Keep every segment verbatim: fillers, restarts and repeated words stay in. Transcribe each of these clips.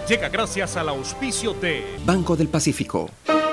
llega gracias al auspicio de Banco del Pacífico.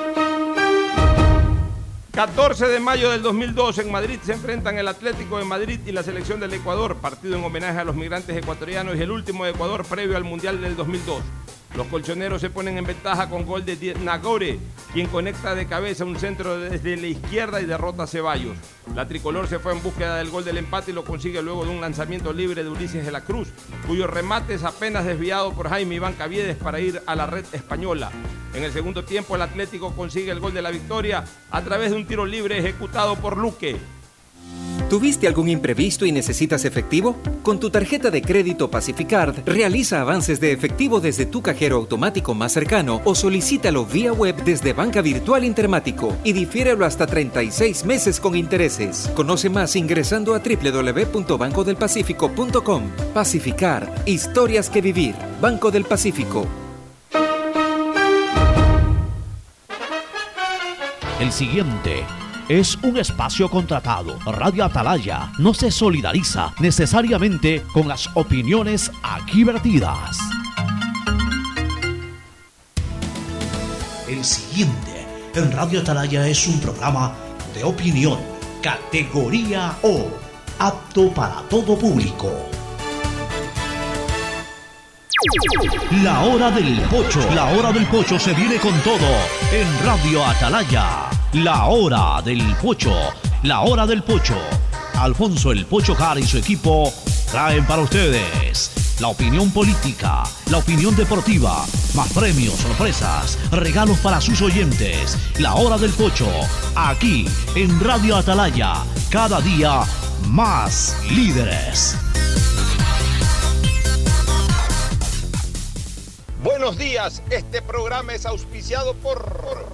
catorce de mayo del dos mil dos en Madrid se enfrentan el Atlético de Madrid y la selección del Ecuador, partido en homenaje a los migrantes ecuatorianos y el último de Ecuador previo al Mundial del dos mil dos. Los colchoneros se ponen en ventaja con gol de Diez Nagore, quien conecta de cabeza un centro desde la izquierda y derrota a Ceballos. La tricolor se fue en búsqueda del gol del empate y lo consigue luego de un lanzamiento libre de Ulises de la Cruz, cuyo remate es apenas desviado por Jaime Iván Caviedes para ir a la red española. En el segundo tiempo el Atlético consigue el gol de la victoria a través de un tiro libre ejecutado por Luque. ¿Tuviste algún imprevisto y necesitas efectivo? Con tu tarjeta de crédito Pacificard, realiza avances de efectivo desde tu cajero automático más cercano o solicítalo vía web desde Banca Virtual Intermático y difiérelo hasta treinta y seis meses con intereses. Conoce más ingresando a doble u doble u doble u punto banco del pacífico punto com. Pacificard, historias que vivir. Banco del Pacífico. El siguiente es un espacio contratado. Radio Atalaya no se solidariza necesariamente con las opiniones aquí vertidas. El siguiente en Radio Atalaya es un programa de opinión, categoría O, apto para todo público. La hora del pocho. La hora del pocho se viene con todo en Radio Atalaya. La hora del pocho. La hora del pocho. Alfonso el Pocho Jara y su equipo traen para ustedes la opinión política, la opinión deportiva, más premios, sorpresas, regalos para sus oyentes. La hora del pocho, aquí en Radio Atalaya, cada día más líderes. Buenos días, este programa es auspiciado por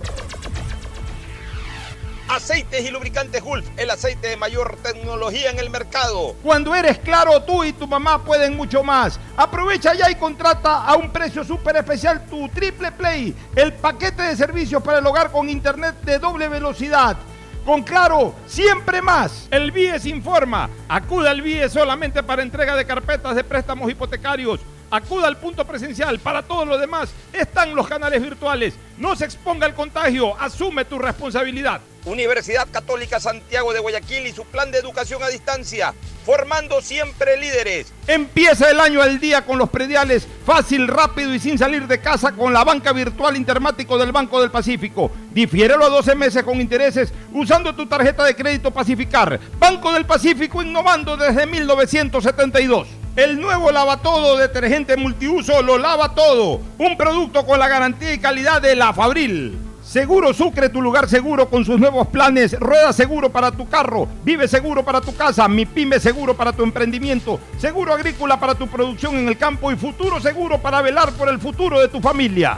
Aceites y Lubricantes Gulf, el aceite de mayor tecnología en el mercado. Cuando eres claro, tú y tu mamá pueden mucho más. Aprovecha ya y contrata a un precio súper especial tu Triple Play, el paquete de servicios para el hogar con internet de doble velocidad. Con Claro, siempre más. El B I E S informa. Acuda al B I E S solamente para entrega de carpetas de préstamos hipotecarios. Acuda al punto presencial. Para todo lo demás están los canales virtuales. No se exponga al contagio. Asume tu responsabilidad. Universidad Católica Santiago de Guayaquil y su plan de educación a distancia, formando siempre líderes. Empieza el año al día con los prediales, fácil, rápido y sin salir de casa con la banca virtual Intermático del Banco del Pacífico. Difiérelo a doce meses con intereses usando tu tarjeta de crédito Pacificar. Banco del Pacífico, innovando desde mil novecientos setenta y dos. El nuevo Lavatodo detergente multiuso lo lava todo. Un producto con la garantía y calidad de La Fabril. Seguro Sucre, tu lugar seguro con sus nuevos planes. Rueda seguro para tu carro, Vive seguro para tu casa, Mi Pyme seguro para tu emprendimiento, Seguro Agrícola para tu producción en el campo y Futuro Seguro para velar por el futuro de tu familia.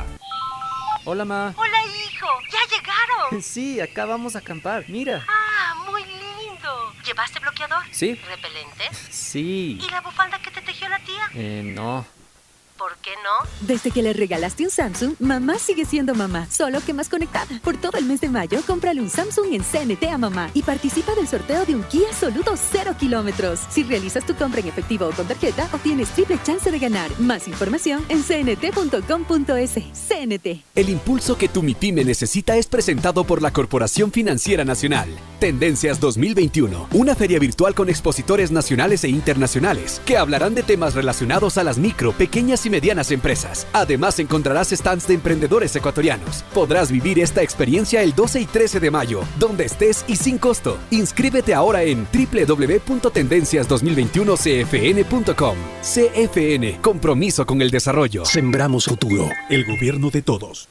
Hola, ma. Hola, hijo. ¿Ya llegaron? Sí, acá vamos a acampar, mira. Ah, muy lindo. ¿Llevaste bloqueador? Sí. ¿Repelente? Sí. ¿Y la bufanda que te tejió la tía? Eh, no. ¿Por qué no? Desde que le regalaste un Samsung, mamá sigue siendo mamá, solo que más conectada. Por todo el mes de mayo, cómprale un Samsung en C N T a mamá y participa del sorteo de un Kia Soluto cero kilómetros. Si realizas tu compra en efectivo o con tarjeta, obtienes triple chance de ganar. Más información en c n t punto com punto es. C N T. El impulso que tu MIPYME necesita es presentado por la Corporación Financiera Nacional. Tendencias dos mil veintiuno, una feria virtual con expositores nacionales e internacionales que hablarán de temas relacionados a las micro, pequeñas y medianas empresas. Además encontrarás stands de emprendedores ecuatorianos. Podrás vivir esta experiencia el doce y trece de mayo, donde estés y sin costo. Inscríbete ahora en doble u doble u doble u punto tendencias dos mil veintiuno c f n punto com. C F N, compromiso con el desarrollo. Sembramos futuro, el gobierno de todos.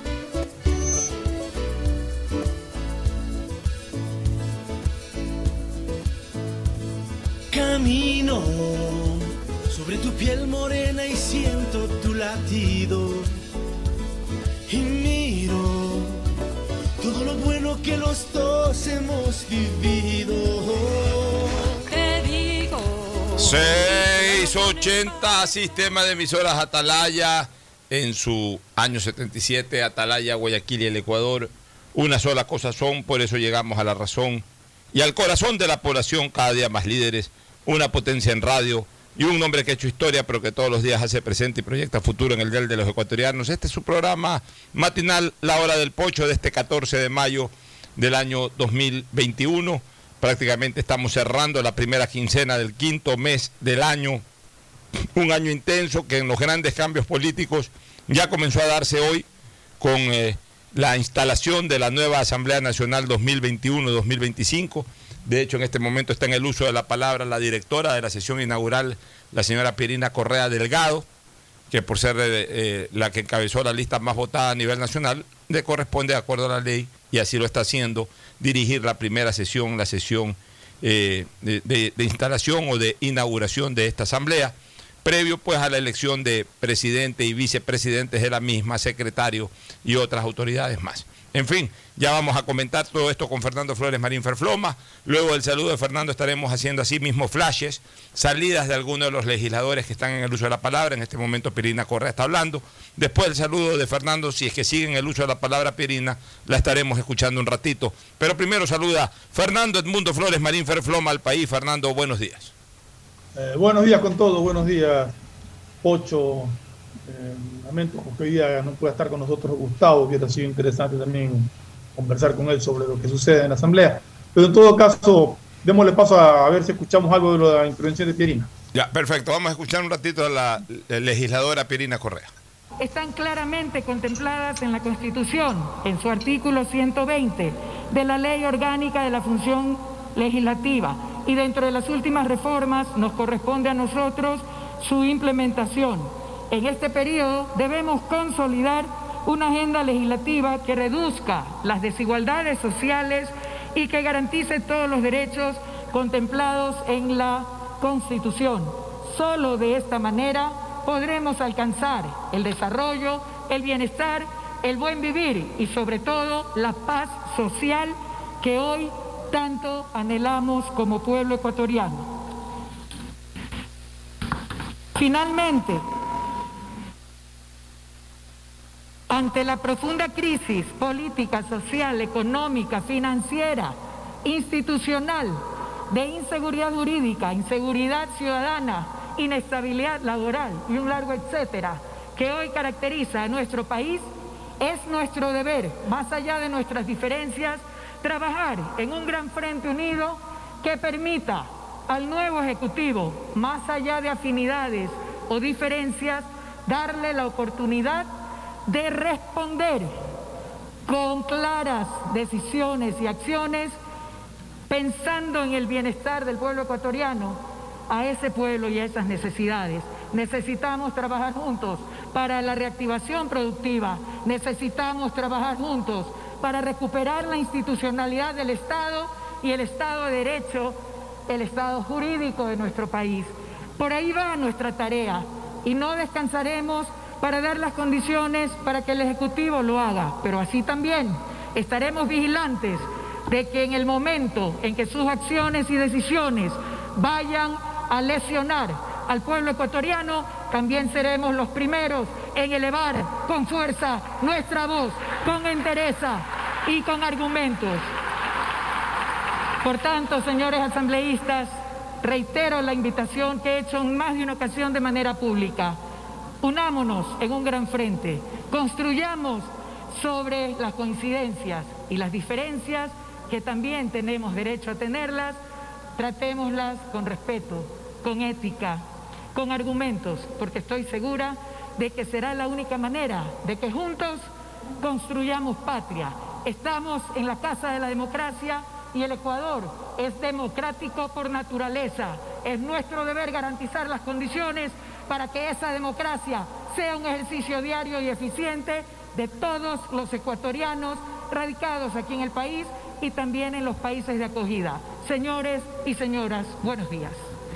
Camino sobre tu piel morena y siento tu latido y miro todo lo bueno que los dos hemos vivido. Te digo. seiscientos ochenta, sistema de emisoras Atalaya en su año setenta y siete, Atalaya, Guayaquil y el Ecuador. Una sola cosa son, por eso llegamos a la razón y al corazón de la población, cada día más líderes. Una potencia en radio, y un hombre que ha hecho historia, pero que todos los días hace presente y proyecta futuro en el dial de los ecuatorianos. Este es su programa matinal, La Hora del Pocho, de este catorce de mayo del año dos mil veintiuno. Prácticamente estamos cerrando la primera quincena del quinto mes del año, un año intenso que en los grandes cambios políticos ya comenzó a darse hoy con eh, la instalación de la nueva Asamblea Nacional dos mil veintiuno dos mil veinticinco. De hecho, en este momento está en el uso de la palabra la directora de la sesión inaugural, la señora Pirina Correa Delgado, que por ser eh, eh, la que encabezó la lista más votada a nivel nacional, le corresponde, de acuerdo a la ley, y así lo está haciendo, dirigir la primera sesión, la sesión eh, de, de, de instalación o de inauguración de esta asamblea, previo pues a la elección de presidente y vicepresidentes de la misma, secretario y otras autoridades más. En fin, ya vamos a comentar todo esto con Fernando Flores Marín Ferfloma. Luego del saludo de Fernando estaremos haciendo así mismo flashes, salidas de algunos de los legisladores que están en el uso de la palabra. En este momento Pirina Correa está hablando. Después del saludo de Fernando, si es que siguen el uso de la palabra Pirina, la estaremos escuchando un ratito. Pero primero saluda Fernando Edmundo Flores Marín Ferfloma al país. Fernando, buenos días. Eh, buenos días con todos, buenos días, Pocho. Eh, lamento que hoy día no pueda estar con nosotros Gustavo, que ha sido interesante también conversar con él sobre lo que sucede en la asamblea. Pero en todo caso, démosle paso a, a ver si escuchamos algo de la intervención de Pirina. Ya, perfecto. Vamos a escuchar un ratito a la, la legisladora Pirina Correa. Están claramente contempladas en la Constitución, en su artículo ciento veinte, de la Ley Orgánica de la Función Legislativa. Y dentro de las últimas reformas nos corresponde a nosotros su implementación. En este periodo debemos consolidar una agenda legislativa que reduzca las desigualdades sociales y que garantice todos los derechos contemplados en la Constitución. Solo de esta manera podremos alcanzar el desarrollo, el bienestar, el buen vivir y sobre todo la paz social que hoy tanto anhelamos como pueblo ecuatoriano. Finalmente, ante la profunda crisis política, social, económica, financiera, institucional, de inseguridad jurídica, inseguridad ciudadana, inestabilidad laboral y un largo etcétera, que hoy caracteriza a nuestro país, es nuestro deber, más allá de nuestras diferencias, trabajar en un gran frente unido que permita al nuevo Ejecutivo, más allá de afinidades o diferencias, darle la oportunidad de responder con claras decisiones y acciones, pensando en el bienestar del pueblo ecuatoriano, a ese pueblo y a esas necesidades. Necesitamos trabajar juntos para la reactivación productiva, necesitamos trabajar juntos para recuperar la institucionalidad del Estado y el Estado de Derecho, el Estado jurídico de nuestro país. Por ahí va nuestra tarea y no descansaremos para dar las condiciones para que el Ejecutivo lo haga, pero así también estaremos vigilantes de que en el momento en que sus acciones y decisiones vayan a lesionar al pueblo ecuatoriano, también seremos los primeros en elevar con fuerza nuestra voz, con entereza y con argumentos. Por tanto, señores asambleístas, reitero la invitación que he hecho en más de una ocasión de manera pública. Unámonos en un gran frente, construyamos sobre las coincidencias y las diferencias, que también tenemos derecho a tenerlas, tratémoslas con respeto, con ética, con argumentos, porque estoy segura de que será la única manera de que juntos construyamos patria. Estamos en la casa de la democracia y el Ecuador es democrático por naturaleza. Es nuestro deber garantizar las condiciones para que esa democracia sea un ejercicio diario y eficiente de todos los ecuatorianos radicados aquí en el país y también en los países de acogida. Señores y señoras, buenos días.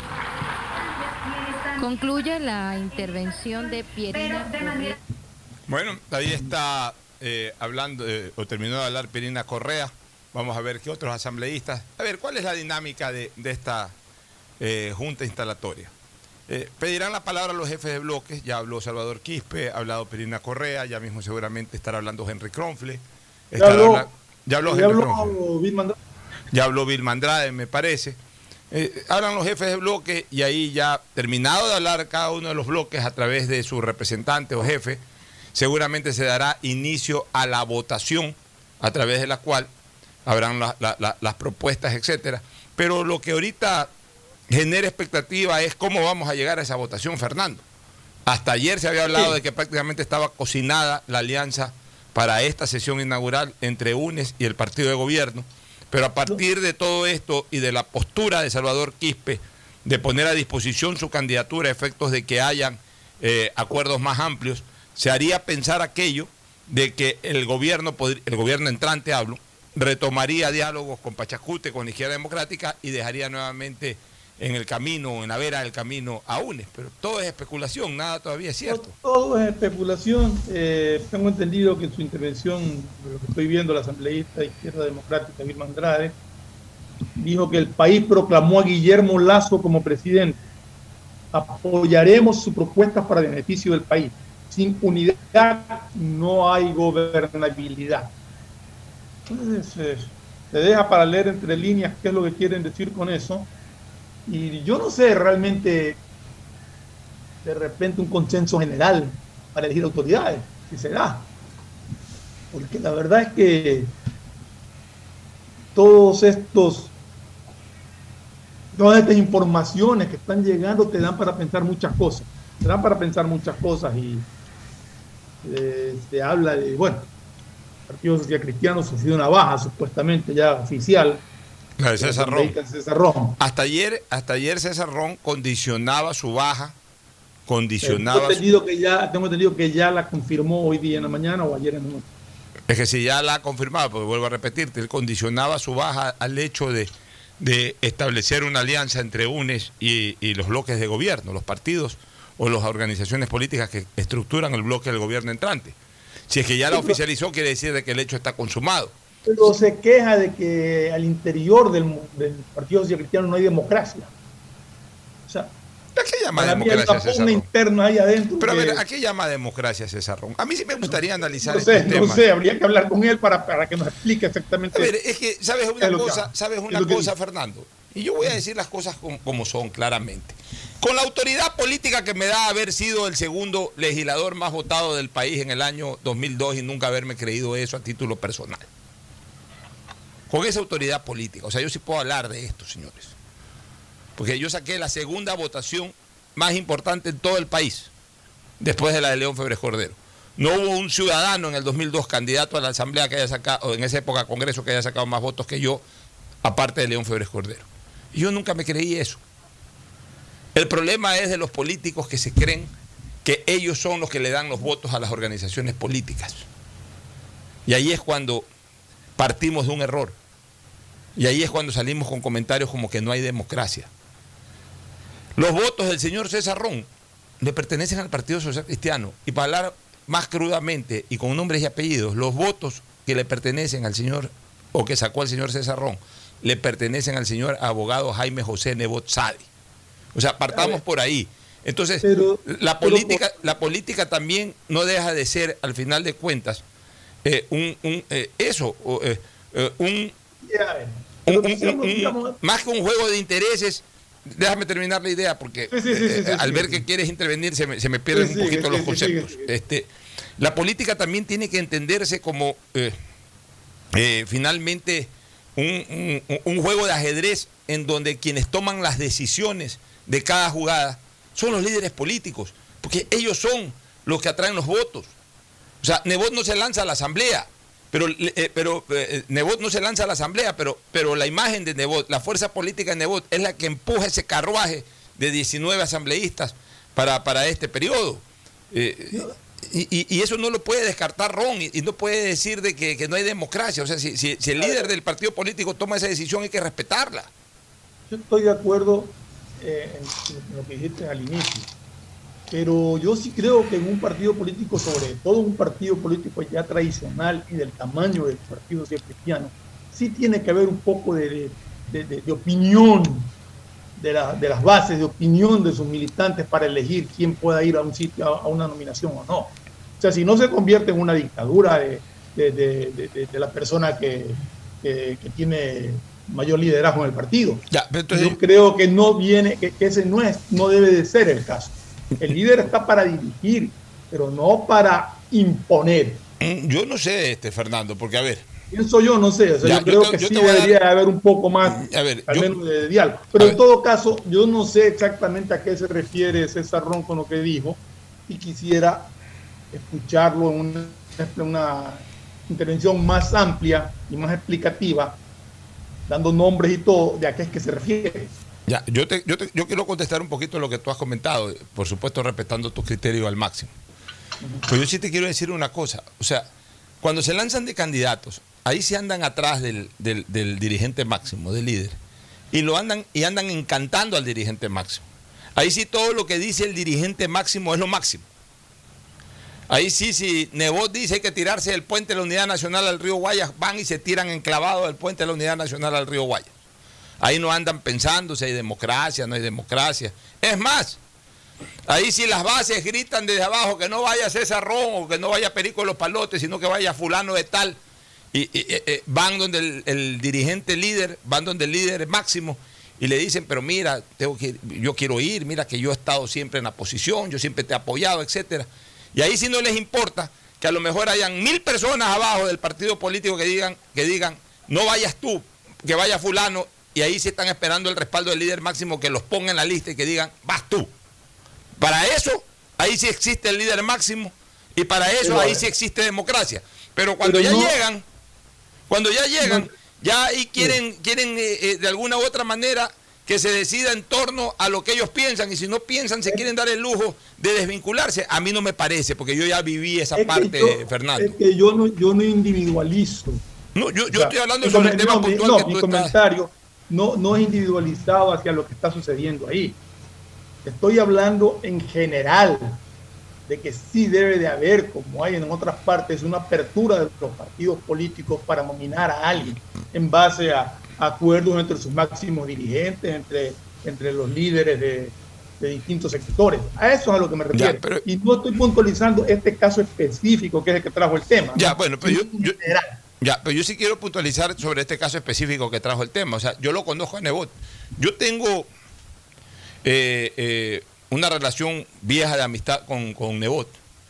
Concluye la intervención de Pirina Correa. Bueno, ahí está eh, hablando, eh, o terminó de hablar Pirina Correa. Vamos a ver qué otros asambleístas. A ver, ¿cuál es la dinámica de, de esta eh, junta instalatoria? Eh, pedirán la palabra a los jefes de bloques. Ya habló Salvador Quispe, ha hablado Pirina Correa, ya mismo seguramente estará hablando Henry Kronfle. Ya habló, habla, ya habló, ya Henry habló Kronfle. Vilma Andrade. Ya habló Vilma Andrade, me parece. Eh, hablan los jefes de bloque y ahí ya terminado de hablar cada uno de los bloques a través de su representante o jefe, seguramente se dará inicio a la votación a través de la cual habrán la, la, la, las propuestas, etcétera. Pero lo que ahorita genera expectativa es cómo vamos a llegar a esa votación, Fernando. Hasta ayer se había hablado sí. de que prácticamente estaba cocinada la alianza para esta sesión inaugural entre U N E S y el partido de gobierno. Pero a partir de todo esto y de la postura de Salvador Quispe de poner a disposición su candidatura a efectos de que hayan eh, acuerdos más amplios, se haría pensar aquello de que el gobierno, el gobierno entrante, hablo, retomaría diálogos con Pachacute, con la Izquierda Democrática y dejaría nuevamente en el camino, en la vera del camino a U N E S. Pero todo es especulación, nada todavía es cierto. Todo, todo es especulación. Eh, tengo entendido que en su intervención, lo que estoy viendo, la asambleísta de Izquierda Democrática, Vilma Andrade, dijo que el país proclamó a Guillermo Lasso como presidente. Apoyaremos sus propuestas para beneficio del país. Sin unidad no hay gobernabilidad. Entonces, eh, se deja para leer entre líneas qué es lo que quieren decir con eso. Y yo no sé realmente, de repente, un consenso general para elegir autoridades, si se da. Porque la verdad es que todos estos, todas estas informaciones que están llegando te dan para pensar muchas cosas. Te dan para pensar muchas cosas y eh, se habla de, bueno, el Partido Social Cristiano ha sufrido una baja supuestamente ya oficial. La de César Ron. César Ron. Hasta ayer, hasta ayer César Ron condicionaba su baja, condicionaba. Tengo entendido, su... que ya, tengo entendido que ya la confirmó hoy día en la mañana o ayer en la noche. Es que si ya la ha confirmado, porque vuelvo a repetirte, él condicionaba su baja al hecho de, de establecer una alianza entre U N E S y, y los bloques de gobierno, los partidos o las organizaciones políticas que estructuran el bloque del gobierno entrante. Si es que ya la oficializó, quiere decir de que el hecho está consumado. Pero se queja de que al interior del, del Partido Social Cristiano no hay democracia. O sea, ¿a qué llama democracia César Ron? Interna ahí adentro. Pero que... a ver, ¿a qué llama democracia César Ron? A mí sí me gustaría analizar no sé, este no tema. sé, habría que hablar con él para, para que nos explique exactamente. A ver, es que sabes una cosa, sabes una cosa, Fernando, y yo voy a decir las cosas como, como son, claramente. Con la autoridad política que me da haber sido el segundo legislador más votado del país en el año dos mil dos y nunca haberme creído eso a título personal. Con esa autoridad política, o sea, yo sí puedo hablar de esto, señores. Porque yo saqué la segunda votación más importante en todo el país, después de la de León Febres Cordero. No hubo un ciudadano en el dos mil dos candidato a la Asamblea que haya sacado, o en esa época Congreso, que haya sacado más votos que yo, aparte de León Febres Cordero. Y yo nunca me creí eso. El problema es de los políticos que se creen que ellos son los que le dan los votos a las organizaciones políticas. Y ahí es cuando partimos de un error. Y ahí es cuando salimos con comentarios como que no hay democracia. Los votos del señor César Ron le pertenecen al Partido Social Cristiano. Y para hablar más crudamente y con nombres y apellidos, los votos que le pertenecen al señor, o que sacó el señor César Ron, le pertenecen al señor abogado Jaime José Nebot Sadi. O sea, partamos por ahí. Entonces, pero, la, política, pero por... la política también no deja de ser, al final de cuentas, eh, un, un eh, eso, eh, eh, un, un, un, un, un más que un juego de intereses. Déjame terminar la idea, porque sí, sí, sí, eh, sí, al sí, ver sí. que quieres intervenir se me, se me pierden sí, un poquito sí, los sí, conceptos. Sí, sí, sí. Este, la política también tiene que entenderse como eh, eh, finalmente un, un, un juego de ajedrez en donde quienes toman las decisiones de cada jugada son los líderes políticos, porque ellos son los que atraen los votos. O sea, Nebot no se lanza a la asamblea, pero, eh, pero eh, Nebot no se lanza a la asamblea, pero, pero la imagen de Nebot, la fuerza política de Nebot es la que empuja ese carruaje de diecinueve asambleístas para, para este periodo. Eh, y, y, y eso no lo puede descartar Ron, y, y no puede decir de que, que no hay democracia. O sea, si, si, si el líder del partido político toma esa decisión, hay que respetarla. Yo estoy de acuerdo eh, en lo que dijiste al inicio, pero yo sí creo que en un partido político, sobre todo un partido político ya tradicional y del tamaño del Partido Social Cristiano, sí tiene que haber un poco de, de, de, de opinión de, la, de las bases, de opinión de sus militantes para elegir quién pueda ir a un sitio, a, a una nominación o no. O sea, si no se convierte en una dictadura de, de, de, de, de, de la persona que, que, que tiene mayor liderazgo en el partido. Ya, pero entonces... Yo creo que no viene, que, que ese no es, no debe de ser el caso. El líder está para dirigir, pero no para imponer. Yo no sé, este Fernando, porque a ver. Pienso yo, no sé. O sea, ya, yo creo yo te, que yo sí debería dar... haber un poco más, a ver, al yo... menos de diálogo. Pero en todo caso, yo no sé exactamente a qué se refiere César Ron con lo que dijo y quisiera escucharlo en una, una intervención más amplia y más explicativa, dando nombres y todo de a qué es que se refiere. Ya, yo, te, yo, te, yo quiero contestar un poquito lo que tú has comentado, por supuesto respetando tu criterio al máximo. Pero yo sí te quiero decir una cosa, o sea, cuando se lanzan de candidatos, ahí se andan atrás del, del, del dirigente máximo, del líder, y lo andan y andan encantando al dirigente máximo. Ahí sí todo lo que dice el dirigente máximo es lo máximo. Ahí sí, si Nebot dice hay que tirarse del puente de la Unidad Nacional al río Guayas, van y se tiran enclavados del puente de la Unidad Nacional al río Guayas. Ahí no andan pensando si hay democracia, no hay democracia. Es más, ahí sí las bases gritan desde abajo que no vaya César Ron o que no vaya Perico de los Palotes, sino que vaya fulano de tal. Y, y, y van donde el, el dirigente líder, van donde el líder máximo y le dicen, pero mira, tengo que, yo quiero ir, mira que yo he estado siempre en la posición, yo siempre te he apoyado, etcétera. Y ahí sí no les importa que a lo mejor hayan mil personas abajo del partido político que digan, que digan, no vayas tú, que vaya fulano, y ahí sí están esperando el respaldo del líder máximo que los ponga en la lista y que digan, vas tú. Para eso, ahí sí existe el líder máximo, y para eso Igual. ahí sí existe democracia. Pero cuando Pero ya no... llegan, cuando ya llegan, no... ya ahí quieren, quieren eh, eh, de alguna u otra manera que se decida en torno a lo que ellos piensan, y si no piensan, se quieren dar el lujo de desvincularse. A mí no me parece, porque yo ya viví esa es parte, yo, Fernando. Es que yo no, yo no individualizo. No, yo, yo o sea, estoy hablando sobre el tema no, puntual no, que mi tú comentario estás... no, no es individualizado hacia lo que está sucediendo ahí. Estoy hablando en general de que sí debe de haber, como hay en otras partes, una apertura de los partidos políticos para nominar a alguien en base a acuerdos entre sus máximos dirigentes, entre, entre los líderes de, de distintos sectores. A eso es a lo que me refiero. Ya, pero... Y no estoy puntualizando este caso específico que es el que trajo el tema. Ya, ¿no? bueno, pero yo, yo, ya, pero yo sí quiero puntualizar sobre este caso específico que trajo el tema. O sea, yo lo conozco a Nebot. Yo tengo eh, eh, una relación vieja de amistad con, con Nebot.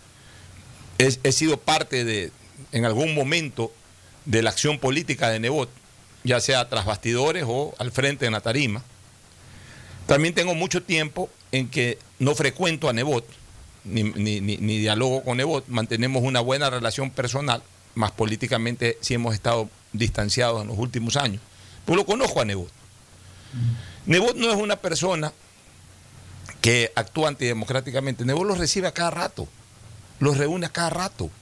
He, he sido parte de, en algún momento, de la acción política de Nebot, ya sea tras bastidores o al frente en la tarima. También tengo mucho tiempo en que no frecuento a Nebot, ni, ni, ni, ni dialogo con Nebot, mantenemos una buena relación personal, más políticamente sí hemos estado distanciados en los últimos años. Pues lo conozco a Nebot. Mm. Nebot no es una persona que actúa antidemocráticamente. Nebot los recibe a cada rato, los reúne a cada rato.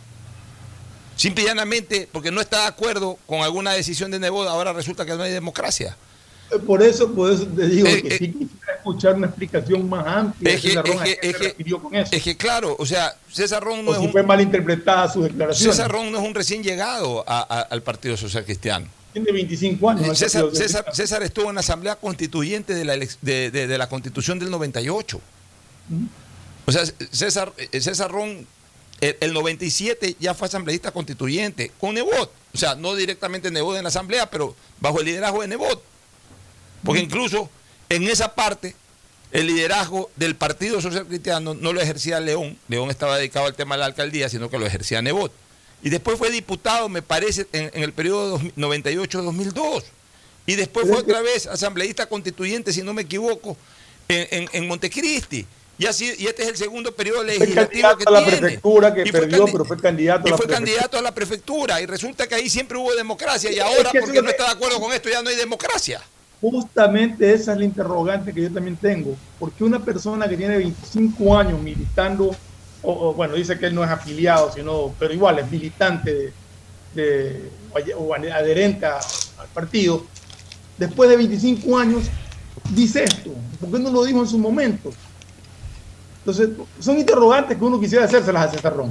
Simple y llanamente porque no está de acuerdo con alguna decisión de Nebot, ahora resulta que no hay democracia. Por eso, por eso te digo eh, que eh, sí quisiera escuchar una explicación más amplia. Es que, César Ron, es que, es que, con eso. Es que claro, o sea, César Ron no o es si un... fue malinterpretada su declaración. César Ron no es un recién llegado a, a, al Partido Social Cristiano. Tiene veinticinco años. César, César, César estuvo en la Asamblea Constituyente de la, de, de, de la Constitución del noventa y ocho. Uh-huh. O sea, César, César Ron... El, el noventa y siete ya fue asambleísta constituyente con Nebot, o sea, no directamente Nebot en la asamblea, pero bajo el liderazgo de Nebot, porque incluso en esa parte el liderazgo del Partido Social Cristiano no lo ejercía León, León estaba dedicado al tema de la alcaldía, sino que lo ejercía Nebot, y después fue diputado, me parece, en, en el periodo noventa y ocho a dos mil dos, y después fue otra vez asambleísta constituyente, si no me equivoco, en, en, en Montecristi. Y así, y este es el segundo periodo legislativo que a la tiene. Prefectura que perdió, pero fue candidato y a la fue prefectura. candidato a la prefectura. Y resulta que ahí siempre hubo democracia. Y ahora, es que porque no está de acuerdo con esto, ya no hay democracia. Justamente esa es la interrogante que yo también tengo. Porque una persona que tiene veinticinco años militando, o, o bueno, dice que él no es afiliado, sino, pero igual es militante de, de, o adherente a, al partido, después de veinticinco años, dice esto. ¿Por qué no lo dijo en su momento? Entonces, son interrogantes que uno quisiera hacérselas a César Ron.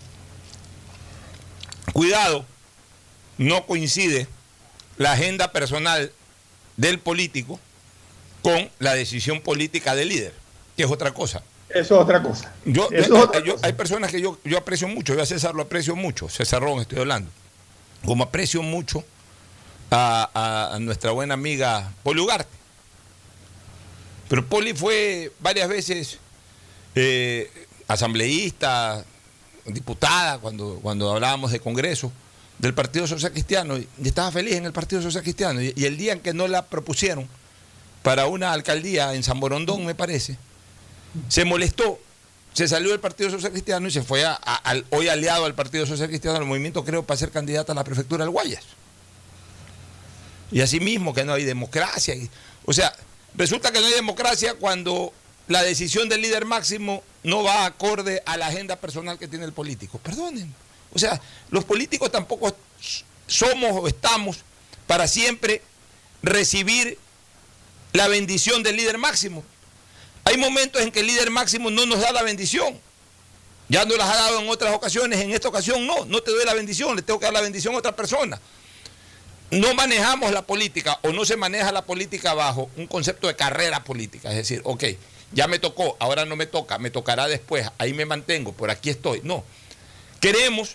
Cuidado, no coincide la agenda personal del político con la decisión política del líder, que es otra cosa. Eso es otra cosa. Yo, Eso yo, es otra yo, cosa. Hay personas que yo, yo aprecio mucho, yo a César lo aprecio mucho, César Ron estoy hablando, como aprecio mucho a, a, a nuestra buena amiga Poli Ugarte. Pero Poli fue varias veces eh, asambleísta, diputada, cuando, cuando hablábamos de Congreso, del Partido Social Cristiano, y estaba feliz en el Partido Social Cristiano. Y, y el día en que no la propusieron para una alcaldía en San Borondón, me parece, se molestó, se salió del Partido Social Cristiano y se fue a, a, al hoy aliado al Partido Social Cristiano, al movimiento, creo, para ser candidata a la prefectura del Guayas. Y así mismo que no hay democracia. Y, o sea, resulta que no hay democracia cuando la decisión del líder máximo no va acorde a la agenda personal que tiene el político. Perdonen. O sea, los políticos tampoco somos o estamos para siempre recibir la bendición del líder máximo. Hay momentos en que el líder máximo no nos da la bendición. Ya nos las ha dado en otras ocasiones, en esta ocasión no, no te doy la bendición, le tengo que dar la bendición a otra persona. No manejamos la política o no se maneja la política bajo un concepto de carrera política. Es decir, ok, ya me tocó, ahora no me toca, me tocará después, ahí me mantengo, por aquí estoy. No, queremos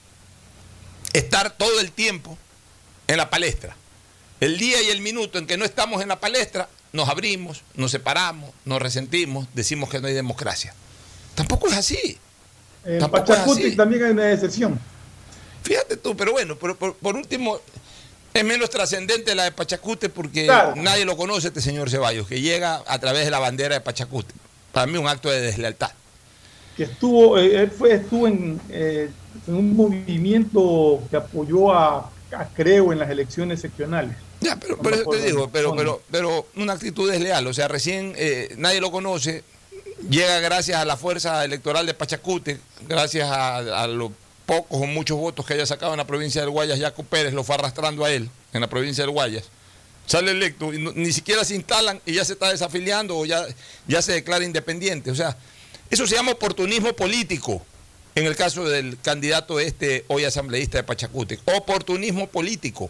estar todo el tiempo en la palestra. El día y el minuto en que no estamos en la palestra, nos abrimos, nos separamos, nos resentimos, decimos que no hay democracia. Tampoco es así. En Pachacuti también hay una excepción. Fíjate tú, pero bueno, por, por, por último, es menos trascendente la de Pachacute porque Claro. nadie lo conoce, este señor Ceballos, que llega a través de la bandera de Pachacute. Para mí un acto de deslealtad. Que estuvo, eh, él fue, estuvo en, eh, en un movimiento que apoyó a, a Creo en las elecciones seccionales. Ya, pero No por me eso te acuerdo digo, el pero, fondo. pero, pero una actitud desleal. O sea, recién eh, nadie lo conoce, llega gracias a la fuerza electoral de Pachacute, gracias a, a los pocos o muchos votos que haya sacado en la provincia del Guayas. Jaco Pérez lo fue arrastrando a él en la provincia del Guayas. Sale electo y no, ni siquiera se instalan y ya se está desafiliando o ya, ya se declara independiente. O sea, eso se llama oportunismo político. En el caso del candidato este hoy asambleísta de Pachacute, oportunismo político.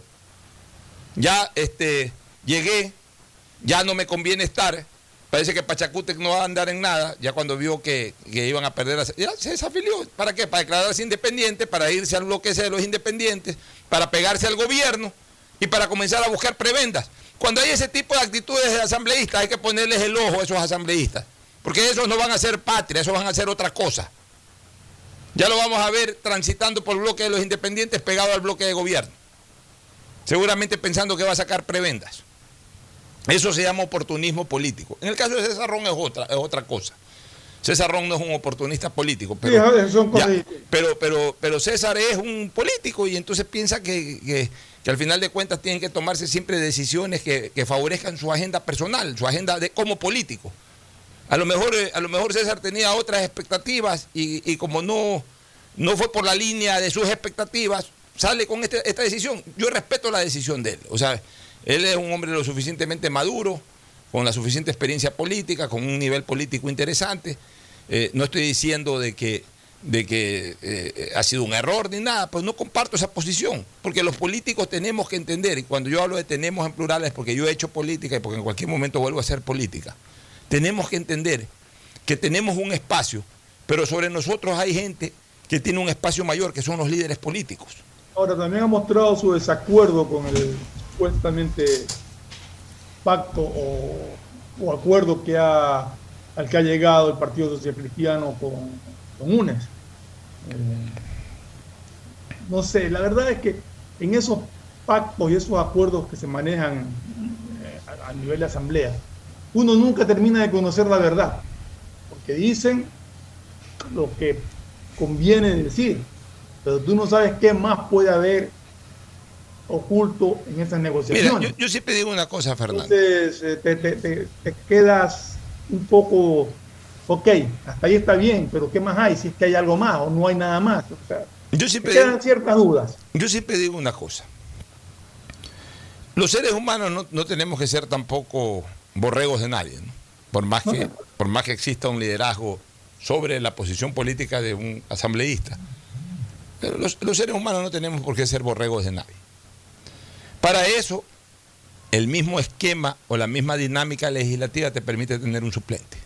Ya este, llegué, ya no me conviene estar. Parece que Pachacútec no va a andar en nada. Ya cuando vio que, que iban a perder, ya se desafilió. ¿Para qué? Para declararse independiente, para irse al bloque ese de los independientes, para pegarse al gobierno y para comenzar a buscar prebendas. Cuando hay ese tipo de actitudes de asambleístas, hay que ponerles el ojo a esos asambleístas. Porque esos no van a ser patria, esos van a ser otra cosa. Ya lo vamos a ver transitando por el bloque de los independientes pegado al bloque de gobierno. Seguramente pensando que va a sacar prebendas. Eso se llama oportunismo político. En el caso de César Ron es otra, es otra cosa. César Ron no es un oportunista político, pero, Sí, son cosas ya, distintas. pero, pero, pero César es un político y entonces piensa que, que, que al final de cuentas tienen que tomarse siempre decisiones que, que favorezcan su agenda personal, su agenda de, como político. A lo mejor, a lo mejor César tenía otras expectativas y, y como no, no fue por la línea de sus expectativas, sale con este, esta decisión. Yo respeto la decisión de él. O sea, él es un hombre lo suficientemente maduro, con la suficiente experiencia política, con un nivel político interesante. Eh, no estoy diciendo de que, de que eh, ha sido un error ni nada, pues no comparto esa posición, porque los políticos tenemos que entender, y cuando yo hablo de tenemos en plural es porque yo he hecho política y porque en cualquier momento vuelvo a hacer política. Tenemos que entender que tenemos un espacio, pero sobre nosotros hay gente que tiene un espacio mayor, que son los líderes políticos. Ahora, también ha mostrado su desacuerdo con el supuestamente pacto o, o acuerdo que ha, al que ha llegado el Partido Social Cristiano con, con U N E S. Eh, no sé, la verdad es que en esos pactos y esos acuerdos que se manejan eh, a, a nivel de asamblea, uno nunca termina de conocer la verdad, porque dicen lo que conviene decir, pero tú no sabes qué más puede haber oculto en esas negociaciones. Mira, yo, yo siempre digo una cosa, Fernando. Entonces eh, te, te, te, te quedas un poco, ok, hasta ahí está bien, pero ¿qué más hay? Si es que hay algo más o no hay nada más. O sea, yo siempre te quedan digo, ciertas dudas. Yo siempre digo una cosa. Los seres humanos no, no tenemos que ser tampoco borregos de nadie, ¿no? Por más que, por más que exista un liderazgo sobre la posición política de un asambleísta. Pero los, los seres humanos no tenemos por qué ser borregos de nadie. Para eso, el mismo esquema o la misma dinámica legislativa te permite tener un suplente.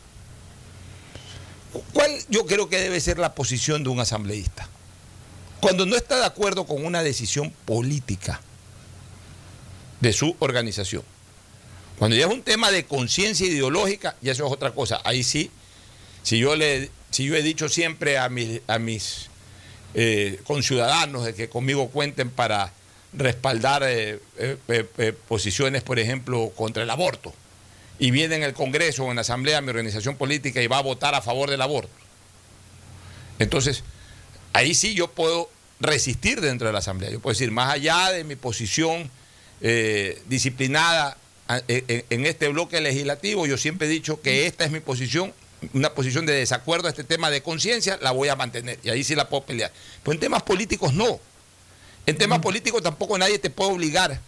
¿Cuál yo creo que debe ser la posición de un asambleísta? Cuando no está de acuerdo con una decisión política, de su organización. Cuando ya es un tema de conciencia ideológica, ya eso es otra cosa. Ahí sí, si yo, le, si yo he dicho siempre a mis, a mis eh, conciudadanos de que conmigo cuenten para respaldar eh, eh, eh, posiciones, por ejemplo, contra el aborto, y viene en el Congreso o en la Asamblea mi organización política y va a votar a favor del aborto, entonces ahí sí yo puedo resistir dentro de la Asamblea. Yo puedo decir, más allá de mi posición eh, disciplinada en, en este bloque legislativo, yo siempre he dicho que esta es mi posición, una posición de desacuerdo a este tema de conciencia, la voy a mantener, y ahí sí la puedo pelear. Pero en temas políticos no. En temas políticos tampoco nadie te puede obligar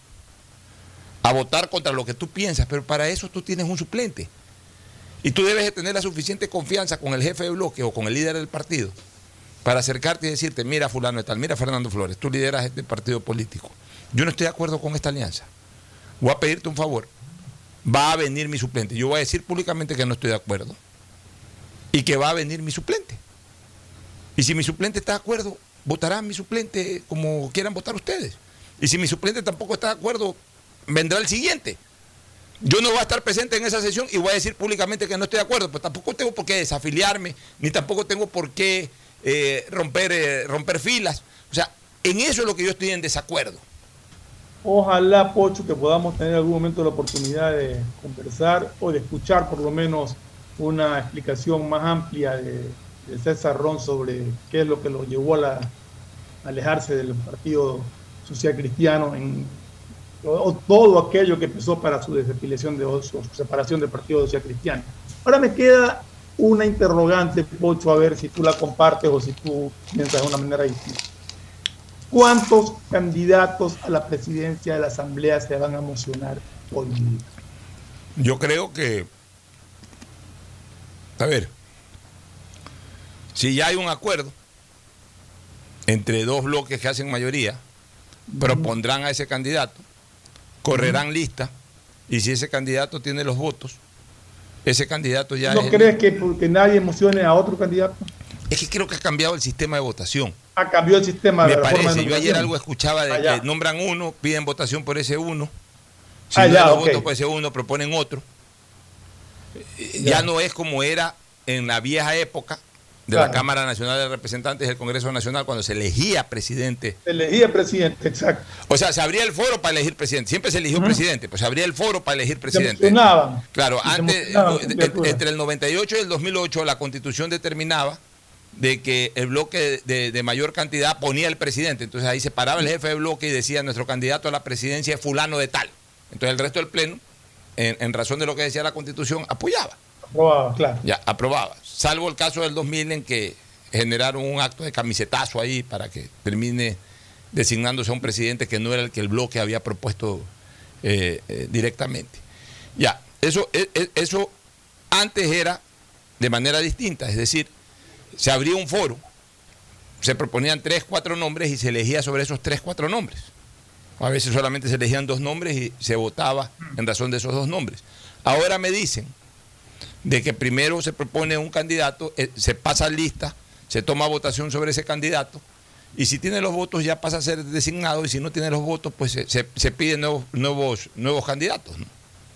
a votar contra lo que tú piensas, pero para eso tú tienes un suplente. Y tú debes de tener la suficiente confianza con el jefe de bloque o con el líder del partido para acercarte y decirte, mira fulano de tal, mira Fernando Flores, tú lideras este partido político. Yo no estoy de acuerdo con esta alianza. Voy a pedirte un favor. Va a venir mi suplente. Yo voy a decir públicamente que no estoy de acuerdo y que va a venir mi suplente. Y si mi suplente está de acuerdo, votarán mi suplente como quieran votar ustedes. Y si mi suplente tampoco está de acuerdo, vendrá el siguiente. Yo no voy a estar presente en esa sesión y voy a decir públicamente que no estoy de acuerdo, pues tampoco tengo por qué desafiliarme, ni tampoco tengo por qué eh, romper, eh, romper filas. O sea, en eso es lo que yo estoy en desacuerdo. Ojalá, Pocho, que podamos tener en algún momento la oportunidad de conversar o de escuchar por lo menos una explicación más amplia de, de César Ron sobre qué es lo que lo llevó a, la, a alejarse del Partido Social Cristiano, en, o todo aquello que empezó para su desafiliación de o su separación del Partido Social Cristiano. Ahora me queda una interrogante, Pocho, a ver si tú la compartes o si tú piensas de una manera distinta. ¿Cuántos candidatos a la presidencia de la Asamblea se van a mocionar hoy día? Yo creo que, a ver, si ya hay un acuerdo entre dos bloques que hacen mayoría, propondrán a ese candidato, correrán lista, y si ese candidato tiene los votos, ese candidato ya ¿No es crees el... que porque nadie emocione a otro candidato? Es que creo que ha cambiado el sistema de votación. Ha cambiado el sistema de Me la parece, forma de yo ayer algo escuchaba de Allá. que nombran uno, piden votación por ese uno, si Ah, no ya, hay los ok. votos por ese uno, proponen otro. Ya. ya no es como era en la vieja época de Claro. la Cámara Nacional de Representantes del Congreso Nacional, cuando se elegía presidente. Se elegía presidente, exacto. O sea, se abría el foro para elegir presidente. Siempre se eligió Ujú. presidente, pues se abría el foro para elegir Se presidente. emocionaban. Claro, Y se antes, emocionaban con eh, criatura. entre el noventa y ocho y el dos mil ocho, la Constitución determinaba de que el bloque de, de mayor cantidad ponía el presidente. Entonces ahí se paraba el jefe de bloque y decía, nuestro candidato a la presidencia es fulano de tal. Entonces el resto del pleno, en, en razón de lo que decía la Constitución, apoyaba. Aprobaba, claro. Ya, aprobaba. Salvo el caso del dos mil en que generaron un acto de camisetazo ahí para que termine designándose a un presidente que no era el que el bloque había propuesto eh, eh, directamente. Ya, eso, eh, eh, eso antes era de manera distinta, es decir, se abría un foro, se proponían tres, cuatro nombres y se elegía sobre esos tres, cuatro nombres. A veces solamente se elegían dos nombres y se votaba en razón de esos dos nombres. Ahora me dicen de que primero se propone un candidato, eh, se pasa lista, se toma votación sobre ese candidato, y si tiene los votos ya pasa a ser designado, y si no tiene los votos, pues se, se, se piden nuevos, nuevos, nuevos candidatos, ¿no?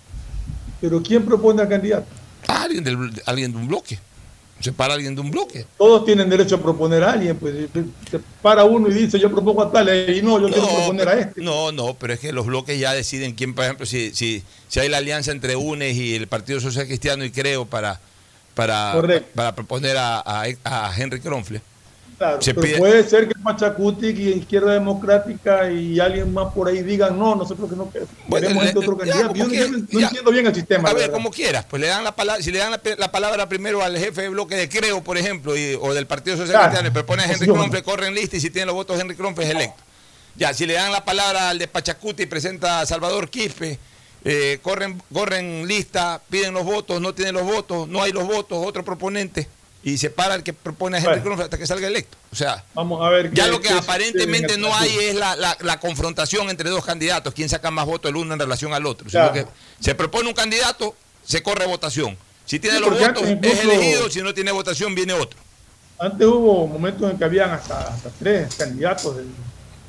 ¿Pero quién propone al candidato? Ah, alguien, del, alguien de un bloque. Se para alguien de un bloque. Todos tienen derecho a proponer a alguien, pues se para uno y dice, yo propongo a tal, y no, yo No, quiero proponer pero, a este. No, no, pero es que los bloques ya deciden quién, por ejemplo, si, si, si hay la alianza entre U N E S y el Partido Social Cristiano y Creo para, para, para proponer a, a, a Henry Kronfle. Claro, se pero pide- puede ser que Pachacuti y Izquierda Democrática y alguien más por ahí digan, no, nosotros que no queremos Bueno, este le- otro ya, candidato. como Yo no- que- yo no, no ya. entiendo bien el sistema. A la ver, verdad. como quieras, pues le dan la palabra, si le dan la, pe- la palabra primero al jefe de bloque de Creo, por ejemplo, y- o del Partido Social Claro. Cristiano, y propone a Henry Funciona. Kronfle, corre en lista, y si tiene los votos Henry Kronfle es electo. Ya, si le dan la palabra al de Pachacuti y presenta a Salvador Quispe, eh, corren, corren lista, piden los votos, no tienen los votos, no hay los votos, otro proponente, y se para el que propone a Henry Bueno. Kronfle hasta que salga electo. O sea, Vamos a ver. ya qué- lo que qué aparentemente sucede en el no hay transcurso. es la, la- la confrontación entre dos candidatos, quién saca más votos el uno en relación al otro. Claro. Sino que se propone un candidato, se corre votación. Si tiene Sí, los porque votos, antes es incluso- elegido, si no tiene votación, viene otro. Antes hubo momentos en que habían hasta, hasta tres candidatos del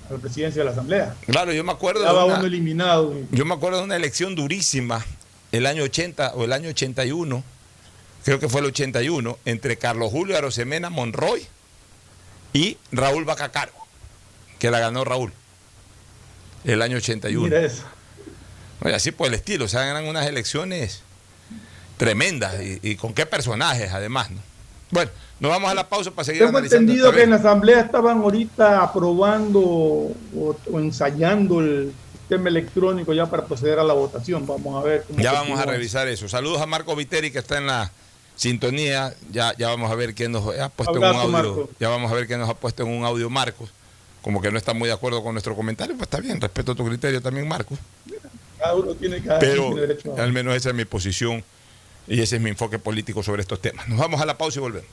a la presidencia de la Asamblea. Claro, yo me acuerdo Estaba de una, uno eliminado. Yo me acuerdo de una elección durísima, el año ochenta o el año ochenta y uno, creo que fue el ochenta y uno, entre Carlos Julio Arosemena Monroy y Raúl Bacacaro, que la ganó Raúl, el año ochenta y uno. Mira eso. Oye, así por el estilo, o sea, eran unas elecciones tremendas y, y con qué personajes además, ¿no? Bueno, nos vamos a la pausa para seguir Tengo analizando. entendido que en la Asamblea estaban ahorita aprobando o, o ensayando el sistema electrónico ya para proceder a la votación. Vamos a ver cómo Ya continúa. vamos a revisar eso. Saludos a Marco Viteri, que está en la sintonía. Ya, ya vamos a ver qué nos ha puesto Abrazo, en un audio. Marco. Ya vamos a ver qué nos ha puesto en un audio Marcos. Como que no está muy de acuerdo con nuestro comentario, pues está bien, respeto tu criterio también, Marcos. Cada uno tiene, cada Pero tiene derecho a... al menos esa es mi posición y ese es mi enfoque político sobre estos temas. Nos vamos a la pausa y volvemos.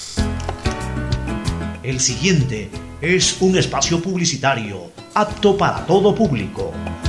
El siguiente es un espacio publicitario apto para todo público.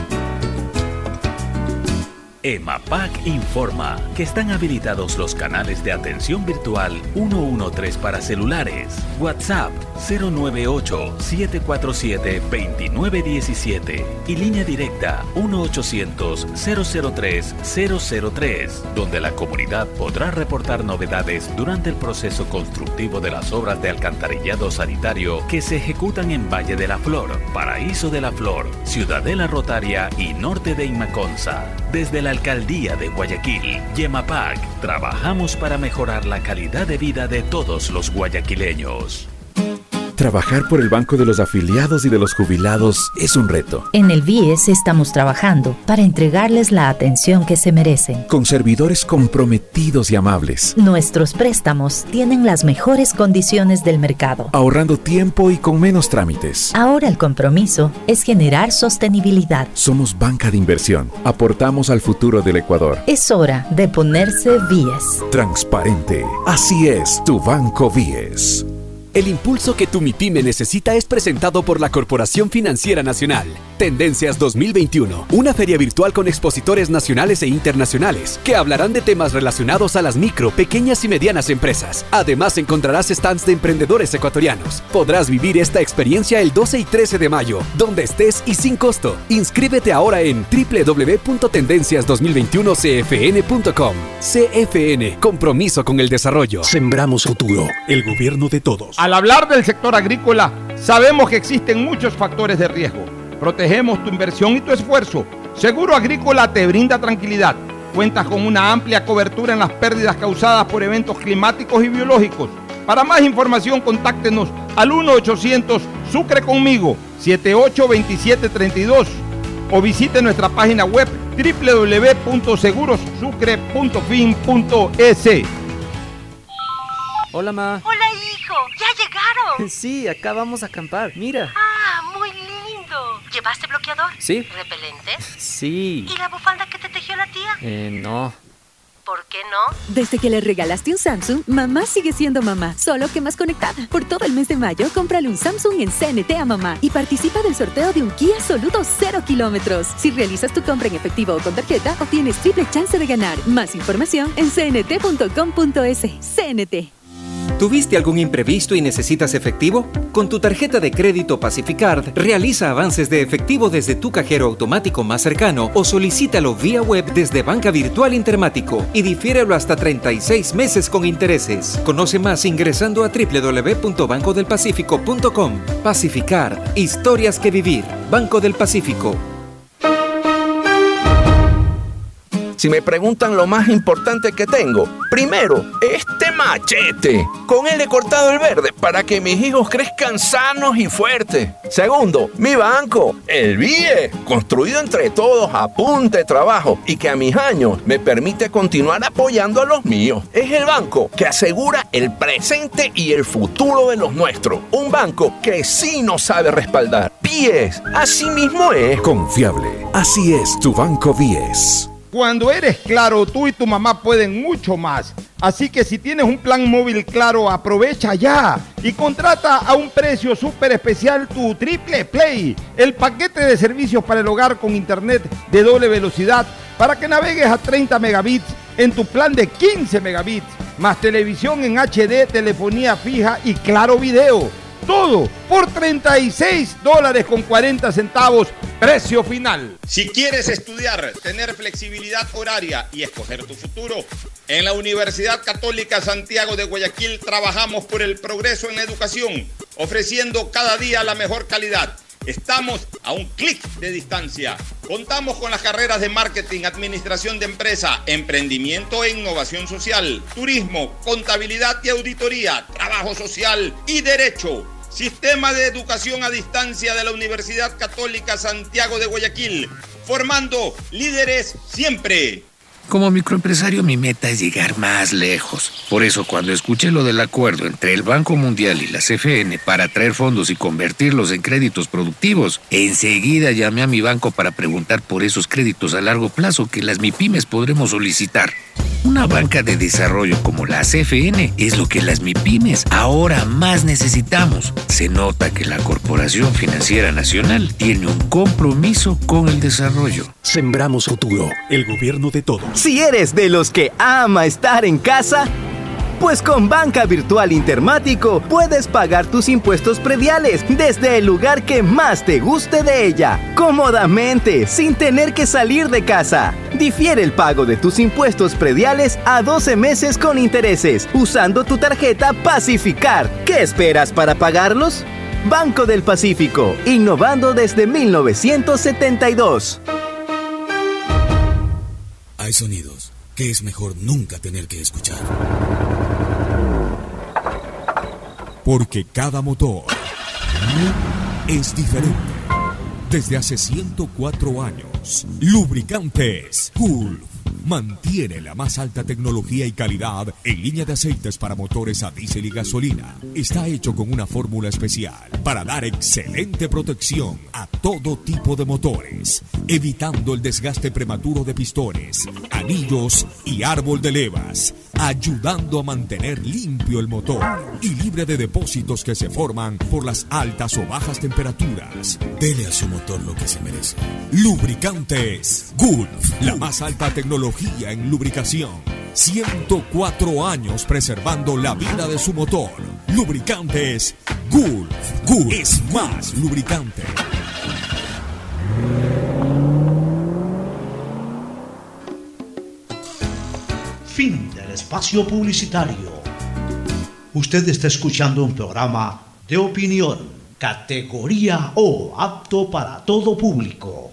EMAPAC informa que están habilitados los canales de atención virtual ciento trece para celulares, WhatsApp cero nueve ocho, siete cuatro siete, dos nueve uno siete y línea directa uno ochocientos, cero cero tres, cero cero tres, donde la comunidad podrá reportar novedades durante el proceso constructivo de las obras de alcantarillado sanitario que se ejecutan en Valle de la Flor, Paraíso de la Flor, Ciudadela Rotaria y norte de Inmaconza. Desde la Alcaldía de Guayaquil, YEMAPAC, trabajamos para mejorar la calidad de vida de todos los guayaquileños. Trabajar por el Banco de los Afiliados y de los Jubilados es un reto. En el B I E S estamos trabajando para entregarles la atención que se merecen. Con servidores comprometidos y amables. Nuestros préstamos tienen las mejores condiciones del mercado. Ahorrando tiempo y con menos trámites. Ahora el compromiso es generar sostenibilidad. Somos banca de inversión. Aportamos al futuro del Ecuador. Es hora de ponerse B I E S. Transparente. Así es tu Banco B I E S. El impulso que tu MIPYME necesita es presentado por la Corporación Financiera Nacional. Tendencias dos mil veintiuno, una feria virtual con expositores nacionales e internacionales que hablarán de temas relacionados a las micro, pequeñas y medianas empresas. Además encontrarás stands de emprendedores ecuatorianos. Podrás vivir esta experiencia el doce y trece de mayo, donde estés y sin costo. Inscríbete ahora en doble u doble u doble u punto tendencias dos mil veintiuno c f n punto com. C F N, compromiso con el desarrollo. Sembramos futuro, el gobierno de todos. Al hablar del sector agrícola, sabemos que existen muchos factores de riesgo. Protegemos tu inversión y tu esfuerzo. Seguro Agrícola te brinda tranquilidad. Cuentas con una amplia cobertura en las pérdidas causadas por eventos climáticos y biológicos. Para más información, contáctenos al uno ochocientos Sucre conmigo, siete ocho dos siete tres dos o visite nuestra página web doble u doble u doble u punto seguros sucre punto fin punto e s. Hola, ma. Hola, hijo. ¿Ya llegaron? Sí, acá vamos a acampar. Mira. Ah, muy lindo. ¿Llevaste bloqueador? Sí. ¿Repelente? Sí. ¿Y la bufanda que te tejió la tía? Eh, no. ¿Por qué no? Desde que le regalaste un Samsung, mamá sigue siendo mamá, solo que más conectada. Por todo el mes de mayo, cómprale un Samsung en C N T a mamá y participa del sorteo de un Kia Soluto cero kilómetros. Si realizas tu compra en efectivo o con tarjeta, obtienes triple chance de ganar. Más información en c n t punto com punto e s. C N T. ¿Tuviste algún imprevisto y necesitas efectivo? Con tu tarjeta de crédito Pacificard, realiza avances de efectivo desde tu cajero automático más cercano o solicítalo vía web desde Banca Virtual Intermático y difiérelo hasta treinta y seis meses con intereses. Conoce más ingresando a doble u doble u doble u punto banco del pacífico punto com. Pacificard, historias que vivir. Banco del Pacífico. Si me preguntan lo más importante que tengo, primero, este machete. Con él he cortado el verde para que mis hijos crezcan sanos y fuertes. Segundo, mi banco, el B I E, construido entre todos a punta de trabajo y que a mis años me permite continuar apoyando a los míos. Es el banco que asegura el presente y el futuro de los nuestros. Un banco que sí nos sabe respaldar. B I E S, así mismo es. Confiable, así es tu Banco B I E S. Cuando eres Claro, tú y tu mamá pueden mucho más. Así que si tienes un plan móvil Claro, aprovecha ya y contrata a un precio súper especial tu Triple Play, el paquete de servicios para el hogar con internet de doble velocidad para que navegues a treinta megabits en tu plan de quince megabits, más televisión en H D, telefonía fija y Claro Video. Todo por treinta y seis dólares con cuarenta centavos, precio final. Si quieres estudiar, tener flexibilidad horaria y escoger tu futuro, en la Universidad Católica Santiago de Guayaquil trabajamos por el progreso en la educación, ofreciendo cada día la mejor calidad. Estamos a un clic de distancia. Contamos con las carreras de marketing, administración de empresa, emprendimiento e innovación social, turismo, contabilidad y auditoría, trabajo social y derecho. Sistema de educación a distancia de la Universidad Católica Santiago de Guayaquil, formando líderes siempre. Como microempresario, mi meta es llegar más lejos. Por eso, cuando escuché lo del acuerdo entre el Banco Mundial y la C F N para atraer fondos y convertirlos en créditos productivos, enseguida llamé a mi banco para preguntar por esos créditos a largo plazo que las MIPYMES podremos solicitar. Una banca de desarrollo como la C F N es lo que las MIPYMES ahora más necesitamos. Se nota que la Corporación Financiera Nacional tiene un compromiso con el desarrollo. Sembramos futuro, el gobierno de todos. Si eres de los que ama estar en casa, pues con Banca Virtual Intermático puedes pagar tus impuestos prediales desde el lugar que más te guste de ella, cómodamente, sin tener que salir de casa. Difiere el pago de tus impuestos prediales a doce meses con intereses, usando tu tarjeta Pacificar. ¿Qué esperas para pagarlos? Banco del Pacífico, innovando desde mil novecientos setenta y dos. Hay sonidos que es mejor nunca tener que escuchar. Porque cada motor es diferente. Desde hace ciento cuatro años, Lubricantes Gulf mantiene la más alta tecnología y calidad en línea de aceites para motores a diésel y gasolina. Está hecho con una fórmula especial para dar excelente protección a todo tipo de motores, evitando el desgaste prematuro de pistones, anillos y árbol de levas, ayudando a mantener limpio el motor y libre de depósitos que se forman por las altas o bajas temperaturas. Dele a su motor lo que se merece. Lubricantes Gulf, la más alta tecnología en lubricación. ciento cuatro años preservando la vida de su motor. Lubricantes Gulf. Gulf es más lubricante. Fin del espacio publicitario. Usted está escuchando un programa de opinión, categoría O, apto para todo público.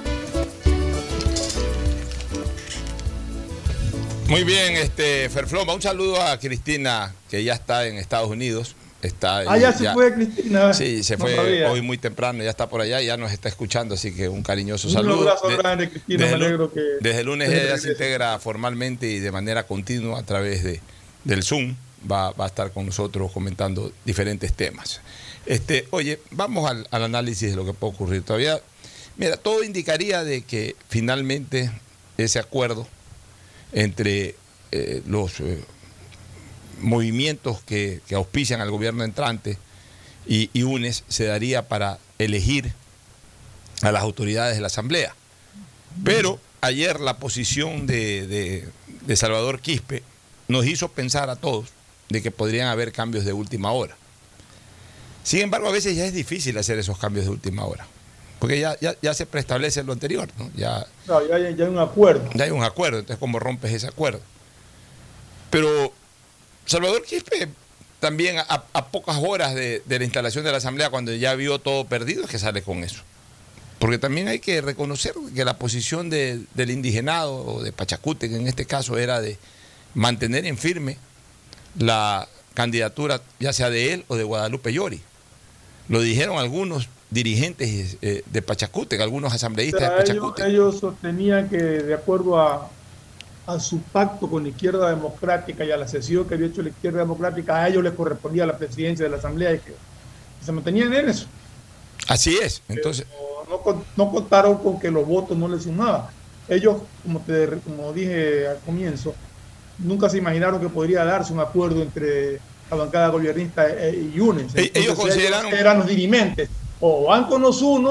Muy bien, este Ferfloma, un saludo a Cristina, que ya está en Estados Unidos. Está, ah, ya, ya se fue Cristina. Sí, se no fue sabía. Hoy muy temprano, ya está por allá, ya nos está escuchando, así que un cariñoso un saludo. Un abrazo de, grande, Cristina, desde, me alegro que... Desde el lunes desde ella se integra formalmente y de manera continua a través de, del Zoom, va, va a estar con nosotros comentando diferentes temas. Este, oye, vamos al, al análisis de lo que puede ocurrir. Todavía, mira, todo indicaría de que finalmente ese acuerdo entre eh, los... Eh, movimientos que, que auspician al gobierno entrante y, y UNES se daría para elegir a las autoridades de la Asamblea. Pero ayer la posición de, de, de Salvador Quispe nos hizo pensar a todos de que podrían haber cambios de última hora. Sin embargo, a veces ya es difícil hacer esos cambios de última hora, porque ya, ya, ya se preestablece lo anterior, ¿no? Ya, no, ya, hay, ya hay un acuerdo. Ya hay un acuerdo, entonces ¿cómo rompes ese acuerdo? Pero Salvador Quispe también a, a pocas horas de, de la instalación de la Asamblea, cuando ya vio todo perdido, es que sale con eso. Porque también hay que reconocer que la posición de, del indigenado, o de Pachacútec en este caso, era de mantener en firme la candidatura, ya sea de él o de Guadalupe Llori. Lo dijeron algunos dirigentes eh, de Pachacútec, algunos asambleístas de Pachacútec. Ellos, ellos sostenían que, de acuerdo a a su pacto con la izquierda democrática y a la cesión que había hecho la izquierda democrática, a ellos les correspondía la presidencia de la Asamblea y que se mantenían en eso. Así es. Entonces no, no, no contaron con que los votos no les sumaban. Ellos, como, te, como dije al comienzo, nunca se imaginaron que podría darse un acuerdo entre la bancada gobernista y UNES. Entonces, ellos consideraron... ellos eran los dirimentes. O van con los unos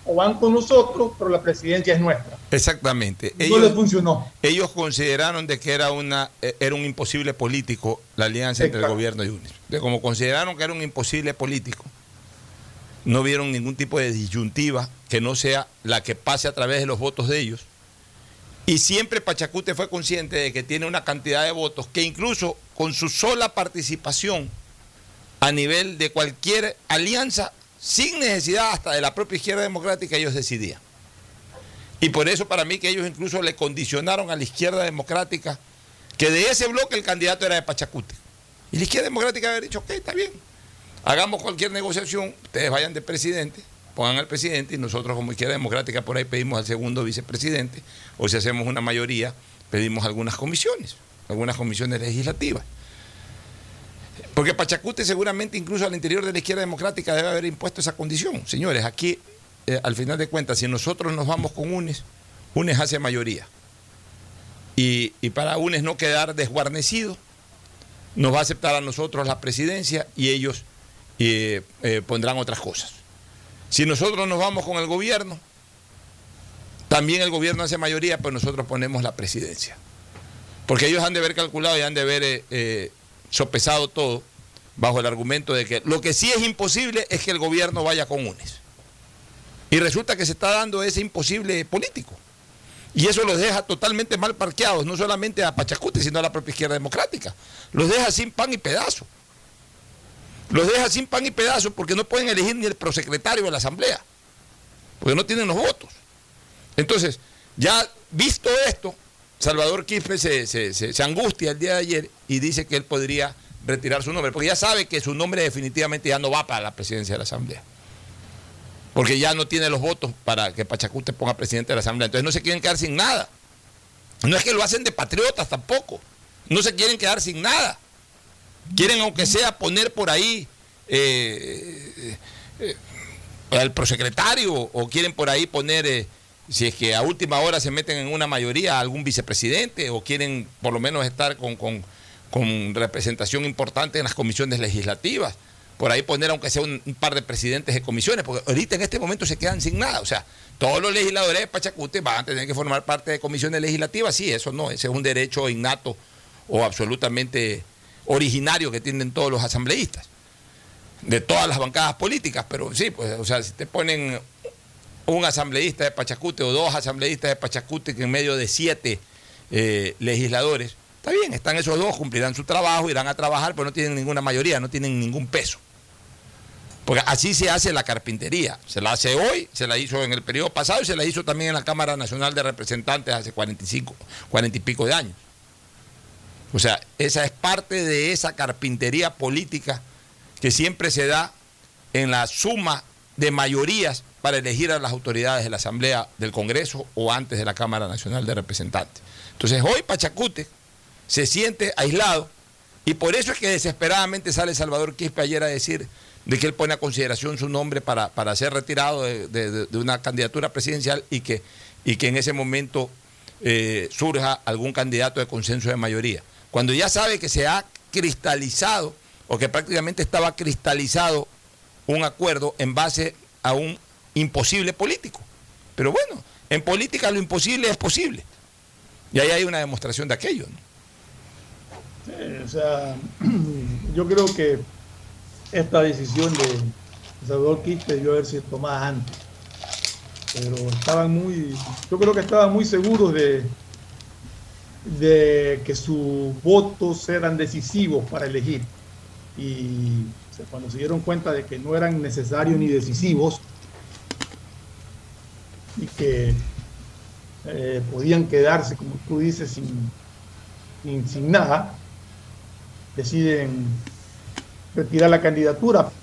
o van con nosotros, pero la presidencia es nuestra. Exactamente. No Ellos, les funcionó. Ellos consideraron de que era una era un imposible político la alianza entre Exacto. el gobierno y U N E S. De como consideraron que era un imposible político, no vieron ningún tipo de disyuntiva que no sea la que pase a través de los votos de ellos. Y siempre Pachacute fue consciente de que tiene una cantidad de votos que incluso con su sola participación a nivel de cualquier alianza, sin necesidad hasta de la propia izquierda democrática, ellos decidían. Y por eso para mí que ellos incluso le condicionaron a la izquierda democrática que de ese bloque el candidato era de Pachacute. Y la izquierda democrática había dicho, ok, está bien, hagamos cualquier negociación, ustedes vayan de presidente, pongan al presidente y nosotros como izquierda democrática por ahí pedimos al segundo vicepresidente, o si hacemos una mayoría, pedimos algunas comisiones, algunas comisiones legislativas. Porque Pachacute seguramente incluso al interior de la izquierda democrática debe haber impuesto esa condición. Señores, aquí eh, al final de cuentas, si nosotros nos vamos con U N E S, U N E S hace mayoría. Y, y para U N E S no quedar desguarnecido, nos va a aceptar a nosotros la presidencia y ellos eh, eh, pondrán otras cosas. Si nosotros nos vamos con el gobierno, también el gobierno hace mayoría, pero nosotros ponemos la presidencia. Porque ellos han de haber calculado y han de haber eh, eh, sopesado todo bajo el argumento de que lo que sí es imposible es que el gobierno vaya con U N E S. Y resulta que se está dando ese imposible político. Y eso los deja totalmente mal parqueados, no solamente a Pachacute, sino a la propia izquierda democrática. Los deja sin pan y pedazo. Los deja sin pan y pedazo porque no pueden elegir ni el prosecretario de la Asamblea, porque no tienen los votos. Entonces, ya visto esto, Salvador Quispe se, se, se, se angustia el día de ayer y dice que él podría retirar su nombre, porque ya sabe que su nombre definitivamente ya no va para la presidencia de la Asamblea, porque ya no tiene los votos para que Pachacute ponga presidente de la Asamblea. Entonces no se quieren quedar sin nada. No es que lo hacen de patriotas tampoco, no se quieren quedar sin nada. Quieren aunque sea poner por ahí eh, eh, al prosecretario, o quieren por ahí poner, eh, si es que a última hora se meten en una mayoría, algún vicepresidente, o quieren por lo menos estar con, con, con representación importante en las comisiones legislativas. Por ahí poner aunque sea un, un par de presidentes de comisiones, porque ahorita en este momento se quedan sin nada. O sea, todos los legisladores de Pachacute van a tener que formar parte de comisiones legislativas. Sí, eso no, ese es un derecho innato o absolutamente originario que tienen todos los asambleístas de todas las bancadas políticas. Pero sí, pues, o sea, si te ponen un asambleísta de Pachacute o dos asambleístas de Pachacute que en medio de siete eh, legisladores, está bien, están esos dos, cumplirán su trabajo, irán a trabajar, pero no tienen ninguna mayoría, no tienen ningún peso. Porque así se hace la carpintería. Se la hace hoy, se la hizo en el periodo pasado y se la hizo también en la Cámara Nacional de Representantes hace cuarenta y cinco, cuarenta y pico de años. O sea, esa es parte de esa carpintería política que siempre se da en la suma de mayorías para elegir a las autoridades de la Asamblea del Congreso o antes de la Cámara Nacional de Representantes. Entonces hoy Pachacute se siente aislado y por eso es que desesperadamente sale Salvador Quispe ayer a decir de que él pone a consideración su nombre para, para ser retirado de, de, de una candidatura presidencial y que, y que en ese momento eh, surja algún candidato de consenso de mayoría. Cuando ya sabe que se ha cristalizado o que prácticamente estaba cristalizado un acuerdo en base a un imposible político. Pero bueno, en política lo imposible es posible. Y ahí hay una demostración de aquello, ¿no? Sí, o sea, yo creo que esta decisión de Salvador Quispe debió haber sido tomada antes. Pero estaban muy, yo creo que estaban muy seguros de de que sus votos eran decisivos para elegir, y o sea, cuando se dieron cuenta de que no eran necesarios ni decisivos y que eh, podían quedarse, como tú dices, sin, sin, sin nada, deciden retirar la candidatura.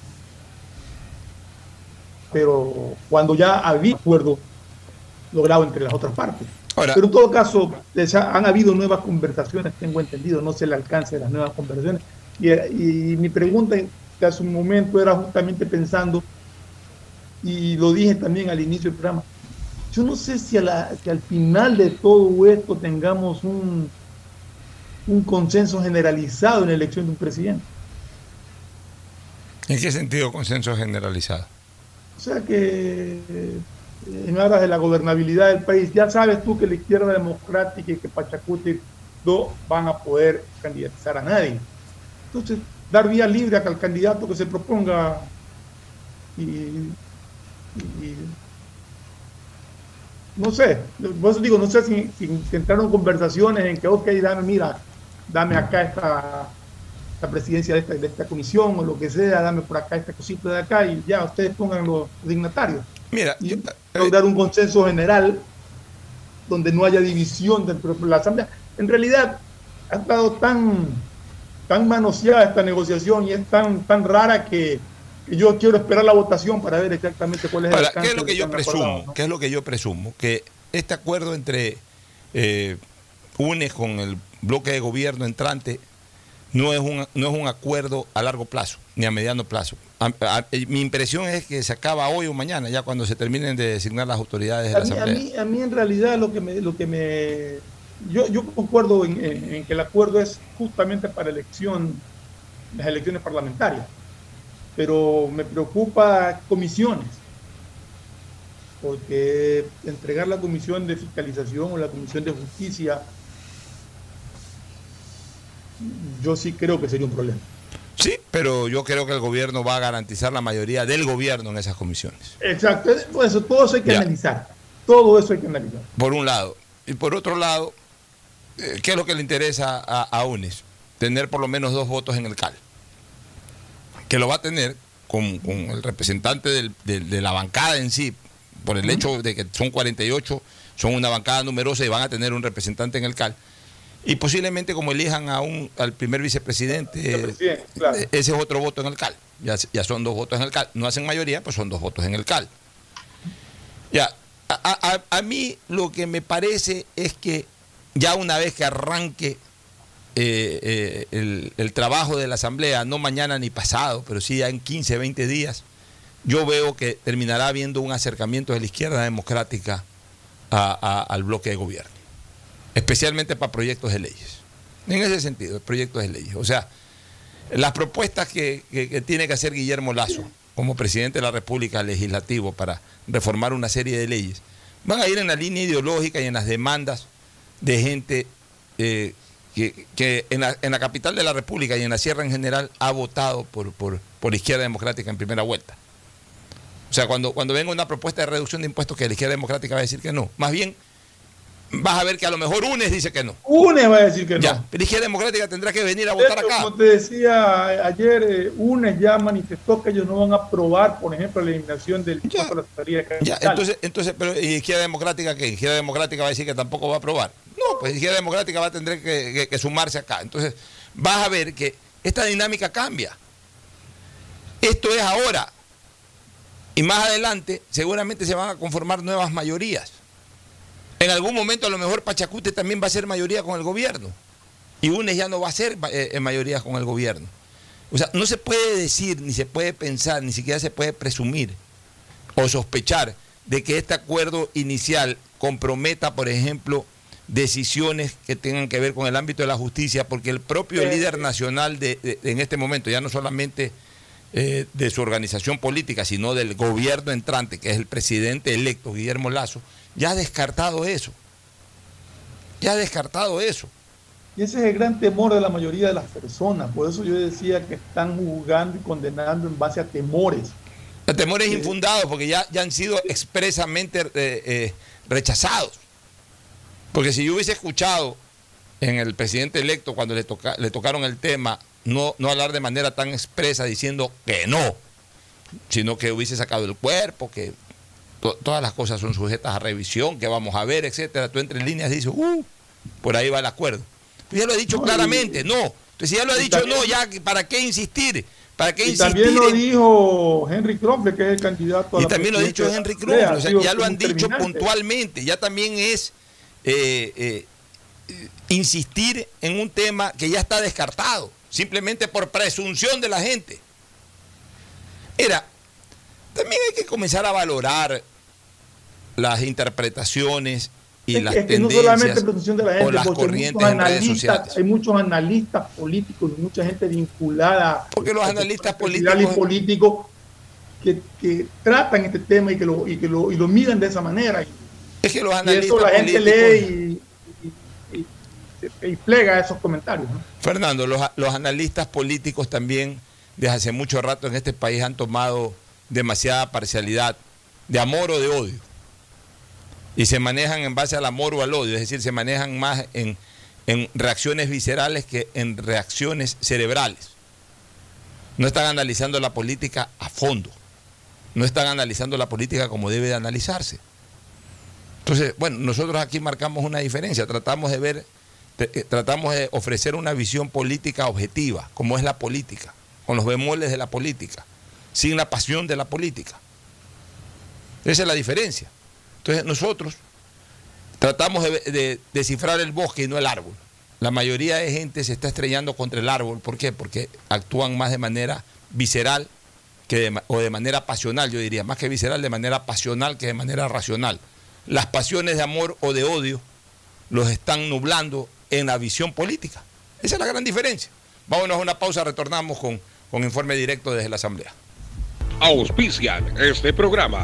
Pero cuando ya había acuerdo logrado entre las otras partes. Ahora, pero en todo caso, han habido nuevas conversaciones, tengo entendido, no sé el alcance de las nuevas conversaciones. Y, y mi pregunta que hace un momento era justamente pensando, y lo dije también al inicio del programa, yo no sé si, a la, si al final de todo esto tengamos un, un consenso generalizado en la elección de un presidente. ¿En qué sentido consenso generalizado? O sea que en aras de la gobernabilidad del país. Ya sabes tú que la izquierda democrática y que Pachacuti no van a poder candidatizar a nadie. Entonces, dar vía libre a que al candidato que se proponga y, y, y no sé, por eso digo, no sé si, si, si entraron conversaciones en que, ok, dame, mira, dame acá esta, esta presidencia de esta, de esta comisión o lo que sea, dame por acá esta cosita de acá y ya, ustedes pongan los dignatarios. Mira, y yo, lograr un consenso general donde no haya división dentro de la Asamblea. En realidad, ha estado tan, tan manoseada esta negociación y es tan, tan rara que yo quiero esperar la votación para ver exactamente cuál es el alcance. ¿Qué es lo que yo presumo? Acordado, ¿no? ¿Qué es lo que yo presumo? Que este acuerdo entre eh, U N E S con el bloque de gobierno entrante no es un no es un acuerdo a largo plazo ni a mediano plazo. A, a, mi impresión es que se acaba hoy o mañana, ya cuando se terminen de designar las autoridades de a la mí, Asamblea. A mí, a mí en realidad lo que me, lo que me yo, yo concuerdo en, en, en que el acuerdo es justamente para elección, las elecciones parlamentarias. Pero me preocupa comisiones, porque entregar la comisión de fiscalización o la comisión de justicia, yo sí creo que sería un problema. Sí, pero yo creo que el gobierno va a garantizar la mayoría del gobierno en esas comisiones. Exacto, eso, todo eso hay que ya. analizar, todo eso hay que analizar. Por un lado. Y por otro lado, ¿qué es lo que le interesa a, a U N E S? Tener por lo menos dos votos en el C A L. Que lo va a tener con, con el representante del, de, de la bancada en sí, por el uh-huh. hecho de que son cuarenta y ocho, son una bancada numerosa y van a tener un representante en el C A L. Y posiblemente como elijan a un, al primer vicepresidente, eh, claro. ese es otro voto en el C A L. Ya, ya son dos votos en el C A L. No hacen mayoría, pues son dos votos en el C A L. Ya, a, a, a mí lo que me parece es que ya una vez que arranque Eh, eh, el, el trabajo de la Asamblea, no mañana ni pasado, pero sí ya en quince, veinte días, yo veo que terminará habiendo un acercamiento de la izquierda democrática a, a, al bloque de gobierno, especialmente para proyectos de leyes. En ese sentido, proyectos de leyes. O sea, las propuestas que, que, que tiene que hacer Guillermo Lasso como presidente de la República legislativo para reformar una serie de leyes, van a ir en la línea ideológica y en las demandas de gente eh, que, que en, la, en la capital de la República y en la Sierra en general ha votado por, por, por Izquierda Democrática en primera vuelta. O sea, cuando, cuando venga una propuesta de reducción de impuestos que la Izquierda Democrática va a decir que no. Más bien, vas a ver que a lo mejor U N E S dice que no. U N E S va a decir que no. Ya, pero la Izquierda Democrática tendrá que venir a votar Esto, acá. Como te decía ayer, eh, U N E S ya manifestó que ellos no van a aprobar, por ejemplo, la eliminación del impuesto a la tarifa de capital. Ya, entonces, entonces, pero ¿y Izquierda Democrática qué? Izquierda Democrática va a decir que tampoco va a aprobar. No, pues Izquierda Democrática va a tener que, que, que sumarse acá. Entonces, vas a ver que esta dinámica cambia. Esto es ahora. Y más adelante, seguramente se van a conformar nuevas mayorías. En algún momento, a lo mejor, Pachacuti también va a ser mayoría con el gobierno. Y U N E S ya no va a ser eh, mayoría con el gobierno. O sea, no se puede decir, ni se puede pensar, ni siquiera se puede presumir o sospechar de que este acuerdo inicial comprometa, por ejemplo, decisiones que tengan que ver con el ámbito de la justicia, porque el propio eh, líder nacional de, de, de en este momento, ya no solamente eh, de su organización política, sino del gobierno entrante, que es el presidente electo, Guillermo Lasso, ya ha descartado eso. Ya ha descartado eso. Y ese es el gran temor de la mayoría de las personas. Por eso yo decía que están juzgando y condenando en base a temores. El temor es infundado porque ya, ya han sido expresamente eh, eh, rechazados. Porque si yo hubiese escuchado en el presidente electo cuando le, toca, le tocaron el tema, no, no hablar de manera tan expresa diciendo que no, sino que hubiese sacado el cuerpo, que to, todas las cosas son sujetas a revisión, que vamos a ver, etcétera. Tú entre líneas dices, uh, por ahí va el acuerdo. Pues ya lo he dicho no, claramente, y, no. Entonces si ya lo ha dicho también, no, ya, ¿para qué insistir? ¿Para qué y insistir? También lo en... dijo Henry Krofle, que es el candidato a y la también lo ha dicho Henry Krofle, o sea, ya lo han dicho puntualmente, ya también es eh, eh, insistir en un tema que ya está descartado, simplemente por presunción de la gente. Mira, también hay que comenzar a valorar las interpretaciones y es, las es que tendencias no solamente presunción de la gente, o las corrientes en redes sociales. Hay muchos analistas políticos y mucha gente vinculada porque los analistas políticos político que, que tratan este tema y que lo, y que lo, y lo miran de esa manera. Es que los analistas y eso la gente lee y, y, y, y plega esos comentarios, ¿no? Fernando, los, los analistas políticos también desde hace mucho rato en este país han tomado demasiada parcialidad, de amor o de odio, y se manejan en base al amor o al odio, es decir, se manejan más en, en reacciones viscerales que en reacciones cerebrales. No están analizando la política a fondo, no están analizando la política como debe de analizarse. Entonces, bueno, nosotros aquí marcamos una diferencia, tratamos de ver, tratamos de ofrecer una visión política objetiva, como es la política, con los bemoles de la política, sin la pasión de la política. Esa es la diferencia. Entonces nosotros tratamos de, de descifrar el bosque y no el árbol. La mayoría de gente se está estrellando contra el árbol. ¿Por qué? Porque actúan más de manera visceral que de, o de manera pasional, yo diría, más que visceral, de manera pasional que de manera racional. Las pasiones de amor o de odio los están nublando en la visión política. Esa es la gran diferencia. Vámonos a una pausa, retornamos con, con informe directo desde la Asamblea. Auspician este programa.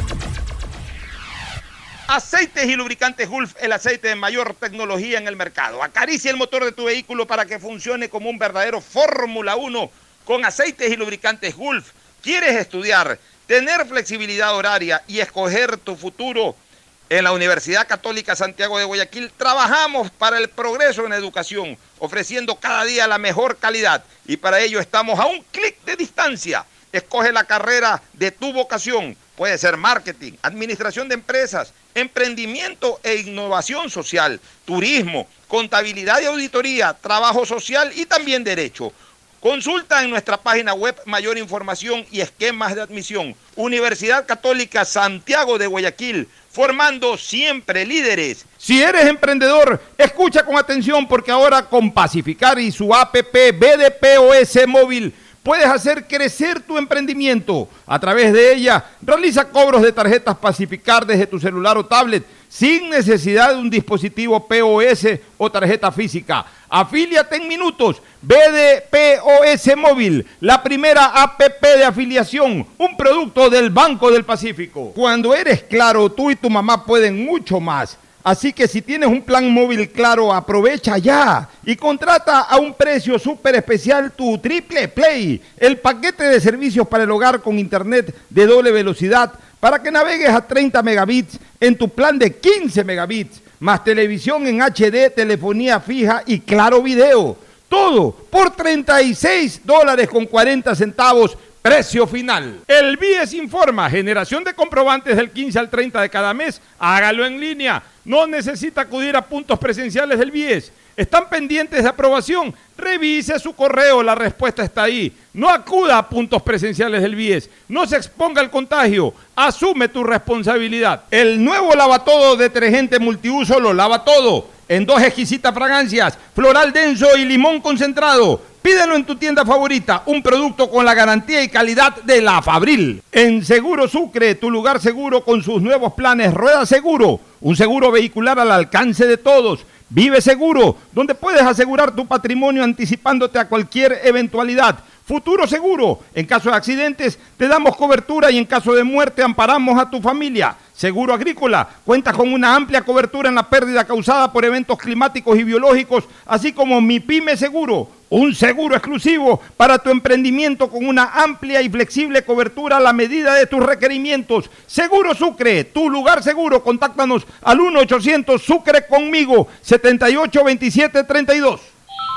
Aceites y lubricantes Gulf, el aceite de mayor tecnología en el mercado. Acaricia el motor de tu vehículo para que funcione como un verdadero Fórmula uno con aceites y lubricantes Gulf. ¿Quieres estudiar, tener flexibilidad horaria y escoger tu futuro? En la Universidad Católica Santiago de Guayaquil trabajamos para el progreso en educación, ofreciendo cada día la mejor calidad. Y para ello estamos a un clic de distancia. Escoge la carrera de tu vocación. Puede ser marketing, administración de empresas, emprendimiento e innovación social, turismo, contabilidad y auditoría, trabajo social y también derecho. Consulta en nuestra página web mayor información y esquemas de admisión. Universidad Católica Santiago de Guayaquil, formando siempre líderes. Si eres emprendedor, escucha con atención porque ahora con Pacificar y su app B D P O S móvil, puedes hacer crecer tu emprendimiento. A través de ella, realiza cobros de tarjetas Pacificar desde tu celular o tablet, sin necesidad de un dispositivo P O S o tarjeta física. Afíliate en minutos. B D P O S Móvil, la primera app de afiliación, un producto del Banco del Pacífico. Cuando eres Claro, tú y tu mamá pueden mucho más. Así que si tienes un plan móvil Claro, aprovecha ya y contrata a un precio súper especial tu Triple Play, el paquete de servicios para el hogar con internet de doble velocidad para que navegues a treinta megabits en tu plan de quince megabits, más televisión en H D, telefonía fija y Claro Video. Todo por treinta y seis dólares con cuarenta centavos. Precio final. El B I E S informa, generación de comprobantes del quince al treinta de cada mes, hágalo en línea. No necesita acudir a puntos presenciales del B I E S. ¿Están pendientes de aprobación? Revise su correo, la respuesta está ahí. No acuda a puntos presenciales del B I E S. No se exponga al contagio. Asume tu responsabilidad. El nuevo lavatodo detergente multiuso lo lava todo. En dos exquisitas fragancias, floral denso y limón concentrado. Pídelo en tu tienda favorita, un producto con la garantía y calidad de la Fabril. En Seguro Sucre, tu lugar seguro con sus nuevos planes Rueda Seguro, un seguro vehicular al alcance de todos. Vive Seguro, donde puedes asegurar tu patrimonio anticipándote a cualquier eventualidad. Futuro Seguro, en caso de accidentes te damos cobertura y en caso de muerte amparamos a tu familia. Seguro Agrícola, cuenta con una amplia cobertura en la pérdida causada por eventos climáticos y biológicos, así como Mi Pyme Seguro, un seguro exclusivo para tu emprendimiento con una amplia y flexible cobertura a la medida de tus requerimientos. Seguro Sucre, tu lugar seguro. Contáctanos al uno ochocientos Sucre conmigo, setenta y ocho veintisiete treinta y dos.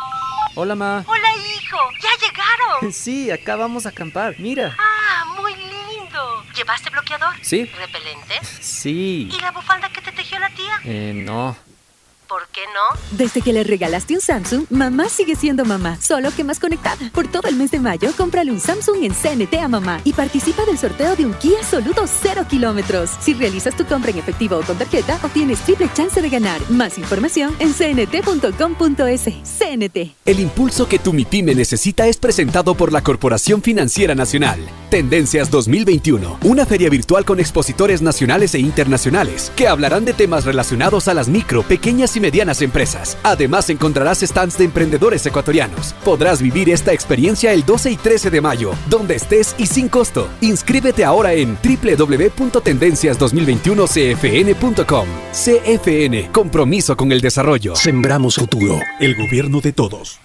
Hola, ma. Hola, hijo. ¿Ya llegaron? Sí, acá vamos a acampar. Mira. Ah, muy lindo. ¿Llevaste bloqueador? Sí. ¿Repelente? Sí. ¿Y la bufanda que te tejió la tía? Eh, no. ¿Por qué no? Desde que le regalaste un Samsung, mamá sigue siendo mamá, solo que más conectada. Por todo el mes de mayo, cómprale un Samsung en C N T a mamá y participa del sorteo de un Kia Soluto cero kilómetros. Si realizas tu compra en efectivo o con tarjeta, obtienes triple chance de ganar. Más información en c n t punto com punto es. C N T. El impulso que tu MIPYME necesita es presentado por la Corporación Financiera Nacional. Tendencias dos mil veintiuno, una feria virtual con expositores nacionales e internacionales que hablarán de temas relacionados a las micro, pequeñas y medianas empresas. Además, encontrarás stands de emprendedores ecuatorianos. Podrás vivir esta experiencia el doce y trece de mayo, donde estés y sin costo. Inscríbete ahora en doble u doble u doble u punto tendencias dos mil veintiuno c f n punto com. C F N, compromiso con el desarrollo. Sembramos futuro, el gobierno de todos.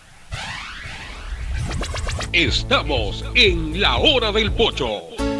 Estamos en la hora del pocho.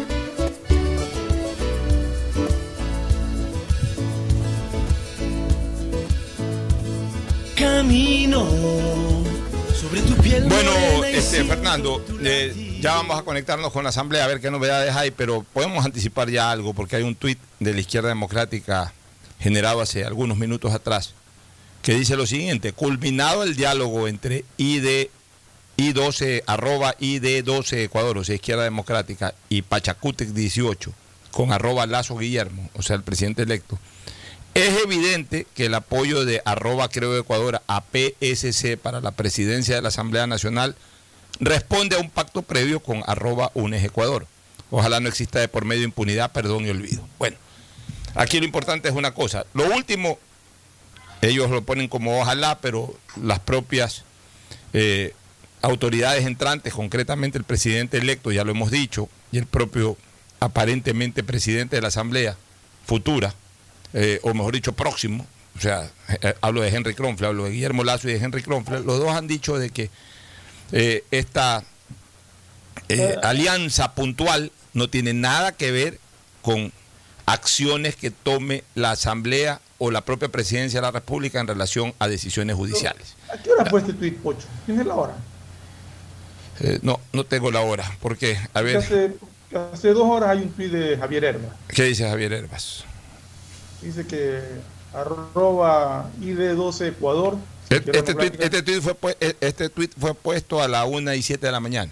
Camino sobre tu piel. Bueno, este, Fernando, eh, ya vamos a conectarnos con la Asamblea a ver qué novedades hay, pero podemos anticipar ya algo, porque hay un tuit de la Izquierda Democrática generado hace algunos minutos atrás, que dice lo siguiente: culminado el diálogo entre I D, I doce, arroba I D doce Ecuador, o sea, Izquierda Democrática, y Pachacútec dieciocho, con arroba Lazo Guillermo, o sea, el presidente electo, es evidente que el apoyo de arroba Creo Ecuador a P S C para la presidencia de la Asamblea Nacional responde a un pacto previo con arroba UNES Ecuador. Ojalá no exista de por medio impunidad, perdón y olvido. Bueno, aquí lo importante es una cosa. Lo último, ellos lo ponen como ojalá, pero las propias eh, autoridades entrantes, concretamente el presidente electo, ya lo hemos dicho, y el propio aparentemente presidente de la Asamblea futura, Eh, o mejor dicho, próximo, o sea, eh, hablo de Henry Kronfle, hablo de Guillermo Lazo y de Henry Kronfle, los dos han dicho de que eh, esta eh, alianza puntual no tiene nada que ver con acciones que tome la Asamblea o la propia Presidencia de la República en relación a decisiones judiciales. ¿A qué hora fue este tuit, Pocho? ¿Tienes la hora? Eh, no, no tengo la hora, porque, a ver... Hace, hace dos horas hay un tuit de Javier Herbas. ¿Qué dice Javier Herbas? Dice que arroba I D doce Ecuador. Este, este, tuit, este, tuit fue, este tuit fue puesto a la una y siete de la mañana.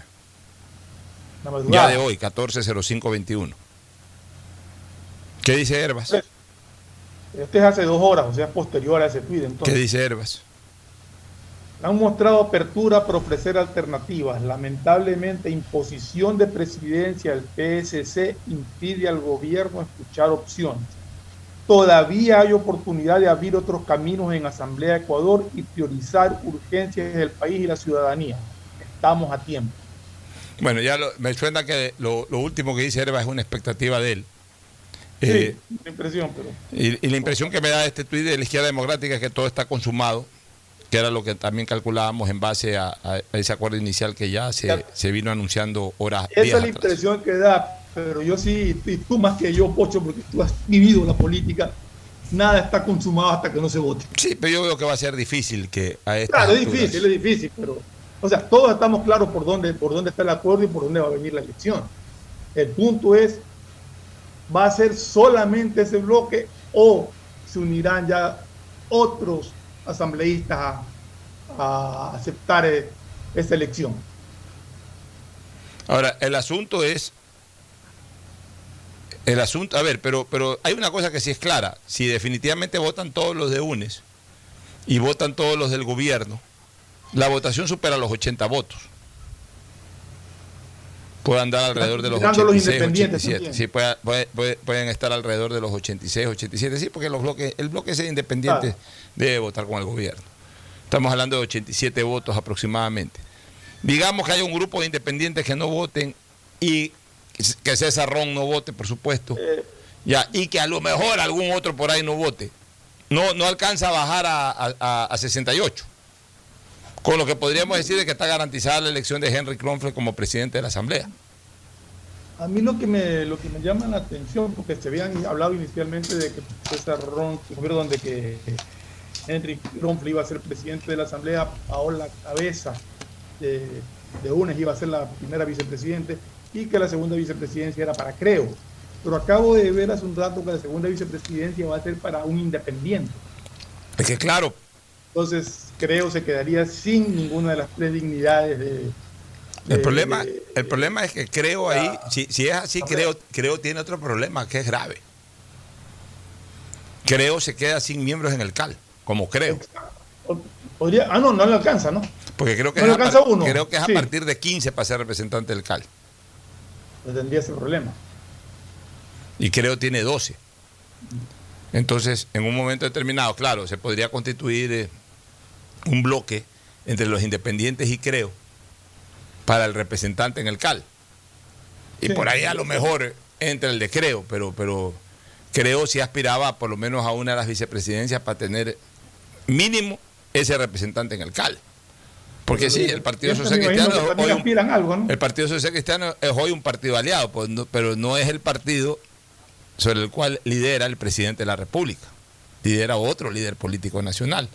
La madrugada. Ya de hoy, catorce cero cinco veintiuno. ¿Qué dice Herbas? Este es hace dos horas, o sea, posterior a ese tuit. Entonces, ¿qué dice Herbas? Han mostrado apertura para ofrecer alternativas. Lamentablemente, imposición de presidencia del P S C impide al gobierno escuchar opciones. Todavía hay oportunidad de abrir otros caminos en Asamblea de Ecuador y priorizar urgencias del país y la ciudadanía. Estamos a tiempo. Bueno, ya lo, me suena que lo, lo último que dice Herbas es una expectativa de él. Sí, eh, la impresión, pero... Y, y la impresión que me da este tuit de la Izquierda Democrática es que todo está consumado, que era lo que también calculábamos en base a, a ese acuerdo inicial que ya se, ya. se vino anunciando horas Esa días es la atrás. impresión que da. Pero yo sí, y tú más que yo, Pocho, porque tú has vivido la política, nada está consumado hasta que no se vote. Sí, pero yo veo que va a ser difícil que a estas Claro, es alturas... difícil, es difícil, pero, o sea, todos estamos claros por dónde, por dónde está el acuerdo y por dónde va a venir la elección. El punto es, ¿va a ser solamente ese bloque o se unirán ya otros asambleístas a, a aceptar eh, esa elección? Ahora, el asunto es El asunto, a ver, pero, pero hay una cosa que sí es clara. Si definitivamente votan todos los de UNES y votan todos los del gobierno, la votación supera los ochenta votos. Puede andar alrededor de los ochenta y seis, ochenta y siete. Sí, puede, puede, puede, pueden estar alrededor de los ochenta y seis, ochenta y siete. Sí, porque los bloques, el bloque ese independiente claro. debe votar con el gobierno. Estamos hablando de ochenta y siete votos aproximadamente. Digamos que hay un grupo de independientes que no voten y que César Ron no vote, por supuesto, eh, ya, y que a lo mejor algún otro por ahí no vote. No, no alcanza a bajar a, a, a sesenta y ocho. Con lo que podríamos decir es que está garantizada la elección de Henry Kronfle como presidente de la Asamblea. A mí lo que me lo que me llama la atención, porque se habían hablado inicialmente de que César Ron, perdón, de que Henry Kronfle iba a ser presidente de la Asamblea, ahora la cabeza de, de UNES iba a ser la primera vicepresidente, y que la segunda vicepresidencia era para Creo. Pero acabo de ver hace un rato que la segunda vicepresidencia va a ser para un independiente. Es que claro. Entonces Creo se quedaría sin ninguna de las tres dignidades de... de el problema, de, el problema es que Creo ahí, ah, si, si es así, Creo, Creo tiene otro problema que es grave. Creo se queda sin miembros en el C A L, como Creo. Podría, ah, no, no le alcanza, ¿no? Porque creo que no es, le alcanza a, uno. Creo que es sí. a partir de quince para ser representante del C A L. No tendría ese problema. Y Creo tiene doce. Entonces, en un momento determinado, claro, se podría constituir eh, un bloque entre los independientes y Creo para el representante en el C A L. Y sí, por ahí a lo mejor entra el de Creo, pero, pero Creo sí aspiraba por lo menos a una de las vicepresidencias para tener mínimo ese representante en el C A L. Porque sí, el Partido Social Cristiano es hoy un, algo, ¿no? El Partido Social Cristiano es hoy un partido aliado, pues no, pero no es el partido sobre el cual lidera el presidente de la República. Lidera otro líder político nacional.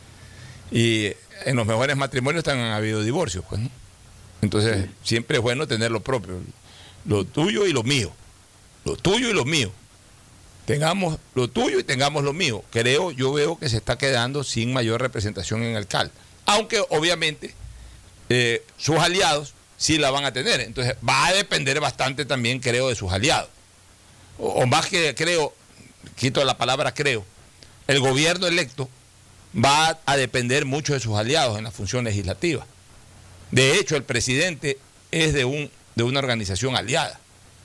Y en los mejores matrimonios también han habido divorcios, pues, ¿no? Entonces, sí, siempre es bueno tener lo propio, lo tuyo y lo mío. Lo tuyo y lo mío. Tengamos lo tuyo y tengamos lo mío. Creo, yo veo que se está quedando sin mayor representación en el C A L. Aunque obviamente eh, sus aliados sí la van a tener. Entonces va a depender bastante también, creo, de sus aliados. O, o más que creo, quito la palabra creo, el gobierno electo va a depender mucho de sus aliados en la función legislativa. De hecho, el presidente es de, un, de una organización aliada.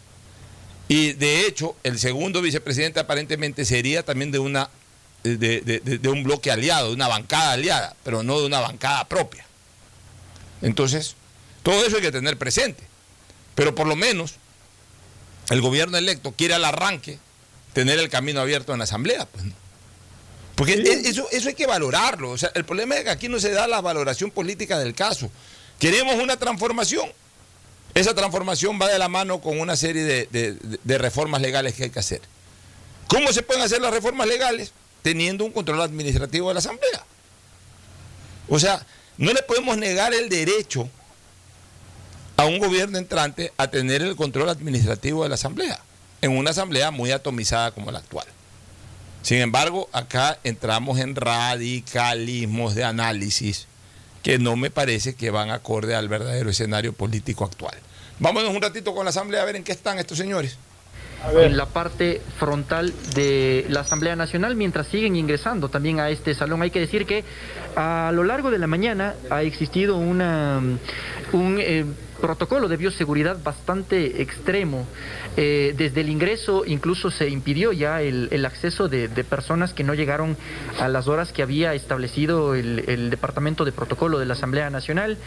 Y de hecho, el segundo vicepresidente aparentemente sería también de una de, de, de, de un bloque aliado, de una bancada aliada, pero no de una bancada propia. Entonces, todo eso hay que tener presente. Pero por lo menos, el gobierno electo quiere al arranque tener el camino abierto en la Asamblea, pues, ¿no? Porque sí, eso, eso hay que valorarlo. O sea, el problema es que aquí no se da la valoración política del caso. Queremos una transformación. Esa transformación va de la mano con una serie de, de, de reformas legales que hay que hacer. ¿Cómo se pueden hacer las reformas legales? Teniendo un control administrativo de la Asamblea. O sea, no le podemos negar el derecho a un gobierno entrante a tener el control administrativo de la Asamblea, en una Asamblea muy atomizada como la actual. Sin embargo, acá entramos en radicalismos de análisis que no me parece que van acorde al verdadero escenario político actual. Vámonos un ratito con la Asamblea a ver en qué están estos señores. En la parte frontal de la Asamblea Nacional, mientras siguen ingresando también a este salón. Hay que decir que a lo largo de la mañana ha existido una, un eh, protocolo de bioseguridad bastante extremo. Eh, desde el ingreso incluso se impidió ya el, el acceso de, de personas que no llegaron a las horas que había establecido el, el Departamento de Protocolo de la Asamblea Nacional.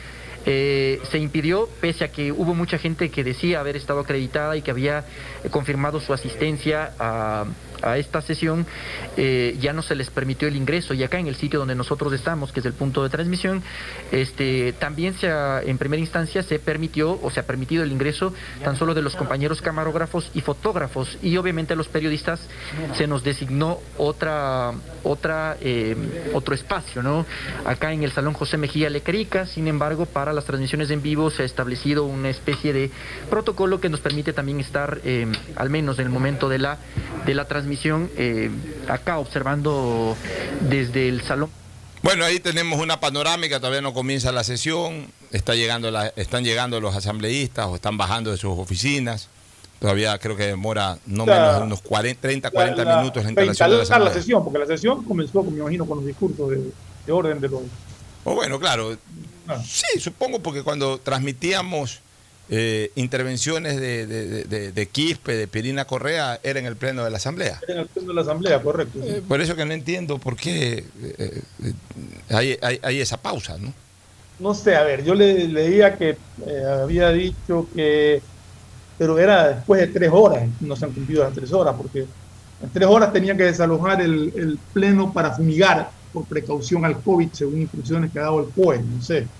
Eh, se impidió, pese a que hubo mucha gente que decía haber estado acreditada y que había eh, confirmado su asistencia a, a esta sesión, eh, ya no se les permitió el ingreso. Y acá en el sitio donde nosotros estamos, que es el punto de transmisión, este, también se ha, en primera instancia se permitió o se ha permitido el ingreso tan solo de los compañeros camarógrafos y fotógrafos, y obviamente a los periodistas se nos designó otra, otra, eh, otro espacio, ¿no? Acá en el Salón José Mejía Lequerica. Sin embargo, para las transmisiones en vivo se ha establecido una especie de protocolo que nos permite también estar, eh, al menos en el momento de la, de la transmisión, eh, acá observando desde el salón. Bueno, ahí tenemos una panorámica, todavía no comienza la sesión, está llegando la, están llegando los asambleístas o están bajando de sus oficinas. Todavía creo que demora no la, menos de unos cuarenta, treinta, cuarenta la, minutos la instalación de la asamblea. La sesión, porque la sesión comenzó, me imagino, con los discursos de, de orden de los... Oh, bueno, claro. Ah. Sí, supongo, porque cuando transmitíamos eh, intervenciones de, de, de, de Quispe, de Pirina Correa, era en el pleno de la asamblea. Era en el pleno de la asamblea, correcto. Sí. Eh, por eso que no entiendo por qué eh, eh, hay, hay, hay esa pausa, ¿no? No sé, a ver, yo le, leía que eh, había dicho que... pero era después de tres horas, no se han cumplido las tres horas, porque en tres horas tenían que desalojar el, el pleno para fumigar por precaución al COVID, según instrucciones que ha dado el P O E, no sé.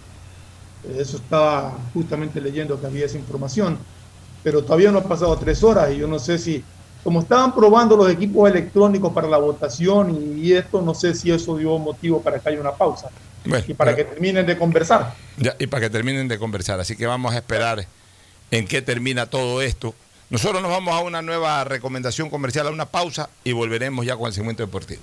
Eso estaba justamente leyendo que había esa información, pero todavía no ha pasado tres horas y yo no sé si, como estaban probando los equipos electrónicos para la votación y, y esto, no sé si eso dio motivo para que haya una pausa. Bueno, y para pero, que terminen de conversar. Ya, y para que terminen de conversar, así que vamos a esperar en qué termina todo esto. Nosotros nos vamos a una nueva recomendación comercial, a una pausa, y volveremos ya con el segmento deportivo.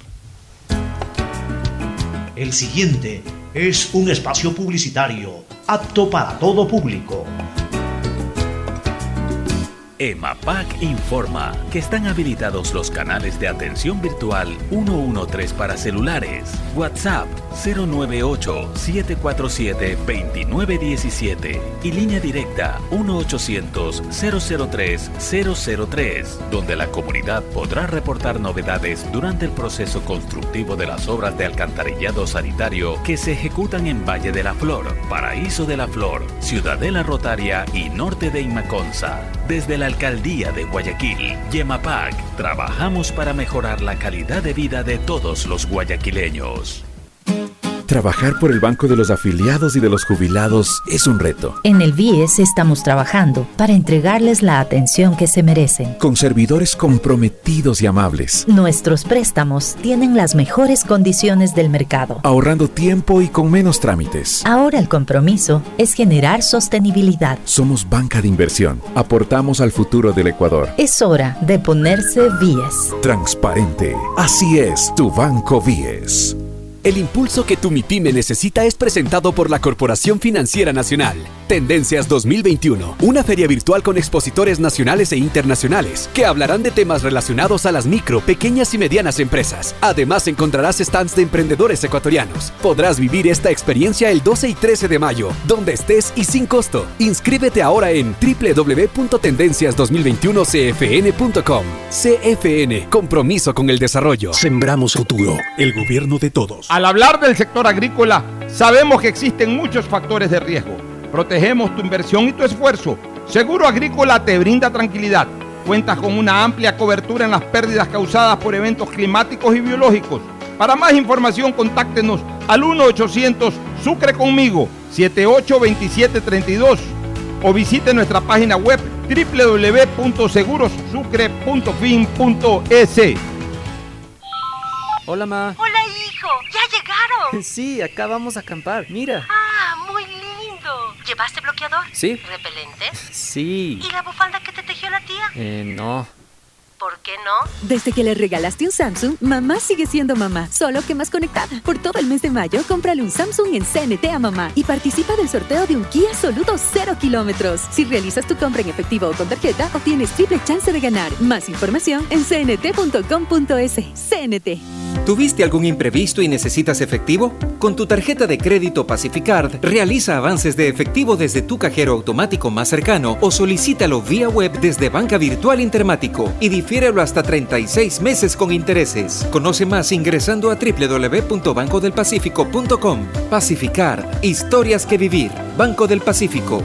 El siguiente es un espacio publicitario apto para todo público. EMAPAC informa que están habilitados los canales de atención virtual ciento trece para celulares, WhatsApp cero nueve ocho, siete cuatro siete, dos nueve uno siete y línea directa uno ochocientos, cero cero tres, cero cero tres, donde la comunidad podrá reportar novedades durante el proceso constructivo de las obras de alcantarillado sanitario que se ejecutan en Valle de la Flor, Paraíso de la Flor, Ciudadela Rotaria y norte de Imaconza. Desde la Alcaldía de Guayaquil, YEMAPAC, trabajamos para mejorar la calidad de vida de todos los guayaquileños. Trabajar por el banco de los afiliados y de los jubilados es un reto. En el B I E S estamos trabajando para entregarles la atención que se merecen. Con servidores comprometidos y amables. Nuestros préstamos tienen las mejores condiciones del mercado. Ahorrando tiempo y con menos trámites. Ahora el compromiso es generar sostenibilidad. Somos banca de inversión. Aportamos al futuro del Ecuador. Es hora de ponerse B I E S. Transparente. Así es tu banco B I E S. El impulso que tu MIPYME necesita es presentado por la Corporación Financiera Nacional. Tendencias dos mil veintiuno, una feria virtual con expositores nacionales e internacionales que hablarán de temas relacionados a las micro, pequeñas y medianas empresas. Además encontrarás stands de emprendedores ecuatorianos. Podrás vivir esta experiencia el doce y trece de mayo, donde estés y sin costo. Inscríbete ahora en doble u doble u doble u punto tendencias dos mil veintiuno c f n punto com. C F N, compromiso con el desarrollo. Sembramos futuro, el gobierno de todos. Al hablar del sector agrícola, sabemos que existen muchos factores de riesgo. Protegemos tu inversión y tu esfuerzo. Seguro Agrícola te brinda tranquilidad. Cuentas con una amplia cobertura en las pérdidas causadas por eventos climáticos y biológicos. Para más información, contáctenos al uno ochocientos Sucre conmigo, siete ocho dos siete tres dos o visite nuestra página web doble u doble u doble u punto seguros sucre punto fin punto e s. Hola, ma. Hola, hijo. ¿Ya llegaron? Sí, acá vamos a acampar. Mira. Ah, muy lindo. ¿Llevaste bloqueador? Sí. ¿Repelente? Sí. ¿Y la bufanda que te tejió la tía? Eh, no. ¿Por qué no? Desde que le regalaste un Samsung, mamá sigue siendo mamá, solo que más conectada. Por todo el mes de mayo, cómprale un Samsung en C N T a mamá y participa del sorteo de un Kia Soluto cero kilómetros. Si realizas tu compra en efectivo o con tarjeta, obtienes triple chance de ganar. Más información en c n t punto com punto e s. C N T. ¿Tuviste algún imprevisto y necesitas efectivo? Con tu tarjeta de crédito Pacificard, realiza avances de efectivo desde tu cajero automático más cercano o solicítalo vía web desde Banca Virtual Intermático y difiérelo hasta treinta y seis meses con intereses. Conoce más ingresando a doble u doble u doble u punto banco del pacífico punto com. Pacificard, historias que vivir. Banco del Pacífico.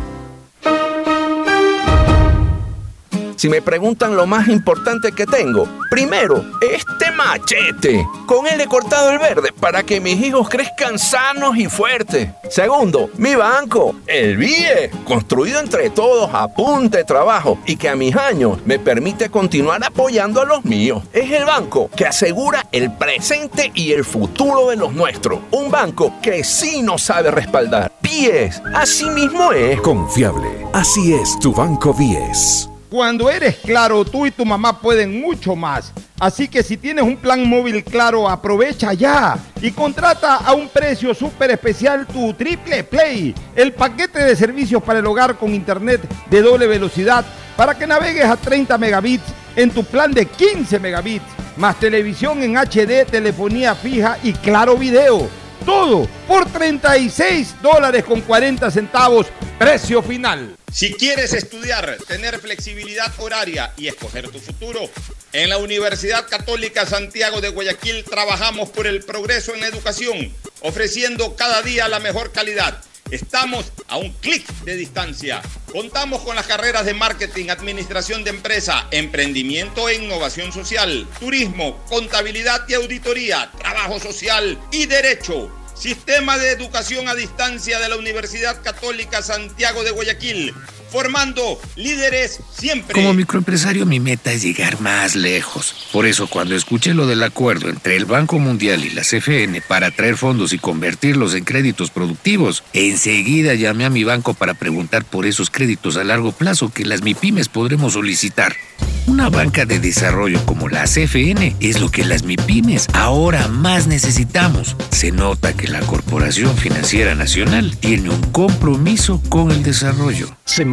Si me preguntan lo más importante que tengo, primero, este machete. Con él he cortado el verde para que mis hijos crezcan sanos y fuertes. Segundo, mi banco, el B I E, construido entre todos a punta de trabajo y que a mis años me permite continuar apoyando a los míos. Es el banco que asegura el presente y el futuro de los nuestros. Un banco que sí nos sabe respaldar. B I E S, así mismo es. Confiable, así es tu banco B I E S. Cuando eres Claro, tú y tu mamá pueden mucho más. Así que si tienes un plan móvil Claro, aprovecha ya y contrata a un precio súper especial tu Triple Play, el paquete de servicios para el hogar con internet de doble velocidad para que navegues a treinta megabits en tu plan de quince megabits, más televisión en H D, telefonía fija y Claro Video. Todo por treinta y seis dólares con cuarenta centavos, precio final. Si quieres estudiar, tener flexibilidad horaria y escoger tu futuro, en la Universidad Católica Santiago de Guayaquil trabajamos por el progreso en la educación, ofreciendo cada día la mejor calidad. Estamos a un clic de distancia. Contamos con las carreras de marketing, administración de empresa, emprendimiento e innovación social, turismo, contabilidad y auditoría, trabajo social y derecho. Sistema de Educación a Distancia de la Universidad Católica Santiago de Guayaquil, formando líderes siempre. Como microempresario mi meta es llegar más lejos. Por eso cuando escuché lo del acuerdo entre el Banco Mundial y la C F N para traer fondos y convertirlos en créditos productivos, enseguida llamé a mi banco para preguntar por esos créditos a largo plazo que las MIPYMES podremos solicitar. Una banca de desarrollo como la C F N es lo que las MIPYMES ahora más necesitamos. Se nota que la Corporación Financiera Nacional tiene un compromiso con el desarrollo. Sembramos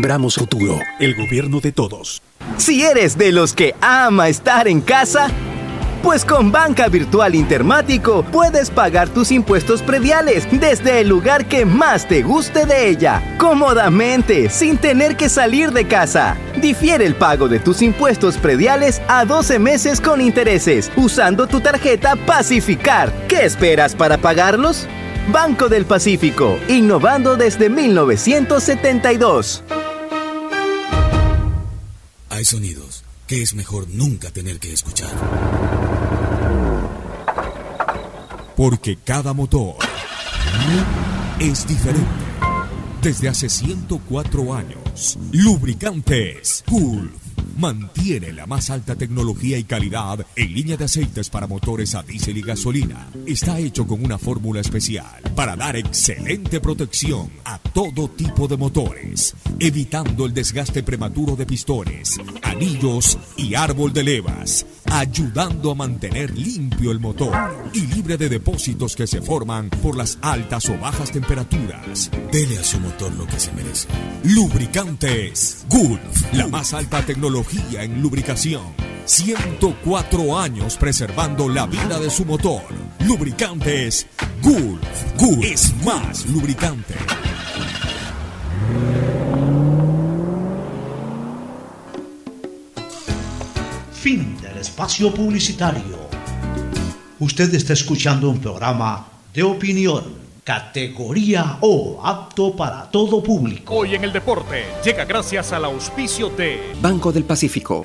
Sembramos futuro. El gobierno de todos. Si eres de los que ama estar en casa, pues con Banca Virtual Intermático puedes pagar tus impuestos prediales desde el lugar que más te guste de ella, cómodamente, sin tener que salir de casa. Difiere el pago de tus impuestos prediales a doce meses con intereses, usando tu tarjeta Pacificar. ¿Qué esperas para pagarlos? Banco del Pacífico, innovando desde mil novecientos setenta y dos. Hay sonidos que es mejor nunca tener que escuchar. Porque cada motor es diferente. Desde hace ciento cuatro años, Lubricantes Gulf mantiene la más alta tecnología y calidad en línea de aceites para motores a diésel y gasolina. Está hecho con una fórmula especial para dar excelente protección a todo tipo de motores, evitando el desgaste prematuro de pistones, anillos y árbol de levas, ayudando a mantener limpio el motor y libre de depósitos que se forman por las altas o bajas temperaturas. Dele a su motor lo que se merece. Lubricantes Gulf, la más alta tecnología en lubricación. ciento cuatro años preservando la vida de su motor. Lubricantes Gulf. Gulf es más lubricante. Fin del espacio publicitario. Usted está escuchando un programa de opinión, categoría O, apto para todo público. Hoy en el deporte llega gracias al auspicio de Banco del Pacífico.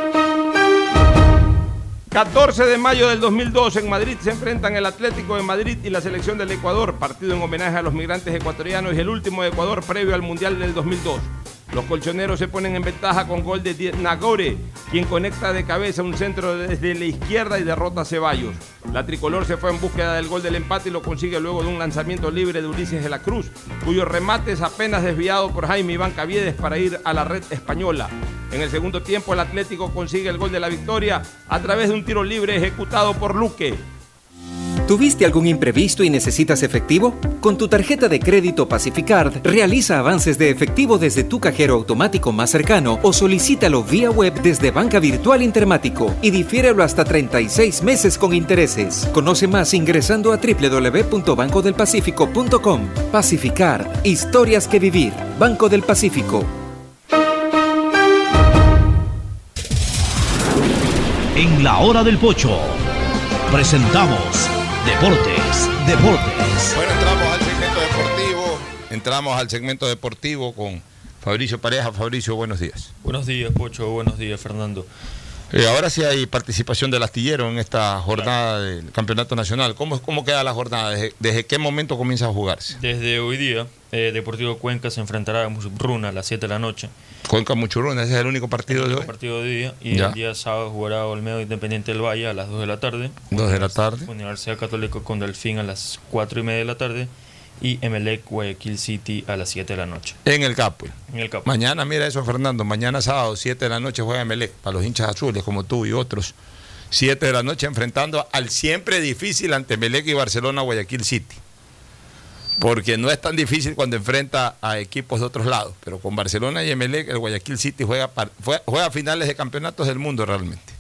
catorce de mayo del dos mil dos en Madrid se enfrentan el Atlético de Madrid y la selección del Ecuador, partido en homenaje a los migrantes ecuatorianos y el último de Ecuador previo al Mundial del dos mil dos. Los colchoneros se ponen en ventaja con gol de Nagore, quien conecta de cabeza un centro desde la izquierda y derrota a Ceballos. La tricolor se fue en búsqueda del gol del empate y lo consigue luego de un lanzamiento libre de Ulises de la Cruz, cuyo remate es apenas desviado por Jaime Iván Caviedes para ir a la red española. En el segundo tiempo el Atlético consigue el gol de la victoria a través de un tiro libre ejecutado por Luque. ¿Tuviste algún imprevisto y necesitas efectivo? Con tu tarjeta de crédito Pacificard, realiza avances de efectivo desde tu cajero automático más cercano o solicítalo vía web desde Banca Virtual Intermático y difiérelo hasta treinta y seis meses con intereses. Conoce más ingresando a doble u doble u doble u punto banco del pacífico punto com. Pacificard, historias que vivir. Banco del Pacífico. En la hora del pocho, presentamos Deportes, Deportes. Bueno, entramos al segmento deportivo. Entramos al segmento deportivo con Fabricio Pareja. Fabricio, buenos días. Buenos días, Pocho. Buenos días, Fernando. Eh, ahora sí hay participación del astillero en esta jornada claro. del Campeonato Nacional. ¿Cómo, cómo queda la jornada? ¿Desde, desde qué momento comienza a jugarse? Desde hoy día, eh, Deportivo Cuenca se enfrentará a Musurruna a las siete de la noche. Cuenca Muchurruna, ese es el único partido el de hoy. El partido de día. Y ya. El día sábado jugará Olmedo Independiente del Valle a las dos de la tarde. dos de la tarde. Universidad Católica con Delfín a las cuatro y media de la tarde. Y Emelec Guayaquil City a las siete de la noche. En el Capo. En el Capo. Mañana, mira eso, Fernando. Mañana sábado, siete de la noche juega Emelec. Para los hinchas azules como tú y otros. siete de la noche enfrentando al siempre difícil ante Emelec y Barcelona Guayaquil City. Porque no es tan difícil cuando enfrenta a equipos de otros lados. Pero con Barcelona y Emelec, el Guayaquil City juega, juega, juega finales de campeonatos del mundo realmente.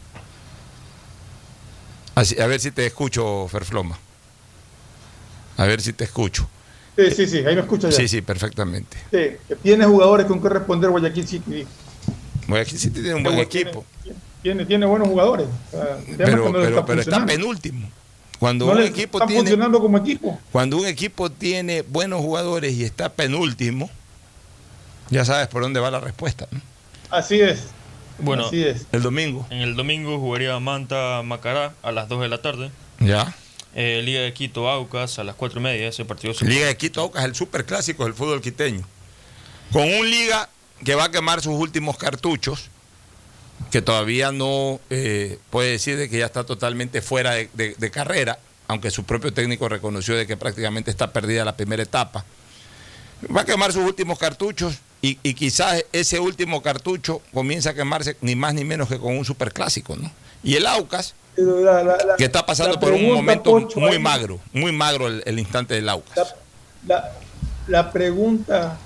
Así, a ver si te escucho, Ferfloma. A ver si te escucho. Sí, sí, sí, ahí me escuchas ya. Sí, sí, perfectamente. Sí, que tiene jugadores con que responder Guayaquil City. Guayaquil City tiene un buen tiene, equipo. Tiene, tiene buenos jugadores. Pero, no pero, está, pero está penúltimo. Cuando no un le equipo está tiene, funcionando como equipo. Cuando un equipo tiene buenos jugadores y está penúltimo, ya sabes por dónde va la respuesta, ¿no? Así es. Bueno, Así es. El domingo. En el domingo jugaría Manta Macará a las dos de la tarde. Ya. Eh, Liga de Quito Aucas a las cuatro y media, ese partido. Liga de Quito Aucas, el superclásico del fútbol quiteño. Con un Liga que va a quemar sus últimos cartuchos, que todavía no eh, puede decir de que ya está totalmente fuera de, de, de carrera, aunque su propio técnico reconoció de que prácticamente está perdida la primera etapa. Va a quemar sus últimos cartuchos y, y quizás ese último cartucho comienza a quemarse ni más ni menos que con un superclásico, ¿no? Y el Aucas, La, la, la, que está pasando por un momento Pocho, muy ahí, magro, muy magro el, el instante del Aucas. La, la, la pregunta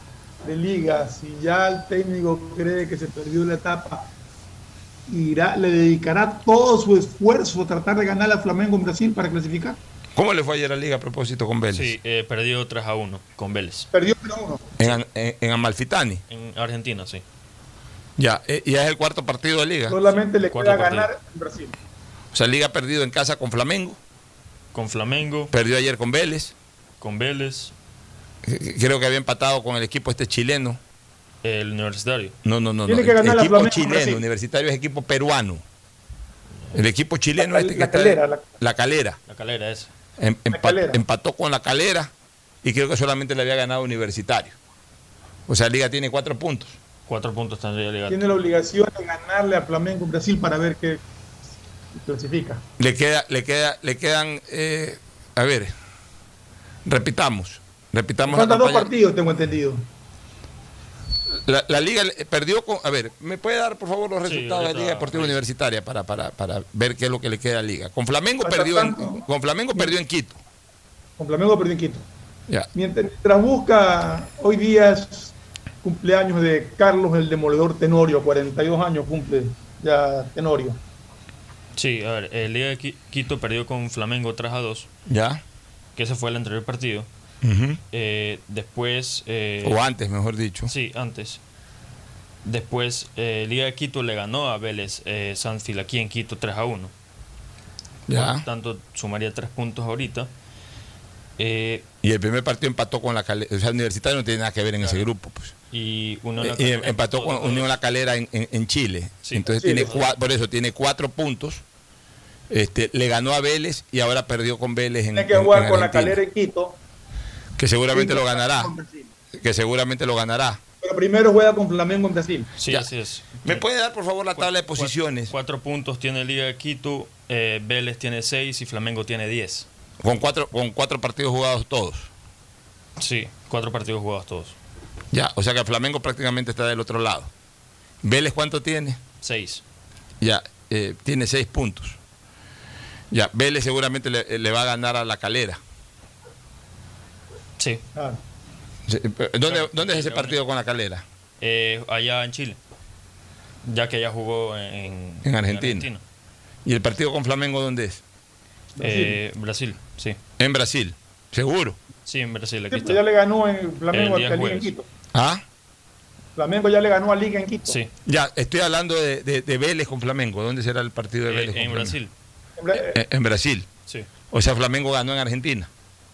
de liga, si ya el técnico cree que se perdió la etapa, irá, le dedicará todo su esfuerzo a tratar de ganar al Flamengo en Brasil para clasificar. ¿Cómo le fue ayer a la liga a propósito con Vélez? Sí, eh, perdió tres a uno con Vélez. Perdió tres a uno. En, en, en Amalfitani. En Argentina, sí. Ya, eh, ya es el cuarto partido de liga. Solamente le Cuarto queda partido. ganar en Brasil. O sea, liga ha perdido en casa con Flamengo. Con Flamengo. Perdió ayer con Vélez. Con Vélez. Creo que había empatado con el equipo este chileno. El Universitario. No, no, no. Tiene no. que ganar el la equipo Flamengo chileno, Brasil. Universitario es equipo peruano. El equipo chileno La- este que la está Calera, la- la Calera. La Calera esa. Em- La empa- Calera. Empató con la Calera y creo que solamente le había ganado Universitario. O sea, Liga tiene cuatro puntos. Cuatro puntos tendría Liga. Tiene la obligación de ganarle a Flamengo en Brasil para ver qué clasifica. Le queda, le queda, le quedan, eh, a ver, repitamos, repitamos la Faltan dos campaña. partidos, tengo entendido. La, la liga le- perdió con, a ver, ¿me puede dar por favor los Sí, resultados de la ahorita- Liga Deportiva Universitaria para, para, para ver qué es lo que le queda a la liga? Con Flamengo Hasta perdió en, tanto. con Flamengo perdió en Quito. Con Flamengo perdió en Quito. Ya. Mientras, mientras busca, hoy día es cumpleaños de Carlos el Demoledor Tenorio, cuarenta y dos años cumple ya Tenorio. Sí, a ver, el Liga de Qui- Quito perdió con Flamengo tres a dos. Ya. Que ese fue el anterior partido. Ujú. Eh, después. eh, O antes, mejor dicho. Sí, antes. Después, eh, Liga de Quito le ganó a Vélez eh, Sanfield aquí en Quito tres a uno. Ya. Por tanto, sumaría tres puntos ahorita. Eh, Y el primer partido empató con la Calera. O sea, Universitario no tiene nada que ver en ese grupo, pues. y Unión La Y Calera empató con Unión La Calera en, en- en Chile. Sí. Entonces Sí, tiene sí. cua- por eso tiene cuatro puntos. Este, le ganó a Vélez y ahora perdió con Vélez en, Tiene que en- jugar en con la Argentina. Calera en Quito. Que seguramente Sí, lo ganará. con Brasil. Que seguramente lo ganará. Pero primero juega con Flamengo en Brasil. Sí, Ya. así es. ¿Me puede dar por favor la tabla de Cuatro- posiciones? Cuatro puntos tiene Liga de Quito, eh, Vélez tiene seis y Flamengo tiene diez. Con cuatro, con cuatro partidos jugados todos. Sí, cuatro partidos jugados todos. Ya, o sea que el Flamengo prácticamente está del otro lado. ¿Vélez cuánto tiene? Seis. Ya, eh, tiene seis puntos. Ya, Vélez seguramente le, le va a ganar a la Calera. Sí. Claro. Se- eh, ¿Dónde, ¿Dónde es ese partido con la Calera? Eh, allá en Chile. Ya que ya jugó en, En Argentina. ¿Y el partido con Flamengo dónde es? Eh, Brasil, sí. En Brasil, seguro. Sí, en Brasil. Sí, Aquí pues está. ya le ganó en Flamengo El día a Liga en jueves. Quito. ¿Ah? Flamengo ya le ganó a Liga en Quito. Sí. Ya, estoy hablando de, de- de Vélez con Flamengo. ¿Dónde será el partido de Eh, Vélez con en Flamengo? Brasil. En Bra- En, en Brasil. Sí. O sea, Flamengo ganó en Argentina.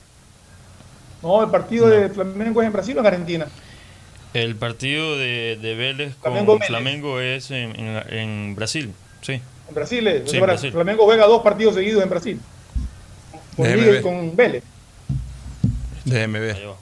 No, el partido de Flamengo es en Brasil o en Argentina. El partido de, de Vélez con Flamengo Flamengo, Vélez. es en, en- en Brasil. Sí. En Brasil es. Sí, O sea, en Brasil. Flamengo juega dos partidos seguidos en Brasil. Con Déjeme Liga y ver. con Vélez. Déjeme ver. Ahí va.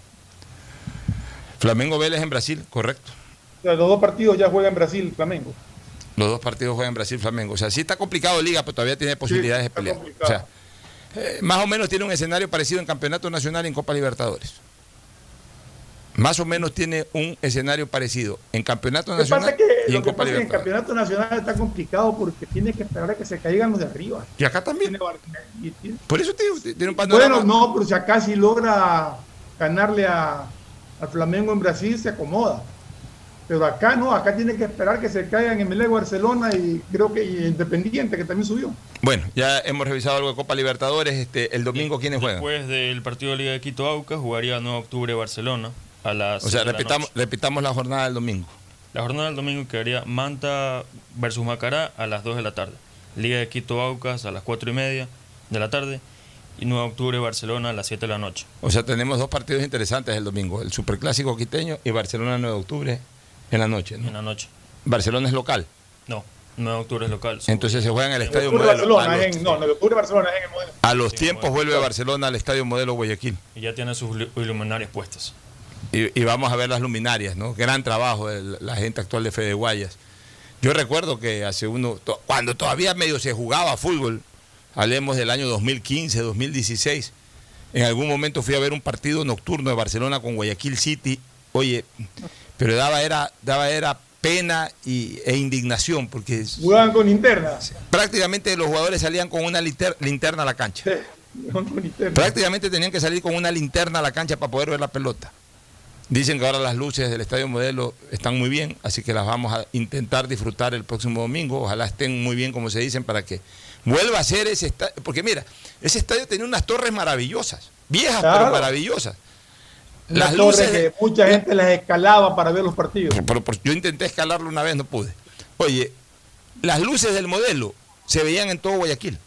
Flamengo Vélez en Brasil, correcto. O sea, los dos partidos ya juega en Brasil Flamengo. Los dos partidos juegan en Brasil, Flamengo. O sea, sí está complicado Liga, pero todavía tiene posibilidades está de pelear. complicado. O sea, eh, más o menos tiene un escenario parecido en Campeonato Nacional y en Copa Libertadores. Más o menos tiene un escenario parecido en Campeonato Lo que pasa Nacional es que, y lo en que Copa pasa es que en Libertadores. Campeonato Nacional está complicado porque tiene que esperar a que se caigan los de arriba. Y acá también. Tiene bar- y tiene- Por eso te digo, tiene un panorama. Bueno, no, pero si acá sí logra ganarle a, al Flamengo en Brasil, se acomoda. Pero acá no, acá tiene que esperar que se caigan en Melec, Barcelona y creo que y Independiente, que también subió. Bueno, ya hemos revisado algo de Copa Libertadores. Este, el domingo, ¿quiénes juegan? Después del partido de Liga de Quito Aucas, jugaría nueve de octubre Barcelona a las O sea, siete de la repitamos, noche. repitamos la jornada del domingo. La jornada del domingo quedaría Manta versus Macará a las dos de la tarde. Liga de Quito Aucas a las cuatro y media de la tarde. Y nueve de octubre Barcelona a las siete de la noche. O sea, tenemos dos partidos interesantes el domingo. El Superclásico quiteño y Barcelona nueve de octubre en la noche, ¿no? En la noche. Barcelona es local. No, nueve de octubre es local. Entonces se juega en el Estadio Octubre Modelo. Barcelona A es los, en, no, nueve de octubre Barcelona es en el modelo. a los Sí, tiempos bueno. vuelve Barcelona al Estadio Modelo Guayaquil. Y ya tiene sus lu- luminarias puestas. Y, y vamos a ver las luminarias, ¿no? Gran trabajo de la, la gente actual de Fede Guayas. Yo recuerdo que hace uno, to- cuando todavía medio se jugaba fútbol, hablemos del año dos mil quince, dos mil dieciséis, en algún momento fui a ver un partido nocturno de Barcelona con Guayaquil City. Oye, pero daba era, daba era pena y, e indignación, porque Jugaban con linterna. prácticamente los jugadores salían con una linter- linterna a la cancha. Sí, jugaban con linterna. Prácticamente tenían que salir con una linterna a la cancha para poder ver la pelota. Dicen que ahora las luces del Estadio Modelo están muy bien, así que las vamos a intentar disfrutar el próximo domingo. Ojalá estén muy bien, como se dicen, para que vuelva a ser ese estadio. Porque mira, ese estadio tenía unas torres maravillosas, viejas claro. pero maravillosas. Las luces que mucha gente las escalaba para ver los partidos. Pero, pero, yo intenté escalarlo una vez, no pude. Oye, las luces del Modelo se veían en todo Guayaquil.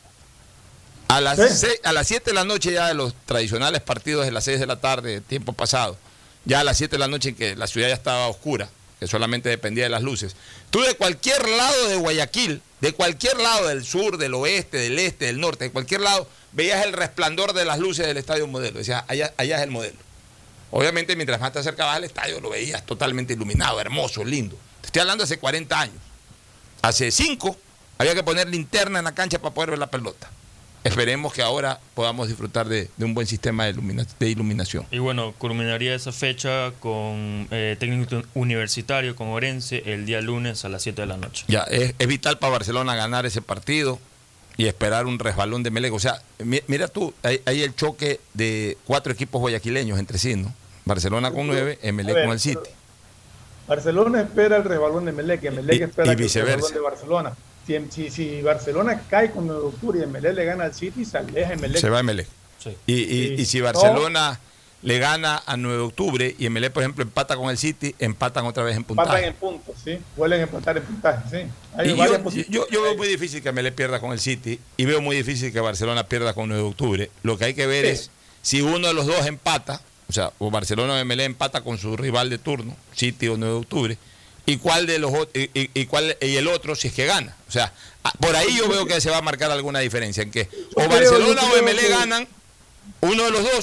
A las, ¿Sí? seis, a las siete de la noche ya de los tradicionales partidos de las seis de la tarde, tiempo pasado, ya a las siete de la noche en que la ciudad ya estaba oscura, que solamente dependía de las luces. Tú de cualquier lado de Guayaquil, de cualquier lado del sur, del oeste, del este, del norte, de cualquier lado, veías el resplandor de las luces del Estadio Modelo. Decías, allá, allá es el Modelo. Obviamente, mientras más te acercabas al estadio, lo veías totalmente iluminado, hermoso, lindo. Te estoy hablando hace cuarenta años. Hace cinco, había que poner linterna en la cancha para poder ver la pelota. Esperemos que ahora podamos disfrutar de, de un buen sistema de, ilumina, de iluminación. Y bueno, culminaría esa fecha con eh, técnico universitario, con Orense, el día lunes a las siete de la noche. Ya, es, es vital para Barcelona ganar ese partido y esperar un resbalón de Emelec. O sea, mi, mira tú, hay, hay el choque de cuatro equipos guayaquileños entre sí, ¿no? Barcelona con nueve, Emelec ver, con el City. Barcelona espera el resbalón de Emelec, Emelec y, espera y el resbalón de Barcelona. Si, si, si Barcelona cae con nueve de octubre y Emelec le gana al City, se aleja Emelec. Se va Emelec. Sí. Y, y, sí. y si Barcelona no. le gana a nueve de octubre y Emelec, por ejemplo, empata con el City, empatan otra vez en puntaje. Empatan en puntos, sí. Vuelven a empatar en puntaje, sí. Hay y yo, yo, yo veo muy difícil que Emelec pierda con el City y veo muy difícil que Barcelona pierda con nueve de octubre. Lo que hay que ver sí. es si uno de los dos empata, o sea, o Barcelona o Emelec empata con su rival de turno, City o nueve de octubre, y cuál de los y, y, y cuál y el otro si es que gana. O sea, por ahí yo veo que se va a marcar alguna diferencia en que o Barcelona o Emelec ganan uno de los dos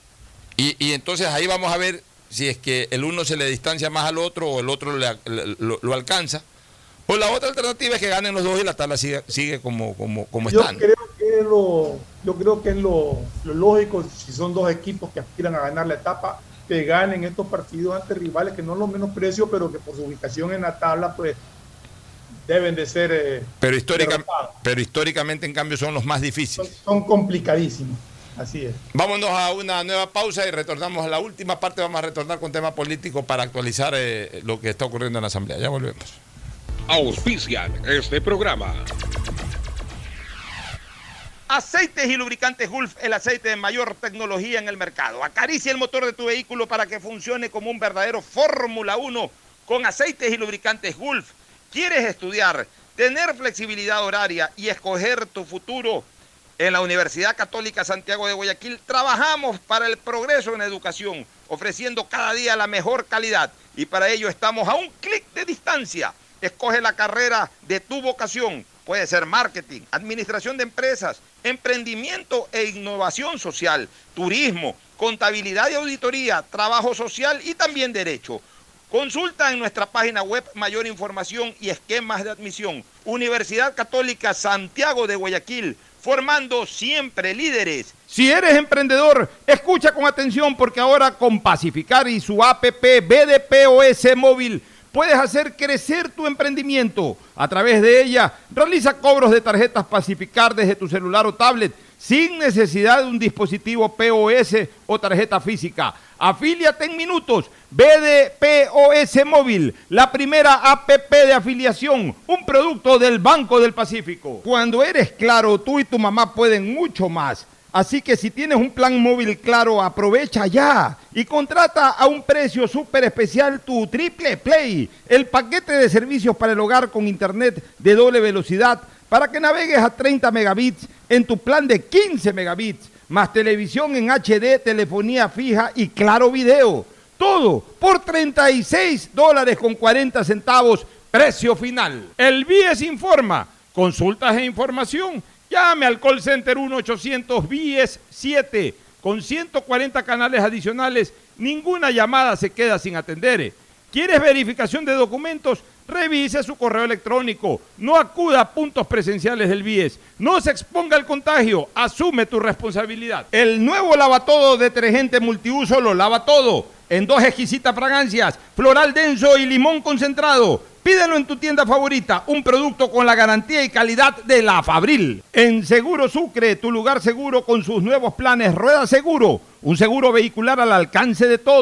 y, y entonces ahí vamos a ver si es que el uno se le distancia más al otro o el otro le, le, lo, lo alcanza. O la otra alternativa es que ganen los dos y la tabla sigue, sigue como, como, como yo están. Creo que es lo, yo creo que es lo, lo lógico, si son dos equipos que aspiran a ganar la etapa, que ganen estos partidos ante rivales que no los menosprecio, pero que por su ubicación en la tabla, pues, deben de ser... Eh, pero, histórica, pero históricamente, en cambio, son los más difíciles. Son, son complicadísimos, así es. Vámonos a una nueva pausa y retornamos a la última parte. Vamos a retornar con tema político para actualizar eh, lo que está ocurriendo en la Asamblea. Ya volvemos. Auspician este programa. Aceites y lubricantes Gulf, el aceite de mayor tecnología en el mercado. Acaricia el motor de tu vehículo para que funcione como un verdadero Fórmula uno con aceites y lubricantes Gulf. ¿Quieres estudiar, tener flexibilidad horaria y escoger tu futuro? En la Universidad Católica Santiago de Guayaquil trabajamos para el progreso en educación, ofreciendo cada día la mejor calidad. Y para ello estamos a un clic de distancia. Escoge la carrera de tu vocación. Puede ser marketing, administración de empresas, emprendimiento e innovación social, turismo, contabilidad y auditoría, trabajo social y también derecho. Consulta en nuestra página web mayor información y esquemas de admisión. Universidad Católica Santiago de Guayaquil, formando siempre líderes. Si eres emprendedor, escucha con atención porque ahora con Pacificar y su app B D P O S móvil, puedes hacer crecer tu emprendimiento. A través de ella, realiza cobros de tarjetas Pacificar desde tu celular o tablet, sin necesidad de un dispositivo P O S o tarjeta física. Afíliate en minutos. B D P O S Móvil, la primera app de afiliación, un producto del Banco del Pacífico. Cuando eres Claro, tú y tu mamá pueden mucho más. Así que si tienes un plan móvil Claro, aprovecha ya y contrata a un precio súper especial tu Triple Play, el paquete de servicios para el hogar con internet de doble velocidad para que navegues a treinta megabits en tu plan de quince megabits, más televisión en H D, telefonía fija y Claro Video. Todo por treinta y seis dólares con cuarenta centavos, precio final. El B I E S informa. Consultas e información. Llame al call center uno ochocientos B I E S siete. Con ciento cuarenta canales adicionales, ninguna llamada se queda sin atender. ¿Quieres verificación de documentos? Revise su correo electrónico. No acuda a puntos presenciales del B I E S. No se exponga al contagio. Asume tu responsabilidad. El nuevo Lavatodo detergente multiuso lo lava todo. En dos exquisitas fragancias, floral denso y limón concentrado. Pídelo en tu tienda favorita, un producto con la garantía y calidad de la Fabril. En Seguro Sucre, tu lugar seguro con sus nuevos planes Rueda Seguro, un seguro vehicular al alcance de todos.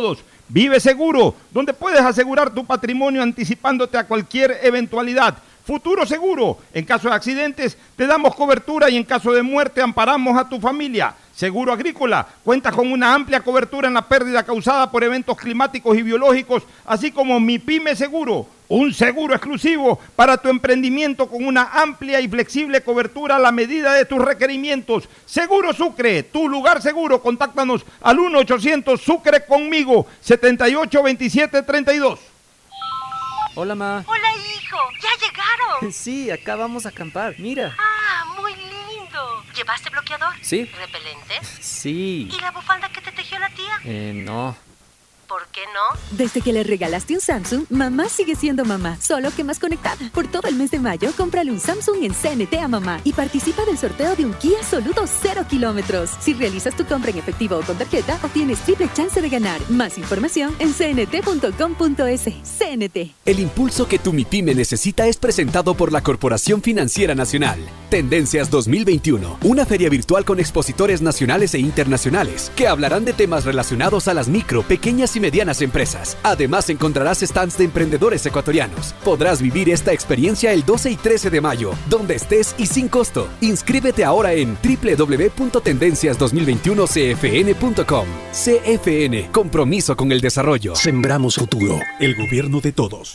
Vive Seguro, donde puedes asegurar tu patrimonio anticipándote a cualquier eventualidad. Futuro Seguro, en caso de accidentes te damos cobertura y en caso de muerte amparamos a tu familia. Seguro Agrícola, cuenta con una amplia cobertura en la pérdida causada por eventos climáticos y biológicos, así como Mi Pyme Seguro, un seguro exclusivo para tu emprendimiento con una amplia y flexible cobertura a la medida de tus requerimientos. Seguro Sucre, tu lugar seguro, contáctanos al uno ochocientos Sucre conmigo, setenta y ocho veintisiete treinta y dos. Hola, ma. Hola, hijo. ¿Ya llegaron? Sí, acá vamos a acampar. Mira. Ah, muy lindo. ¿Llevaste bloqueador? Sí. ¿Repelente? Sí. ¿Y la bufanda que te tejió la tía? Eh, no. ¿Por qué no? Desde que le regalaste un Samsung, mamá sigue siendo mamá, solo que más conectada. Por todo el mes de mayo, cómprale un Samsung en C N T a mamá y participa del sorteo de un Kia Soluto cero kilómetros. Si realizas tu compra en efectivo o con tarjeta, obtienes triple chance de ganar. Más información en c n t punto com punto es. C N T. El impulso que tu MIPYME necesita es presentado por la Corporación Financiera Nacional. Tendencias dos mil veintiuno, una feria virtual con expositores nacionales e internacionales que hablarán de temas relacionados a las micro, pequeñas y medianas empresas. Además encontrarás stands de emprendedores ecuatorianos. Podrás vivir esta experiencia el doce y trece de mayo, donde estés y sin costo. Inscríbete ahora en doble u doble u doble u punto tendencias dos mil veintiuno c f n punto com. C F N, compromiso con el desarrollo. Sembramos futuro, el gobierno de todos.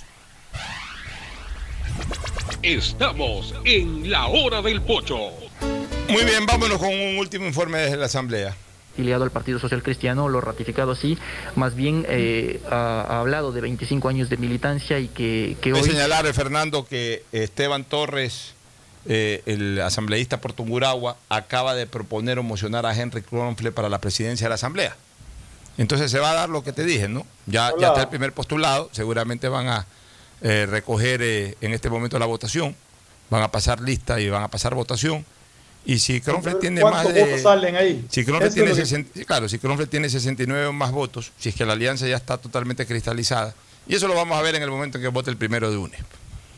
Estamos en la hora del pocho. Muy bien, vámonos con un último informe desde la Asamblea. Afiliado al Partido Social Cristiano, lo ratificado así, más bien eh, ha, ha hablado de veinticinco años de militancia y que, que hoy... hoy... señalar, Fernando, que Esteban Torres, eh, el asambleísta por Tungurahua, acaba de proponer o mocionar a Henry Kronfle para la presidencia de la Asamblea. Entonces se va a dar lo que te dije, ¿no? Ya, ya está el primer postulado, seguramente van a eh, recoger eh, en este momento la votación, van a pasar lista y van a pasar votación. Y si Kronfle tiene más de... votos salen ahí? Si Kronfle tiene, sesenta, claro, si Kronfle tiene sesenta y nueve más votos, si es que la alianza ya está totalmente cristalizada, y eso lo vamos a ver en el momento en que vote el primero de U N E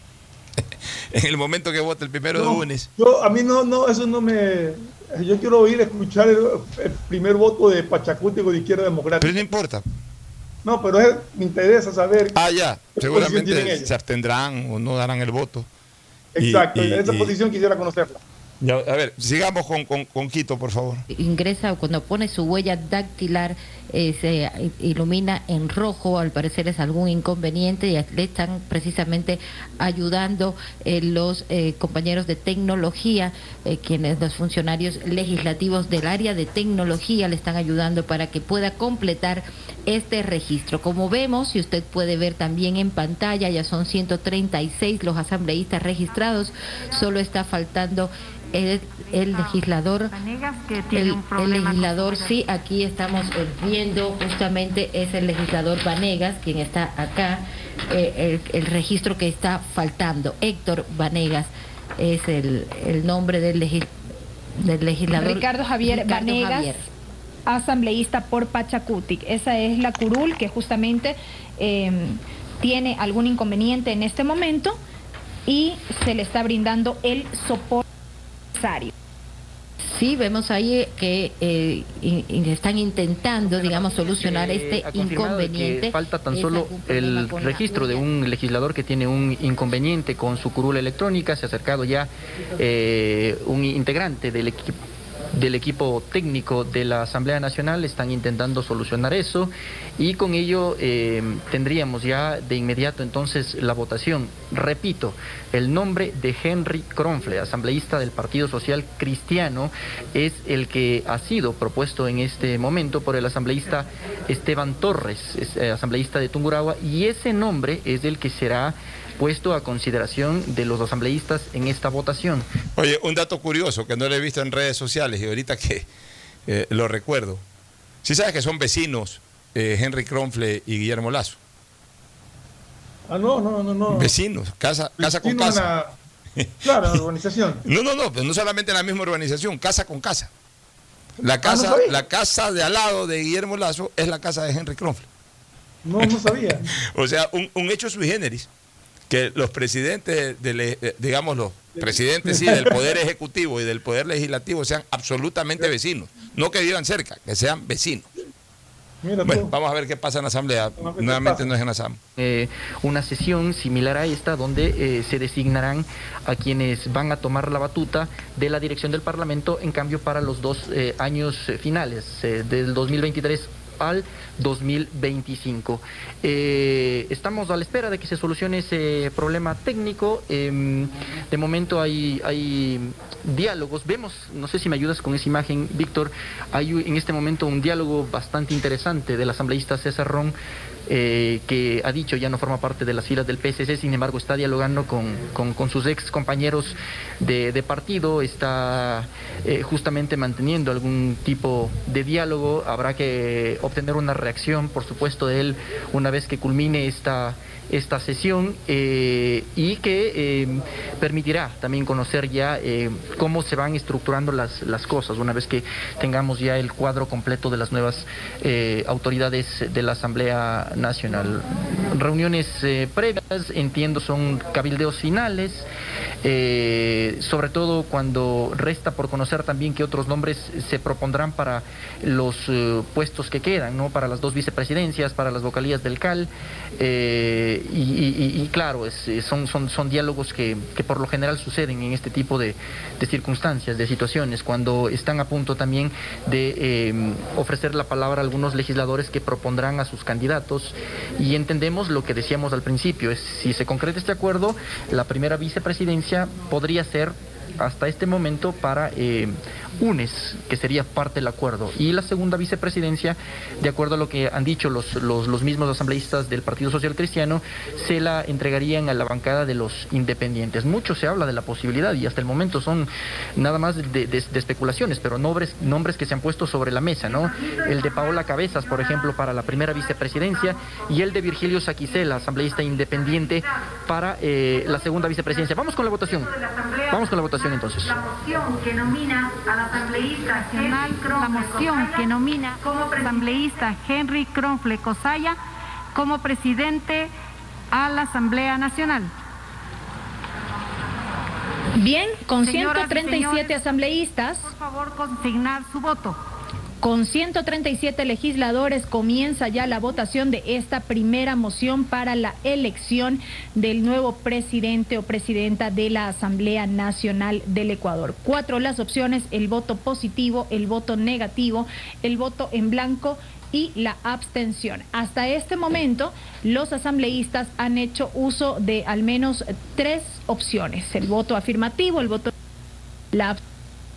S. En el momento que vote el primero no, de U N E S. Yo, a mí no, no, eso no me... Yo quiero oír, escuchar el, el primer voto de Pachacútico de Izquierda Democrática. Pero no importa. No, pero es, me interesa saber... Ah, ya. Seguramente se abstendrán o no darán el voto. Exacto, y, y, en esa y, posición quisiera conocerla. Ya, a ver, sigamos con, con, con Quito, por favor. Ingresa, cuando pone su huella dactilar, eh, se ilumina en rojo, al parecer es algún inconveniente y le están precisamente ayudando eh, los eh, compañeros de tecnología, eh, quienes los funcionarios legislativos del área de tecnología le están ayudando para que pueda completar este registro. Como vemos, y usted puede ver también en pantalla, ya son ciento treinta y seis los asambleístas registrados, solo está faltando El, el legislador, el, el legislador, sí, aquí estamos viendo justamente es el legislador Vanegas, quien está acá, eh, el, el registro que está faltando, Héctor Vanegas, es el, el nombre del, legis, del legislador. Ricardo Javier Ricardo Vanegas, Javier. asambleísta por Pachacutic. Esa es la curul que justamente eh, tiene algún inconveniente en este momento y se le está brindando el soporte. Sí, vemos ahí que eh, in, in están intentando, digamos, solucionar este inconveniente. Que falta tan solo el registro de un legislador que tiene un inconveniente con su curul electrónica. Se ha acercado ya eh, un integrante del equipo del equipo técnico de la Asamblea Nacional, están intentando solucionar eso y con ello eh, tendríamos ya de inmediato entonces la votación. Repito, el nombre de Henry Kronfle, asambleísta del Partido Social Cristiano, es el que ha sido propuesto en este momento por el asambleísta Esteban Torres, es, eh, asambleísta de Tungurahua, y ese nombre es el que será puesto a consideración de los asambleístas en esta votación. Oye, un dato curioso que no lo he visto en redes sociales y ahorita que eh, lo recuerdo. ¿Sí sabes que son vecinos eh, Henry Kronfle y Guillermo Lazo? Ah, no, no, no, no. Vecinos, casa, casa con casa. Una... Claro, en la urbanización. No, no, no, no solamente en la misma urbanización, casa con casa. La casa, ah, no la casa de al lado de Guillermo Lazo es la casa de Henry Kronfle. No, no sabía. O sea, un, un hecho sui generis. Que los presidentes, de, digamos los presidentes sí, del Poder Ejecutivo y del Poder Legislativo sean absolutamente vecinos. No que vivan cerca, que sean vecinos. Bueno, vamos a ver qué pasa en la Asamblea. Nuevamente no es en la Asamblea. Eh, una sesión similar a esta donde eh, se designarán a quienes van a tomar la batuta de la dirección del Parlamento, en cambio para los dos eh, años eh, finales, eh, del dos mil veintitrés al dos mil veinticinco. Eh, estamos a la espera de que se solucione ese problema técnico. Eh, de momento hay, hay diálogos. Vemos, no sé si me ayudas con esa imagen, Víctor, hay en este momento un diálogo bastante interesante del asambleísta César Ron, Eh, que ha dicho ya no forma parte de las filas del P S C, sin embargo está dialogando con, con, con sus ex compañeros de, de partido, está eh, justamente manteniendo algún tipo de diálogo. Habrá que obtener una reacción, por supuesto, de él una vez que culmine esta, esta sesión eh, y que eh, permitirá también conocer ya eh, cómo se van estructurando las, las cosas una vez que tengamos ya el cuadro completo de las nuevas eh, autoridades de la Asamblea Nacional. Reuniones eh, previas, entiendo, son cabildeos finales, eh, sobre todo cuando resta por conocer también qué otros nombres se propondrán para los eh, puestos que quedan, ¿no? Para las dos vicepresidencias, para las vocalías del C A L, eh, y, y, y claro, es, son, son, son diálogos que, que por lo general suceden en este tipo de, de circunstancias, de situaciones, cuando están a punto también de eh, ofrecer la palabra a algunos legisladores que propondrán a sus candidatos. Y entendemos lo que decíamos al principio, es si se concreta este acuerdo, la primera vicepresidencia podría ser hasta este momento para eh, U N E S, que sería parte del acuerdo, y la segunda vicepresidencia, de acuerdo a lo que han dicho los, los, los mismos asambleístas del Partido Social Cristiano, se la entregarían a la bancada de los independientes. Mucho se habla de la posibilidad, y hasta el momento son nada más de, de, de especulaciones, pero nombres, nombres que se han puesto sobre la mesa, ¿no? El de Paola Cabezas, por ejemplo, para la primera vicepresidencia, y el de Virgilio Saquicela, asambleísta independiente, para eh, la segunda vicepresidencia. Vamos con la votación. Vamos con la votación entonces. La moción que nomina a la asambleísta Nacional, la moción que nomina como asambleísta Henry Kronfle Cosaya como presidente a la Asamblea Nacional. Bien, con Señoras ciento treinta y siete señores, asambleístas, por favor, consignar su voto. con ciento treinta y siete legisladores, comienza ya la votación de esta primera moción para la elección del nuevo presidente o presidenta de la Asamblea Nacional del Ecuador. Cuatro las opciones: el voto positivo, el voto negativo, el voto en blanco y la abstención. Hasta este momento, los asambleístas han hecho uso de al menos tres opciones: el voto afirmativo, el voto la abstención.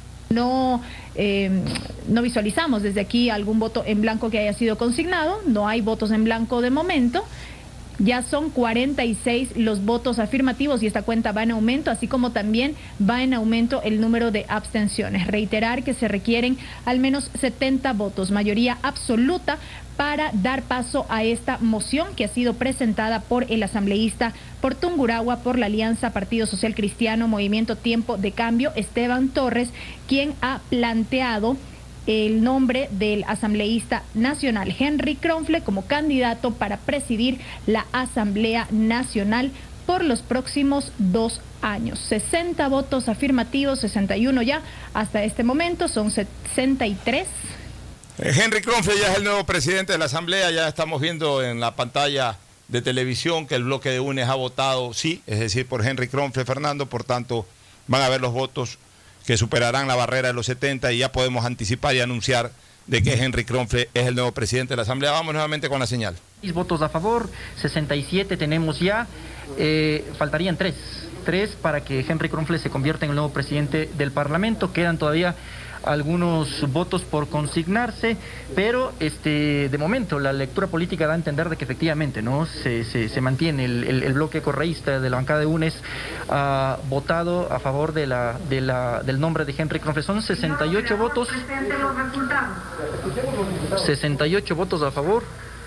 No, eh, no visualizamos desde aquí algún voto en blanco que haya sido consignado, no hay votos en blanco de momento. Ya son cuarenta y seis los votos afirmativos y esta cuenta va en aumento, así como también va en aumento el número de abstenciones. Reiterar que se requieren al menos setenta votos, mayoría absoluta, para dar paso a esta moción que ha sido presentada por el asambleísta por Tungurahua, por la Alianza Partido Social Cristiano, Movimiento Tiempo de Cambio, Esteban Torres, quien ha planteado el nombre del asambleísta nacional Henry Kronfle como candidato para presidir la Asamblea Nacional por los próximos dos años. sesenta votos afirmativos, sesenta y uno ya hasta este momento, son sesenta y tres. Henry Kronfle ya es el nuevo presidente de la Asamblea. Ya estamos viendo en la pantalla de televisión que el bloque de U N E S ha votado sí, es decir, por Henry Kronfle, Fernando. Por tanto, van a haber los votos que superarán la barrera de los setenta y ya podemos anticipar y anunciar de que Henry Kronfle es el nuevo presidente de la Asamblea. Vamos nuevamente con la señal. seis votos a favor, sesenta y siete tenemos ya, eh, faltarían tres, tres para que Henry Kronfle se convierta en el nuevo presidente del Parlamento. Quedan todavía algunos votos por consignarse, pero este de momento la lectura política da a entender de que efectivamente no se, se, se mantiene el, el, el bloque correísta de la bancada de U N E S ha votado a favor de la, de la, del nombre de Henry Kronfle. Son sesenta y ocho votos, sesenta y ocho votos a favor.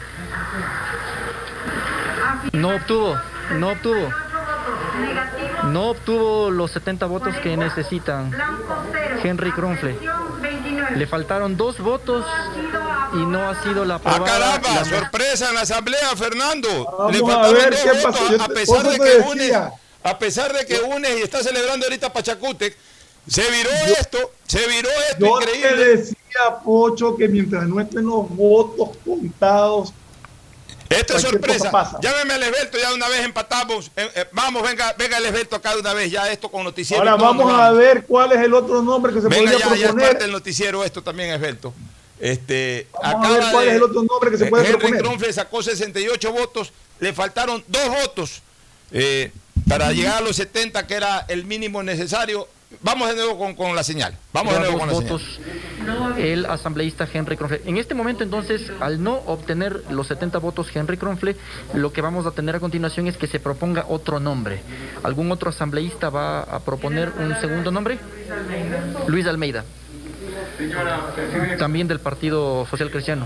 No obtuvo, no obtuvo. No obtuvo los setenta votos que necesitan Henry Kronfle. Le faltaron dos votos y no ha sido la aprobada. ¡Ah, caramba! La... ¡Sorpresa en la Asamblea, Fernando! Vamos Le a faltaron ver dos qué votos, pasó. Yo a te- pesar por de eso que te UNES, decía. a pesar de que UNES y está celebrando ahorita Pachacútec, se viró esto, se viró esto Yo increíble. te decía Pocho, que mientras no estén los votos contados. Esto es sorpresa. Llámeme al Esbelto, ya de una vez empatamos. Eh, eh, vamos, venga, venga el Esbelto acá de una vez, ya esto con noticiero. Ahora vamos a ver cuál es el otro nombre que se venga, podría ya, proponer. Ya es parte del noticiero esto también, Esbelto. Este, vamos a ver cuál de, es el otro nombre que se puede Henry proponer. Kronfle sacó sesenta y ocho votos, le faltaron dos votos eh, para llegar a los setenta, que era el mínimo necesario. Vamos de nuevo con, con la señal. Vamos de nuevo con la votos señal. El asambleísta Henry Kronfle. En este momento, entonces, al no obtener los setenta votos Henry Kronfle, lo que vamos a tener a continuación es que se proponga otro nombre. ¿Algún otro asambleísta va a proponer un segundo nombre? Luis Almeida. También del Partido Social Cristiano.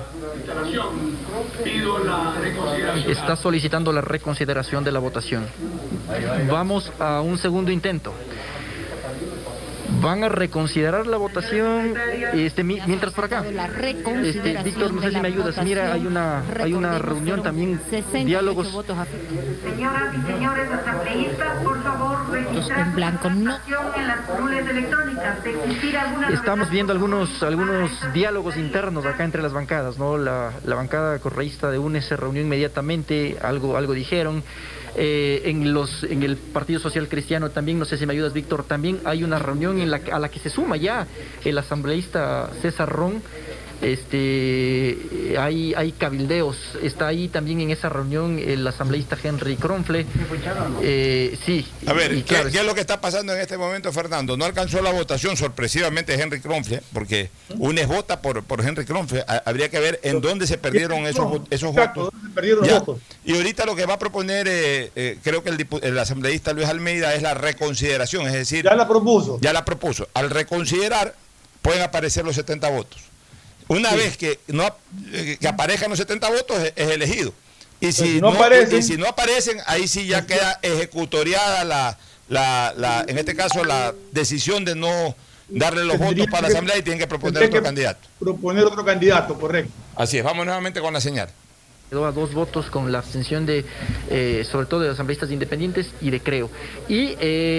Está solicitando la reconsideración de la votación. Vamos a un segundo intento. Van a reconsiderar la votación este, mientras por acá. Este, Víctor, no sé si me ayudas. Mira, hay una hay una reunión también, diálogos. Señoras y señores asambleístas, por favor, registrar en blanco, no. en las curules electrónicas. De existir alguna Estamos viendo algunos algunos diálogos internos acá entre las bancadas, ¿no? La, la bancada correísta de U N E se reunió inmediatamente, algo algo dijeron. Eh, en los en el Partido Social Cristiano también, no sé si me ayudas, Víctor, también hay una reunión en la, a la que se suma ya el asambleísta César Ron. Este, hay, hay cabildeos, está ahí también en esa reunión el asambleísta Henry Kronfle. Eh, sí. A ver, y, ¿qué, claro, ¿qué es lo que está pasando en este momento, Fernando? No alcanzó la votación sorpresivamente Henry Kronfle, porque U N E S vota por, por Henry Kronfle. Habría que ver en dónde se perdieron esos, esos votos. ¿Dónde se perdieron los votos? Y ahorita lo que va a proponer, eh, eh, creo que el, el asambleísta Luis Almeida, es la reconsideración, es decir... Ya la propuso. Ya la propuso. Al reconsiderar, pueden aparecer los setenta votos. Una sí. vez que no que aparezcan los setenta votos, es, es elegido. Y si, si no, no aparecen, y si no aparecen, ahí sí ya queda ejecutoriada la, la, la, en este caso, la decisión de no darle los votos para la asamblea y tienen que proponer otro candidato. Proponer otro candidato, correcto. Así es, vamos nuevamente con la señal. Quedó a dos votos con la abstención de, eh, sobre todo de los asambleístas independientes y de Creo. Y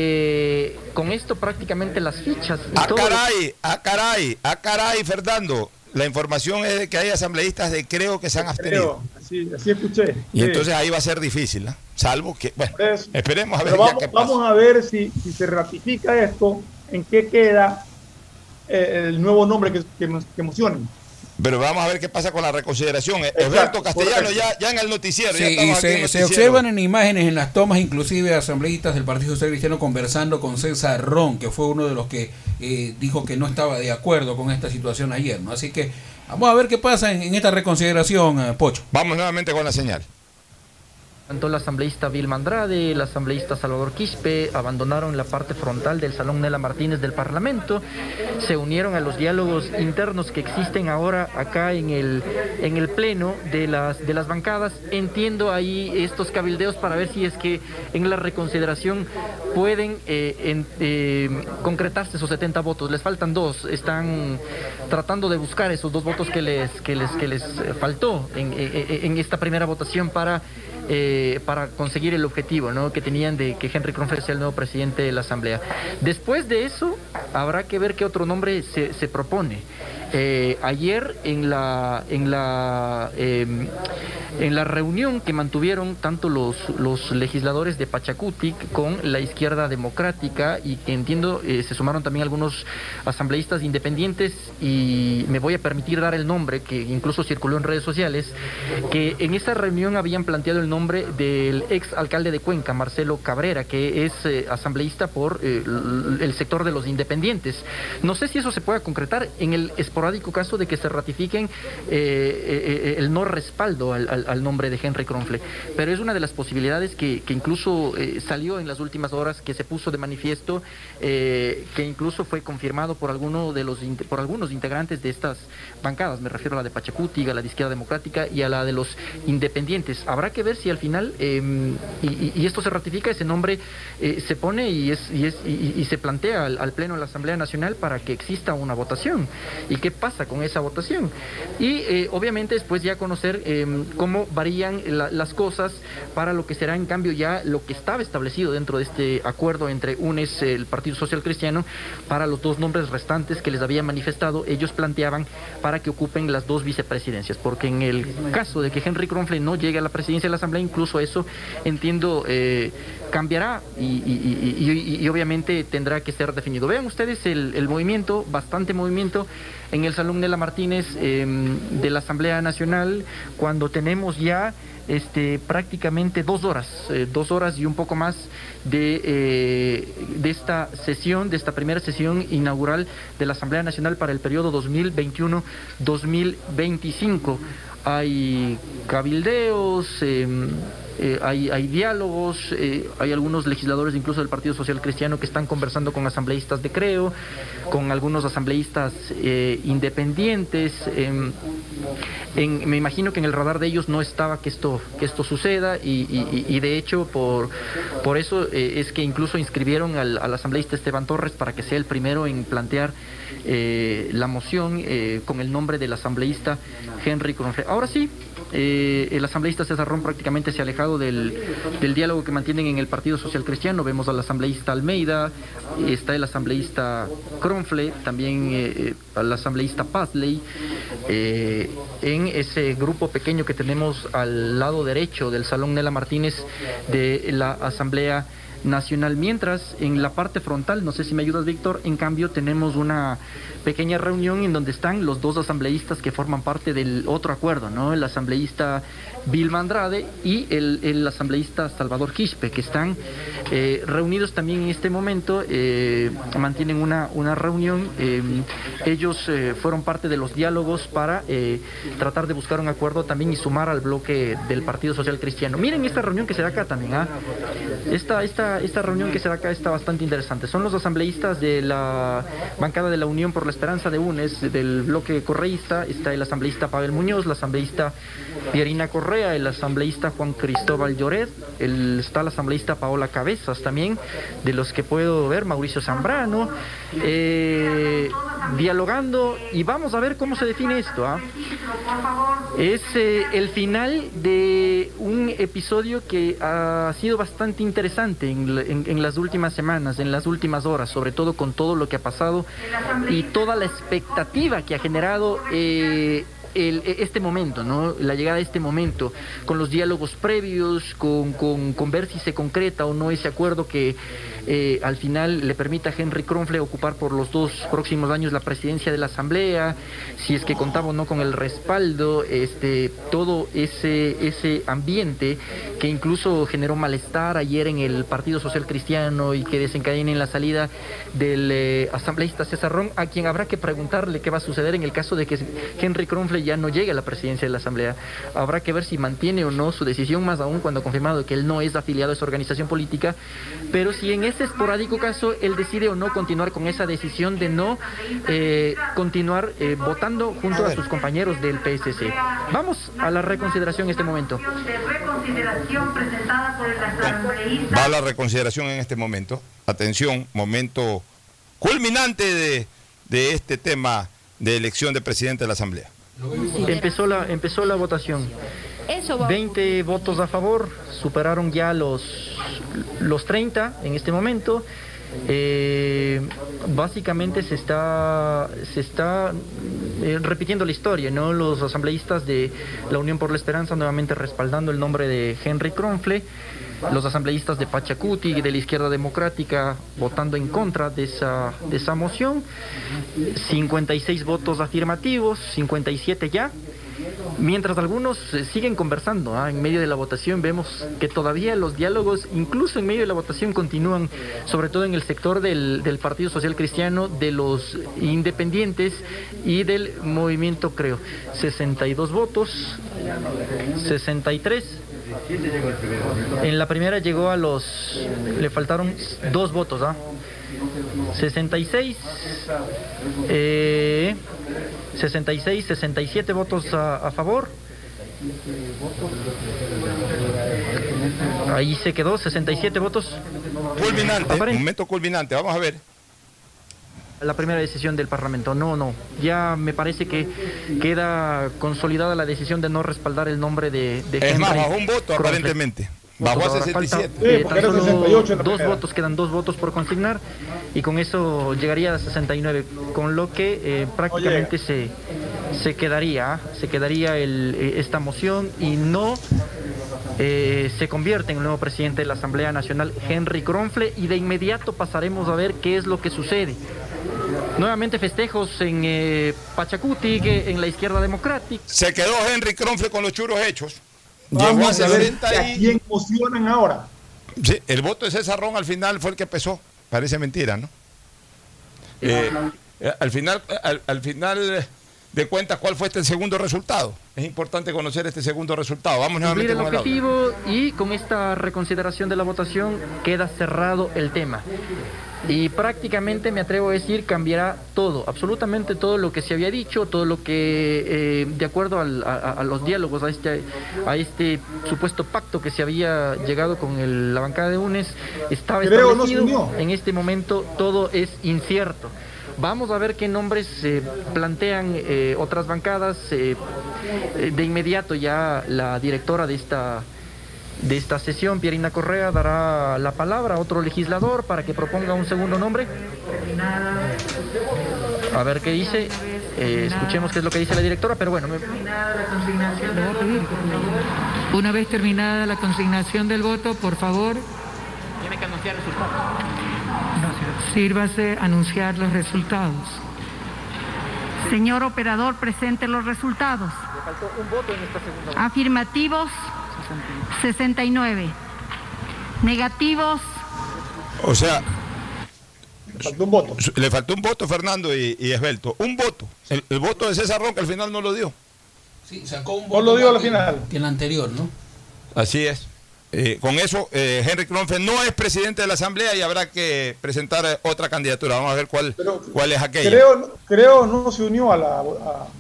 eh, con esto prácticamente las fichas... ¡Ah, caray! ¡Ah, caray! ¡Ah, caray, Fernando! La información es de que hay asambleístas de Creo que se han abstenido. Así, así escuché. Y sí. entonces ahí va a ser difícil, ¿no? Salvo que, bueno, esperemos a ver vamos, ya qué pasa. Vamos a ver si, si se ratifica esto, en qué queda eh, el nuevo nombre que, que, que emocionen. Pero vamos a ver qué pasa con la reconsideración. Alberto Castellano, ya, ya en el noticiero. Sí, ya y se, en el se observan en imágenes, en las tomas, inclusive asambleístas del Partido Social Cristiano conversando con César Ron, que fue uno de los que eh, dijo que no estaba de acuerdo con esta situación ayer, ¿no? Así que vamos a ver qué pasa en, en esta reconsideración, eh, Pocho. Vamos nuevamente con la señal. Tanto el asambleísta Vilma Andrade, el asambleísta Salvador Quispe abandonaron la parte frontal del Salón Nela Martínez del Parlamento, se unieron a los diálogos internos que existen ahora acá en el en el pleno de las de las bancadas. Entiendo ahí estos cabildeos para ver si es que en la reconsideración pueden eh, en, eh, concretarse esos setenta votos. Les faltan dos, están tratando de buscar esos dos votos que les que les que les faltó en, en, en esta primera votación para Eh, para conseguir el objetivo, ¿no?, que tenían de que Henry Kronfle sea el nuevo presidente de la Asamblea. Después de eso, habrá que ver qué otro nombre se, se propone. Eh, ayer en la en la eh, en la reunión que mantuvieron tanto los los legisladores de Pachacutic con la izquierda democrática, y que entiendo eh, se sumaron también algunos asambleístas independientes, y me voy a permitir dar el nombre que incluso circuló en redes sociales, que en esa reunión habían planteado el nombre del ex alcalde de Cuenca, Marcelo Cabrera, que es eh, asambleísta por eh, el sector de los independientes. No sé si eso se pueda concretar en el esporádico caso de que se ratifiquen eh, eh, el no respaldo al, al, al nombre de Henry Kronfle, pero es una de las posibilidades que, que incluso eh, salió en las últimas horas, que se puso de manifiesto, eh, que incluso fue confirmado por alguno de los por algunos integrantes de estas bancadas. Me refiero a la de Pachacutic, a la de Izquierda Democrática y a la de los independientes. Habrá que ver si al final eh, y, y esto se ratifica, ese nombre eh, se pone y es y es y, y se plantea al, al pleno de la Asamblea Nacional para que exista una votación y que qué pasa con esa votación. Y eh, obviamente después ya conocer eh, cómo varían la, las cosas para lo que será en cambio ya lo que estaba establecido dentro de este acuerdo entre U N E S, el Partido Social Cristiano, para los dos nombres restantes que les había manifestado. Ellos planteaban para que ocupen las dos vicepresidencias, porque en el caso de que Henry Kronfle no llegue a la presidencia de la Asamblea, incluso eso entiendo eh, cambiará y, y, y, y, y obviamente tendrá que ser definido. Vean ustedes el, el movimiento, bastante movimiento en el Salón Nela Martínez eh, de la Asamblea Nacional, cuando tenemos ya este, prácticamente dos horas, eh, dos horas y un poco más de, eh, de esta sesión, de esta primera sesión inaugural de la Asamblea Nacional para el periodo dos mil veintiuno dos mil veinticinco. Hay cabildeos, eh, eh, hay, hay diálogos, eh, hay algunos legisladores incluso del Partido Social Cristiano que están conversando con asambleístas de Creo, con algunos asambleístas eh, independientes. Eh, en, me imagino que en el radar de ellos no estaba que esto, que esto suceda y, y, y de hecho por, por eso eh, es que incluso inscribieron al, al asambleísta Esteban Torres para que sea el primero en plantear eh, la moción eh, con el nombre del asambleísta Henry Kronfle. Ahora sí, eh, el asambleísta César Ron prácticamente se ha alejado del, del diálogo que mantienen en el Partido Social Cristiano. Vemos al asambleísta Almeida, está el asambleísta Kronfle, también eh, al asambleísta Pazley, eh, en ese grupo pequeño que tenemos al lado derecho del Salón Nela Martínez de la Asamblea Nacional. Mientras en la parte frontal, no sé si me ayudas, Víctor, en cambio tenemos una pequeña reunión en donde están los dos asambleístas que forman parte del otro acuerdo, ¿no? El asambleísta Vilma Andrade y el, el asambleísta Salvador Quispe, que están eh, reunidos también en este momento, eh, mantienen una, una reunión. Eh, ellos eh, fueron parte de los diálogos para eh, tratar de buscar un acuerdo también y sumar al bloque del Partido Social Cristiano. Miren esta reunión que se da acá también, ¿ah? Esta, esta, esta reunión que se da acá está bastante interesante. Son los asambleístas de la bancada de la Unión por la Esperanza de U N E S, del bloque correísta. Está el asambleísta Pavel Muñoz, la asambleísta Pierina Correa, el asambleísta Juan Cristóbal Lloret, el, está la asambleísta Paola Cabezas también, de los que puedo ver, Mauricio Zambrano, eh, dialogando, y vamos a ver cómo se define esto, ¿ah? Es eh, el final de un episodio que ha sido bastante interesante en, en, en las últimas semanas, en las últimas horas, sobre todo con todo lo que ha pasado y toda la expectativa que ha generado eh, El, este momento, ¿no? La llegada de este momento, con los diálogos previos, con, con, con ver si se concreta o no ese acuerdo que eh, al final le permita a Henry Kronfle ocupar por los dos próximos años la presidencia de la Asamblea, si es que contaba o no con el respaldo, este, todo ese, ese ambiente que incluso generó malestar ayer en el Partido Social Cristiano y que desencadena en la salida del eh, asambleísta César Ron, a quien habrá que preguntarle qué va a suceder en el caso de que Henry Kronfle ya no llegue a la presidencia de la Asamblea. Habrá que ver si mantiene o no su decisión, más aún cuando ha confirmado que él no es afiliado a esa organización política, pero si en ese esporádico caso él decide o no continuar con esa decisión de no eh, continuar eh, votando junto a sus compañeros del P S C. Vamos a la reconsideración en este momento. Va a la reconsideración en este momento. Atención, momento culminante de, de este tema de elección de presidente de la Asamblea. Empezó la, empezó la votación. veinte votos a favor, superaron ya los, los treinta en este momento. Eh, básicamente se está, se está eh, repitiendo la historia, ¿no? Los asambleístas de la Unión por la Esperanza nuevamente respaldando el nombre de Henry Kronfle. Los asambleístas de Pachacuti y de la Izquierda Democrática votando en contra de esa, de esa moción. cincuenta y seis votos afirmativos, cincuenta y siete ya. Mientras algunos eh, siguen conversando, ¿ah? En medio de la votación vemos que todavía los diálogos, incluso en medio de la votación, continúan, sobre todo en el sector del, del Partido Social Cristiano, de los independientes y del movimiento Creo. sesenta y dos votos, sesenta y tres. En la primera llegó a los... le faltaron dos votos, ¿ah? sesenta y seis, eh, sesenta y seis, sesenta y siete votos a, a favor. Ahí se quedó, sesenta y siete votos. Culminante, Aparente. Momento culminante, vamos a ver. la primera decisión del Parlamento. No, no. Ya me parece que queda consolidada la decisión de no respaldar el nombre de, de Es Henry más, bajo un voto Cronfle. aparentemente. Bajó a Ahora sesenta y siete. falta, eh, Sí, porque tan era solo sesenta y ocho en la dos primera. votos, quedan dos votos por consignar y con eso llegaría a sesenta y nueve, con lo que eh, prácticamente se, se quedaría, se quedaría el, eh, esta moción y no eh, se convierte en el nuevo presidente de la Asamblea Nacional, Henry Cronfle, y de inmediato pasaremos a ver qué es lo que sucede. Nuevamente festejos en eh, Pachacuti, que en la izquierda democrática. Se quedó Henry Cronfle con los churos hechos. Vamos Llegó a a ver sesenta a y... quién emocionan ahora. Sí, el voto de César Ron al final fue el que pesó. Parece mentira, ¿no? Eh, eh, al final, al, al final de cuentas, ¿cuál fue este segundo resultado? Es importante conocer este segundo resultado. Vamos Cumplir nuevamente el con el audio. objetivo y con esta reconsideración de la votación queda cerrado el tema. Y prácticamente me atrevo a decir cambiará todo, absolutamente todo lo que se había dicho, todo lo que eh, de acuerdo al, a, a los diálogos, a este, a este supuesto pacto que se había llegado con el, la bancada de U N E S, estaba Creo no se establecido. unió. En este momento todo es incierto. Vamos a ver qué nombres se eh, plantean eh, otras bancadas. Eh, eh, de inmediato ya la directora de esta de esta sesión, Pierina Correa, dará la palabra a otro legislador para que proponga un segundo nombre. A ver qué dice. Eh, escuchemos qué es lo que dice la directora, pero bueno. Me... Una vez terminada la consignación del voto, por favor, Tiene que anunciar el resultado. sírvase a anunciar los resultados. Señor operador, presente los resultados. Le faltó un voto en esta segunda votación. Afirmativos, sesenta y nueve. Negativos, O sea, Le faltó un voto. le faltó un voto, Fernando y, y Esbelto. Un voto. El, el voto de César Ron, que al final no lo dio. Sí, sacó un No voto lo dio a la más que- final. que el anterior, ¿no? Así es. Eh, con eso, eh, Henry Cronfle no es presidente de la Asamblea y habrá que presentar eh, otra candidatura. Vamos a ver cuál, Pero cuál es aquella. Creo, creo no se unió a la, a,